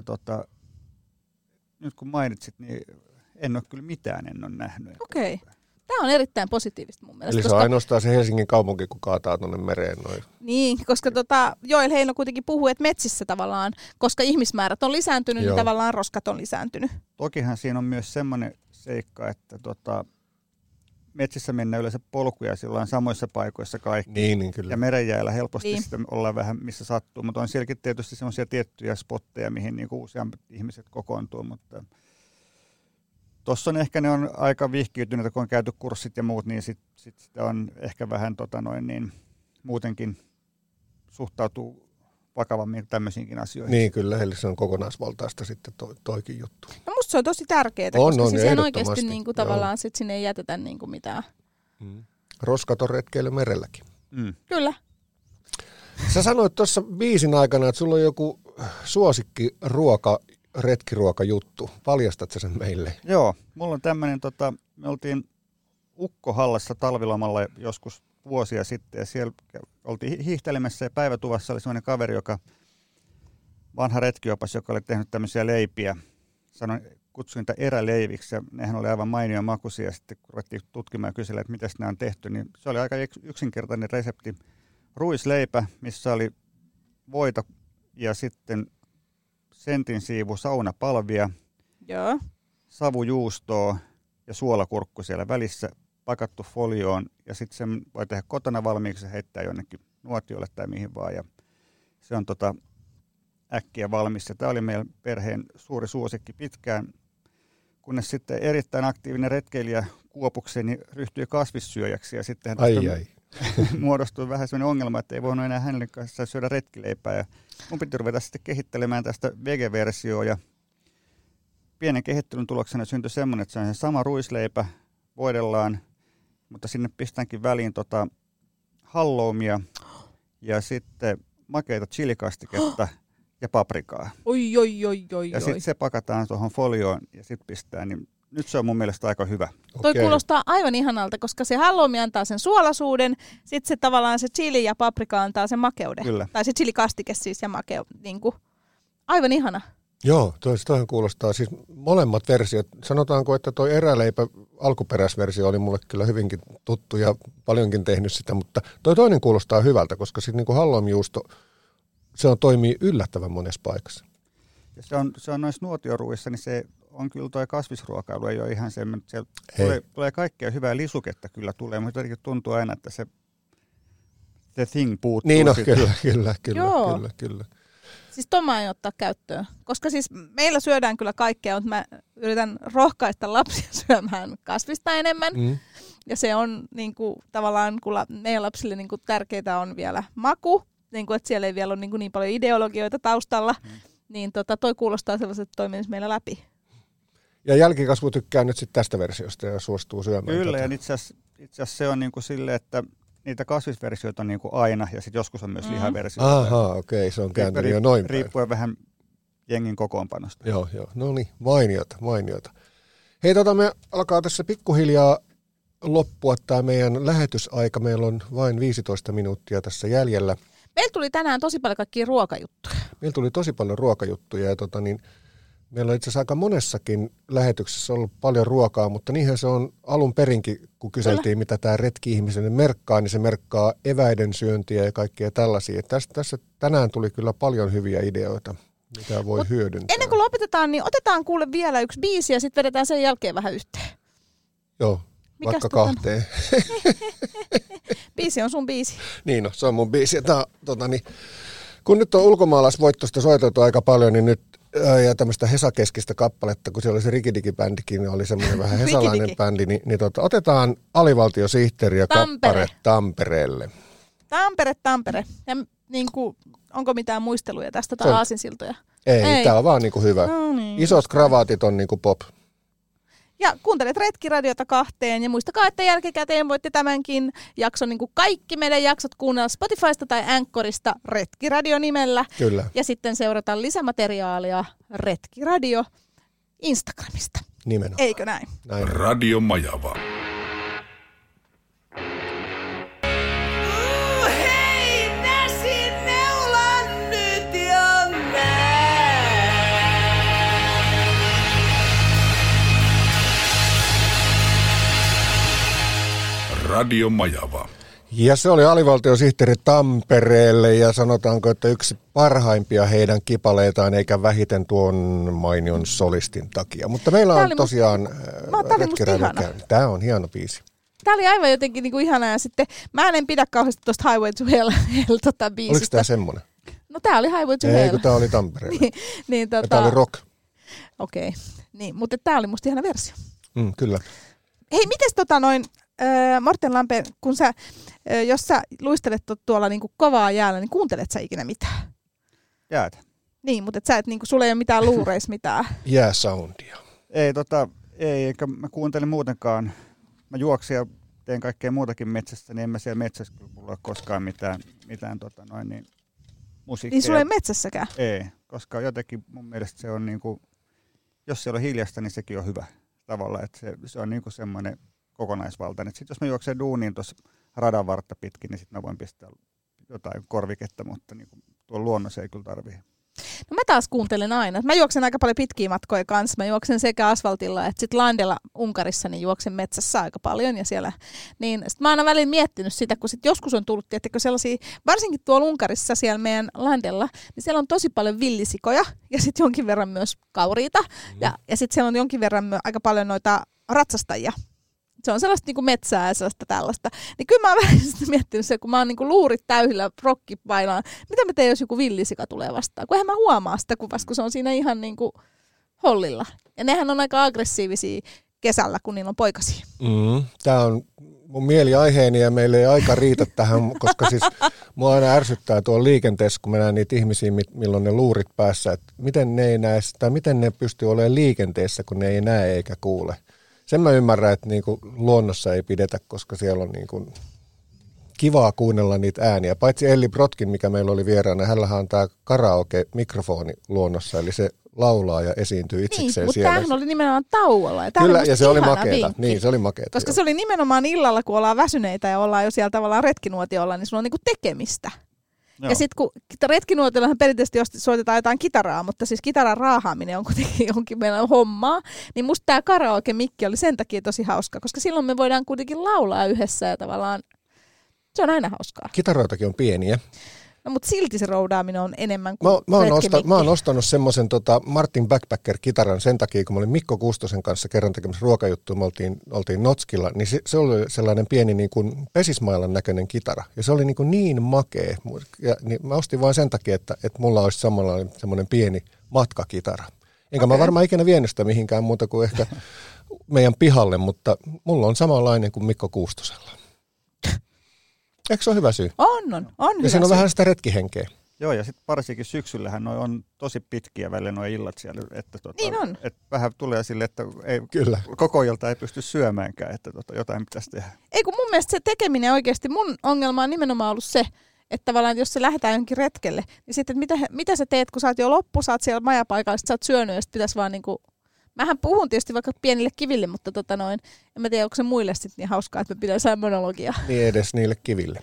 nyt kun mainitsit, niin en ole kyllä mitään nähnyt. Okei. Tämä on erittäin positiivista mun mielestä. Eli se on ainoastaan se Helsingin kaupunki, kun kaataa tuonne mereen noin. Niin, koska Joel Heino kuitenkin puhuu, että metsissä tavallaan, koska ihmismäärät on lisääntynyt, niin tavallaan roskat on lisääntynyt. Tokihan siinä on myös semmoinen seikka, että metsissä mennään yleensä polkuja, sillä on samoissa paikoissa kaikki. Niin kyllä. Ja merenjäällä helposti sitten ollaan vähän missä sattuu, mutta on sielläkin tietysti semmoisia tiettyjä spotteja, mihin niinku useammat ihmiset kokoontuu, mutta tuossa on ehkä ne on aika vihkiytyneitä, kun on käyty kurssit ja muut, niin sitten on ehkä vähän niin muutenkin suhtautuu vakavammin tämmöisiinkin asioihin. Niin kyllä, eli se on kokonaisvaltaista sitten toikin juttu. No musta se on tosi tärkeää, koska siis ihan oikeasti niinku tavallaan sit sinne ei jätetä niinku mitään. Roskat on retkeily merelläkin. Kyllä. Sä sanoit tuossa biisin aikana, että sulla on joku retkiruokajuttu. Paljastat sä sen meille? Joo, mulla on tämmöinen, me oltiin Ukkohallassa talvilomalla joskus vuosia sitten ja siellä oltiin hiihtelemässä ja päivätuvassa oli semmoinen kaveri, vanha retkiopas, joka oli tehnyt tämmöisiä leipiä. kutsuin niitä eräleiviksi, ja nehän oli aivan mainio makuisia, ja sitten kun ruvettiin tutkimaan ja kysellä, että miten nämä on tehty, niin se oli aika yksinkertainen resepti. Ruisleipä, missä oli voita ja sitten sentin siivu saunapalvia, Joo. savujuustoa ja suolakurkku siellä välissä, pakattu folioon, ja sitten sen voi tehdä kotona valmiiksi ja heittää jonnekin nuotiolle tai mihin vaan, ja se on äkkiä valmis. Ja tämä oli meidän perheen suuri suosikki pitkään, kunnes sitten erittäin aktiivinen retkeilijä Kuopukseni ryhtyi kasvissyöjäksi, ja sitten muodostui vähän sellainen ongelma, että ei voinut enää hänen kanssaan syödä retkileipää, ja mun piti ruveta sitten kehittelemään tästä vege-versioa, ja pienen kehittelyn tuloksena syntyi semmoinen, että se on se sama ruisleipä, voidellaan, mutta sinne pistäänkin väliin halloumia ja sitten makeita chilikastiketta ja paprikaa. Oi. Ja sitten se pakataan tuohon folioon ja sitten pistää, niin nyt se on mun mielestä aika hyvä. Toi kuulostaa aivan ihanalta, koska se halloumi antaa sen suolaisuuden, sitten se tavallaan se chili ja paprika antaa sen makeuden. Kyllä. Tai se chilikastike siis ja makeude. Niin aivan ihana. Joo, toihan kuulostaa siis molemmat versiot. Sanotaanko, että toi eräleipä alkuperäisversio oli mulle kyllä hyvinkin tuttu ja paljonkin tehnyt sitä, mutta toi toinen kuulostaa hyvältä, koska sitten niinku halloimijuusto, toimii yllättävän monessa paikassa. Ja se on noissa nuotioruissa, niin se on kyllä toi kasvisruokailu, ei ole ihan semmoinen, siellä tulee kaikkea hyvää lisuketta kyllä tulee, mutta jotenkin tuntuu aina, että se thing puuttuu. Niin, kyllä. Siis ton mä aion ottaa käyttöön, koska siis meillä syödään kyllä kaikkea, mutta mä yritän rohkaista lapsia syömään kasvista enemmän. Ja se on niinku, tavallaan, kun meidän lapsille niinku, tärkeää on vielä maku, niinku, että siellä ei vielä ole niin paljon ideologioita taustalla, niin toi kuulostaa sellaiset, että toi menisi meillä läpi. Ja jälkikasvu tykkää nyt sitten tästä versiosta ja suostuu syömään. Kyllä, ja itse asiassa se on niinku silleen, että niitä kasvisversioita on niinku aina, ja sitten joskus on myös lihaversioita. Ahaa, okei, se on kääntynyt jo noin päin. Riippuen vähän jengin kokoonpanosta. Joo, no niin, mainiota. Hei, me alkaa tässä pikkuhiljaa loppua tämä meidän lähetysaika. Meillä on vain 15 minuuttia tässä jäljellä. Meillä tuli tänään tosi paljon kaikkia ruokajuttuja. Meillä tuli tosi paljon ruokajuttuja, ja meillä on itse asiassa aika monessakin lähetyksessä ollut paljon ruokaa, mutta niinhän se on alun perinkin, kun kyseltiin, mitä tämä retki-ihmisen merkkaa, niin se merkkaa eväiden syöntiä ja kaikkia tällaisia. Tässä tänään tuli kyllä paljon hyviä ideoita, mitä voi hyödyntää. Ennen kuin lopetetaan, niin otetaan kuule vielä yksi biisi ja sitten vedetään sen jälkeen vähän yhteen. Joo, vaikka kahteen. Biisi on sun biisi. Niin, no, se on mun biisi. Kun nyt on ulkomaalaisvoittosta soiteltu aika paljon, niin nyt ja tämmöistä Hesa-keskistä kappaletta, kun siellä oli se Rikidiki-bändikin, niin oli semmoinen vähän hesalainen bändi, niin otetaan alivaltiosihteeri ja kappale Tampereelle. Tampere. Ja onko mitään muisteluja tästä tai aasinsiltoja? Ei, tämä on vaan hyvä. No niin, isot kravaatit on pop. Ja kuuntelet Retkiradiota 2 ja muistakaa, että jälkikäteen voitte tämänkin jakson, kaikki meidän jaksot kuunnella Spotifysta tai Anchorista Retkiradio nimellä. Kyllä. Ja sitten seurata lisämateriaalia Retkiradio Instagramista. Nimenomaan. Eikö näin? Radio Majava. Hei, Näsi neulan nyt jo Radio Majava. Ja se oli alivaltiosihteeri Tampereelle ja sanotaanko, että yksi parhaimpia heidän kipaleitaan eikä vähiten tuon mainion solistin takia. Mutta meillä on tosiaan Retkiradio käynyt. Tämä on hieno biisi. Tämä oli aivan jotenkin ihanaa ja sitten mä en pidä kauheasti tuosta Highway to Hell biisistä. Oliko tämä semmoinen? No tämä oli Highway to Hell. Ei, kun tämä oli Tampereella. Tämä oli rock. Okei, niin, mutta tämä oli musta ihana versio. Kyllä. Hei, mites Morten Lampe, kun jos sä luistelet tuolla kovaa jäällä, niin kuuntelet sä ikinä mitään? Jäätä. Niin, mutta sä et, sulla ei ole mitään luureissa mitään. Jääsoundia. Ei, eikä mä kuuntelen muutenkaan. Mä juoksin ja teen kaikkea muutakin metsästä, niin en mä siellä metsässä kyllä mulla ole koskaan mitään musiikkia. Niin sulla ei metsässäkään? Ei, koska jotenkin mun mielestä se on jos siellä on hiljasta, niin sekin on hyvä tavalla, että se on semmoinen kokonaisvaltainen. Sitten jos mä juoksen duuniin tuossa radan vartta pitkin, niin sitten mä voin pistää jotain korviketta, mutta tuolla luonnossa ei kyllä tarvitse. No mä taas kuuntelen aina. Mä juoksen aika paljon pitkiä matkoja kanssa. Mä juoksen sekä asfaltilla että sitten Landella Unkarissa, niin juoksen metsässä aika paljon. Ja siellä, niin sit mä oon aina välillä miettinyt sitä, kun sit joskus on tullut, tiettäkö sellaisia, varsinkin tuolla Unkarissa siellä meidän Landella, niin siellä on tosi paljon villisikoja ja sitten jonkin verran myös kauriita. Ja sitten siellä on jonkin verran aika paljon noita ratsastajia. Se on sellaista niinku metsää ja sellaista tällaista. Niin kyllä mä oon vähän miettinyt se, kun mä oon niinku luurit täyhillä rokkipailaan. Mitä mä teen, jos joku villisika tulee vastaan? Kun eihän mä huomaa sitä kuvasta, kun se on siinä ihan niinku hollilla. Ja nehän on aika aggressiivisia kesällä, kun niillä on poikasia. Tämä on mun mieliaiheeni ja meillä ei aika riitä tähän, koska siis mua aina ärsyttää tuolla liikenteessä, kun mä näen niitä ihmisiä, milloin ne luurit päässä, että miten ne ei näe sitä, miten ne pystyy olemaan liikenteessä, kun ne ei näe eikä kuule. Sen mä ymmärrän, että niinku luonnossa ei pidetä, koska siellä on niinku kivaa kuunnella niitä ääniä. Paitsi Elli Brotkin, mikä meillä oli vieraana, hänellähän on tämä karaoke-mikrofoni luonnossa, eli se laulaa ja esiintyy itsekseen niin, siellä. Mutta tämähän oli nimenomaan tauolla. Ja kyllä, ja se oli makeeta. Niin, se oli makeeta. Koska se oli nimenomaan illalla, kun ollaan väsyneitä ja ollaan jo siellä tavallaan retkinuotiolla, niin sulla on niinku tekemistä. Joo. Ja sitten kun retkinuotiollahan perinteisesti soitetaan jotain kitaraa, mutta siis kitaran raahaaminen on kuitenkin jonkin meidän hommaa, niin musta tämä karaoke-mikki oli sen takia tosi hauska, koska silloin me voidaan kuitenkin laulaa yhdessä ja tavallaan se on aina hauskaa. Kitaroitakin on pieniä. No mutta silti se roudaaminen on enemmän kuin mä oon ostanut semmoisen Martin Backpacker-kitaran sen takia, kun mä olin Mikko Kustosen kanssa kerran tekemässä ruokajuttua, me oltiin Notskilla, niin se oli sellainen pieni niin kuin pesismailan näköinen kitara. Ja se oli niin makea. Ja, niin mä ostin vain sen takia, että mulla olisi samanlainen semmoinen pieni matkakitara. Enkä mä varmaan ikinä vienyt sitä mihinkään muuta kuin ehkä meidän pihalle, mutta mulla on samanlainen kuin Mikko Kuustosella. Eikö se ole hyvä syy? On ja siinä on vähän sitä retkihenkeä. Joo, ja sitten varsinkin syksyllähän noi on tosi pitkiä välillä nuo illat siellä. Että niin on. Että vähän tulee sille, että ei, kyllä. Koko ilta ei pysty syömäänkään, että jotain pitäisi tehdä. Ei kun mun mielestä se tekeminen oikeasti, mun ongelma on nimenomaan ollut se, että tavallaan jos se lähdetään johonkin retkelle, niin sitten mitä sä teet, kun sä oot jo loppu, sä oot siellä majapaikalla, sit sä oot syönyt ja sit pitäisi vaan niinku. Mähän puhun tietysti vaikka pienille kiville, mutta en mä tiedä, onko se muille sitten niin hauskaa, että me pitäisi monologiaa. Niin edes niille kiville.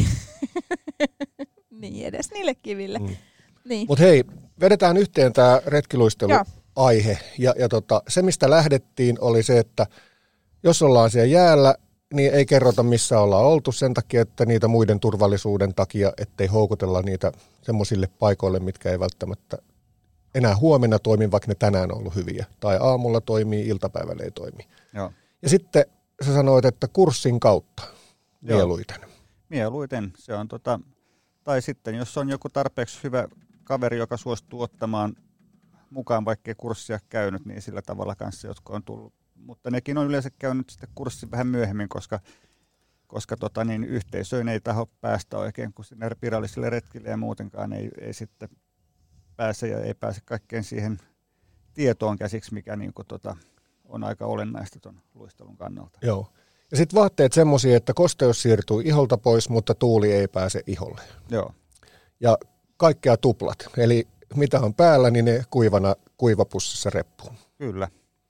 Niin edes niille kiville. Niin. Mutta hei, vedetään yhteen tämä retkiluisteluaihe. Ja se, mistä lähdettiin, oli se, että jos ollaan siellä jäällä, niin ei kerrota, missä ollaan oltu sen takia, että niitä muiden turvallisuuden takia, ettei houkutella niitä semmoisille paikoille, mitkä ei välttämättä enää huomenna toimi, vaikka ne tänään on ollut hyviä. Tai aamulla toimii, iltapäivällä ei toimi. Joo. Ja sitten sä sanoit, että kurssin kautta mieluiten. Mieluiten. Se on tai sitten, jos on joku tarpeeksi hyvä kaveri, joka suostuu ottamaan mukaan, vaikkei kurssia käynyt, niin sillä tavalla kanssa, jotka on tullut. Mutta nekin on yleensä käynyt sitten kurssin vähän myöhemmin, koska yhteisöön ei taho päästä oikein, kun sinne virallisille retkille ja muutenkaan ei sitten pääse ja ei pääse kaikkeen siihen tietoon käsiksi, mikä on aika olennaista tuon luistelun kannalta. Joo. Ja sitten vaatteet semmoisia, että kosteus siirtyy iholta pois, mutta tuuli ei pääse iholle. Joo. Ja kaikkea tuplat. Eli mitä on päällä, niin ne kuivana kuivapussissa reppuun. Kyllä.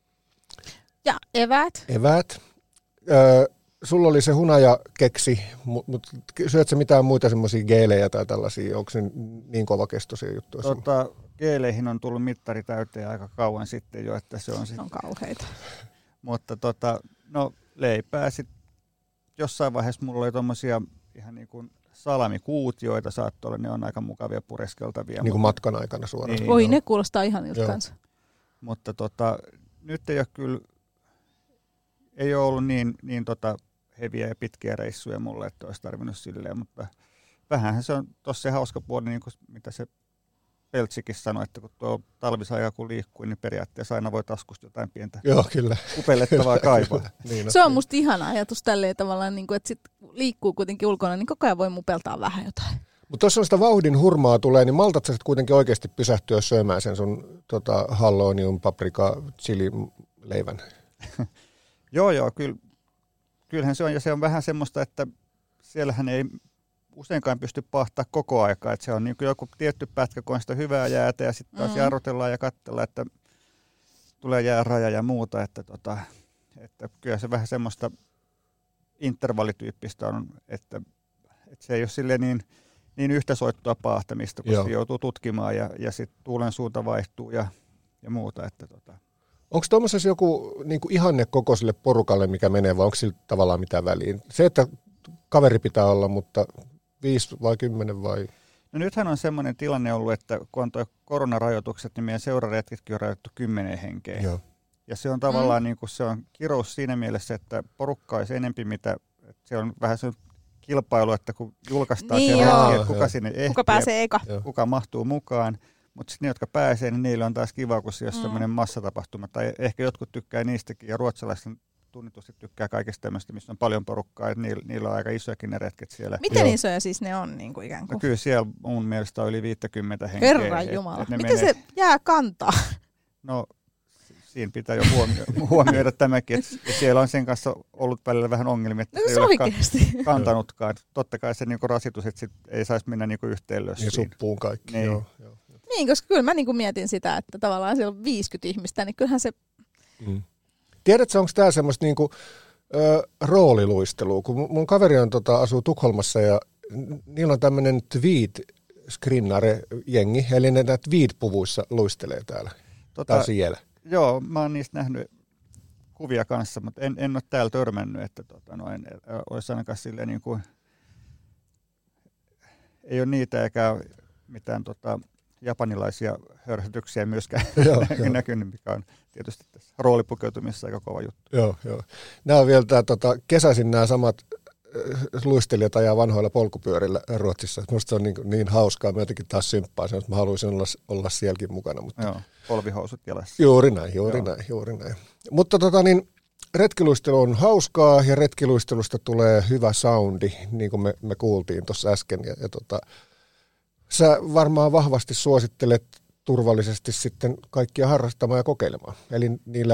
Ja eväät. Eväät. Sulla oli se hunajakeksi, mutta syötkö mitään muita semmoisia geelejä tai tällaisia? Onko se niin kovakestoisia juttuja? Geeleihin on tullut mittari täyteen aika kauan sitten jo, että se on sitten. On kauheita. Mutta leipää sitten jossain vaiheessa mulla oli tommosia ihan niin kuin salamikuutioita saattoi olla, ne on aika mukavia pureskeltavia. Niin kuin matkan aikana suoraan. Niin, oi, ne kuulostaa ihanilta kanssa. Mutta nyt ei ole kyllä, ei ole ollut niin heviä ja pitkiä reissuja mulle, että olisi tarvinnut silleen, mutta vähänhän se on tossa se hauska puoli, niin kuin mitä se Peltsikin sanoi, että kun tuo talvisaika kun liikkuu, niin periaatteessa aina voi taskusta jotain pientä upellettavaa kaivaa. Niin, se on musta ihana ajatus tälleen tavallaan, että sit liikkuu kuitenkin ulkona, niin koko ajan voi mupeltaa vähän jotain. Mutta jos on sitä vauhdin hurmaa tulee, niin maltat sä kuitenkin oikeasti pysähtyä syömään sen sun hallonium, paprika, chili leivän? Joo, kyllähän se on, ja se on vähän semmoista, että siellähän ei useinkaan pysty pahtaa koko aikaa, että se on niin kuin joku tietty pätkä, kun on sitä hyvää jäätä, ja sitten taas jarrutellaan ja katsellaan, että tulee jääraja ja muuta, että kyllä se vähän semmoista intervallityyppistä on, että se ei ole silleen niin niin yhtä soittoa paahtamista, kun se joutuu tutkimaan ja sitten tuulen suunta vaihtuu ja muuta. Että Onko tuommoisessa joku niin kuin ihanne kokoiselle porukalle, mikä menee, vai onko sillä tavallaan mitään väliin? Se, että kaveri pitää olla, mutta 5 vai 10 vai? No nythän on semmoinen tilanne ollut, että kun on tuo koronarajoitukset, niin meidän seuraretkitkin on rajoittu 10 henkeä. Joo. Ja se on tavallaan niin kuin se on kirous siinä mielessä, että porukka olisi enempi, se on vähän se kilpailu, että kun julkaistaan niin siellä hetkiä, kuka sinne ehtii, kuka pääsee eka, kuka mahtuu mukaan. Mutta sitten ne, jotka pääsee, niin niille on taas kiva, kun se on semmoinen massatapahtuma. Tai ehkä jotkut tykkää niistäkin, ja ruotsalaiset tunnitusti tykkää kaikista tämmöistä, missä on paljon porukkaa. Niillä on aika isojakin ne retket siellä. Miten isoja siis ne on niin kuin ikään kuin? No kyllä siellä mun mielestä on yli 50 henkeä. Herran Jumala. Miten se jää kantaa? No siinä pitää jo huomioida tämäkin, että siellä on sen kanssa ollut välillä vähän ongelmia, että se ei ole kantanutkaan. Totta kai se niinku rasitus, että sit ei saisi mennä niinku yhteen lössiin. Ja suppuun kaikki. Niin. Joo. Niin, koska kyllä mä niinku mietin sitä, että tavallaan siellä on 50 ihmistä, niin kyllähän se... Tiedätkö, onko tämä semmoista niinku, rooliluistelua? Kun mun kaveri on, asuu Tukholmassa ja niillä on tämmöinen tweed-skrinnare-jengi, eli ne tweed-puvuissa luistelee täällä. Tai siellä. Joo, mä oon niistä nähnyt kuvia kanssa, mutta en ole täällä törmännyt, että olisi ainakaan silleen niin kuin, ei ole niitä eikä mitään japanilaisia hörhytyksiä myöskään näkynyt, mikä on tietysti tässä roolipukeutumisessa aika kova juttu. Joo. Nämä on vielä kesäisin nämä samat luistelijat ajaa vanhoilla polkupyörillä Ruotsissa. Minusta se on niin hauskaa. Mä jotenkin taas symppaan sen, että mä haluaisin olla sielläkin mukana. Mutta... Joo, polvihousut jalassa. Juuri näin. Mutta retkiluistelu on hauskaa ja retkiluistelusta tulee hyvä soundi, niin kuin me kuultiin tuossa äsken. Ja sä varmaan vahvasti suosittelet turvallisesti sitten kaikkia harrastamaan ja kokeilemaan. Eli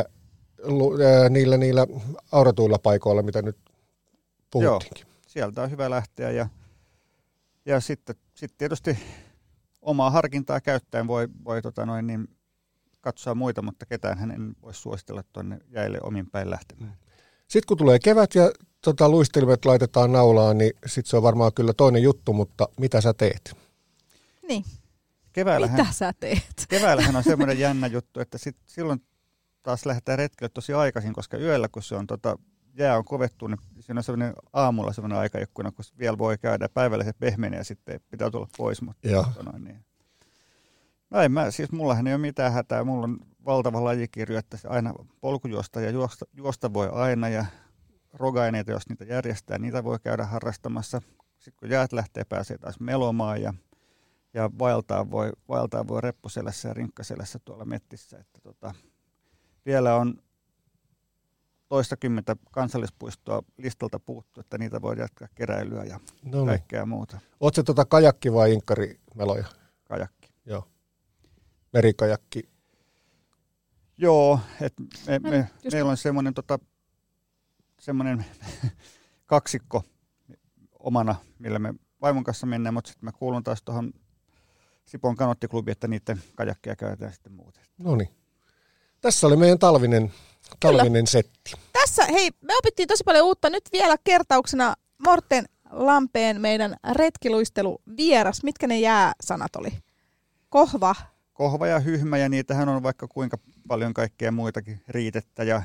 niillä auratuilla paikoilla, mitä nyt puhuttiinkin. Joo, sieltä on hyvä lähteä ja sitten tietysti omaa harkintaa käyttäen voi katsoa muita, mutta ketään en voi suositella tuonne jäille omin päin lähtemään. Sitten kun tulee kevät ja luistelimet laitetaan naulaan, niin sitten se on varmaan kyllä toinen juttu, mutta mitä sä teet? Niin, mitä sä teet? Keväällähän on semmoinen jännä juttu, että silloin taas lähdetään retkelle tosi aikaisin, koska yöllä kun se on jää on kovettu, niin siinä on sellainen aamulla sellainen aikaikkuna, kun vielä voi käydä, päivällä se pehmenee ja sitten pitää tulla pois. Mutta niin. No siis mullahan ei ole mitään hätää, mulla on valtava lajikirjo, että aina polkujuosta ja juosta voi aina ja roga-aineita, jos niitä järjestää, niitä voi käydä harrastamassa. Sitten kun jäät lähtee, pääsee taas melomaan ja vaeltaa voi reppuselässä ja rinkkaselässä tuolla mettissä. Että vielä on toistakymmentä kansallispuistoa listalta puuttu, että niitä voi jatkaa keräilyä ja kaikkea muuta. Oletko se kajakki vai inkkarimeloja? Kajakki. Joo. Merikajakki. Joo, että meillä on semmoinen kaksikko omana, millä me vaimon kanssa mennään, mutta sitten mä kuulun taas tuohon Sipon kanottiklubiin, että niiden kajakkeja käytetään sitten muuten. No niin. Tässä oli meidän talvinen setti. Tässä, hei, me opittiin tosi paljon uutta. Nyt vielä kertauksena Morten Lampeen meidän retkiluisteluvieras. Mitkä ne jääsanat oli? Kohva ja hyhmä, ja niitähän on vaikka kuinka paljon kaikkea muitakin, riitettä ja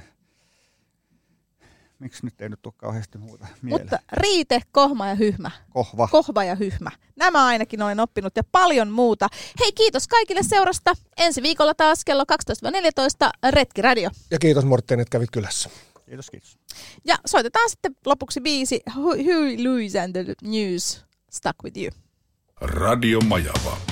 miksi nyt ei nyt tule kauheasti muuta mieleen. Mutta riite, kohma ja hyhmä. Kohva ja hyhmä. Nämä ainakin olen oppinut ja paljon muuta. Hei, kiitos kaikille seurasta. Ensi viikolla taas kello 12-14 Retkiradio. Ja kiitos Morten, että kävit kylässä. Kiitos. Ja soitetaan sitten lopuksi biisi Huey Lewis and the News, Stuck With You. Radio Majava.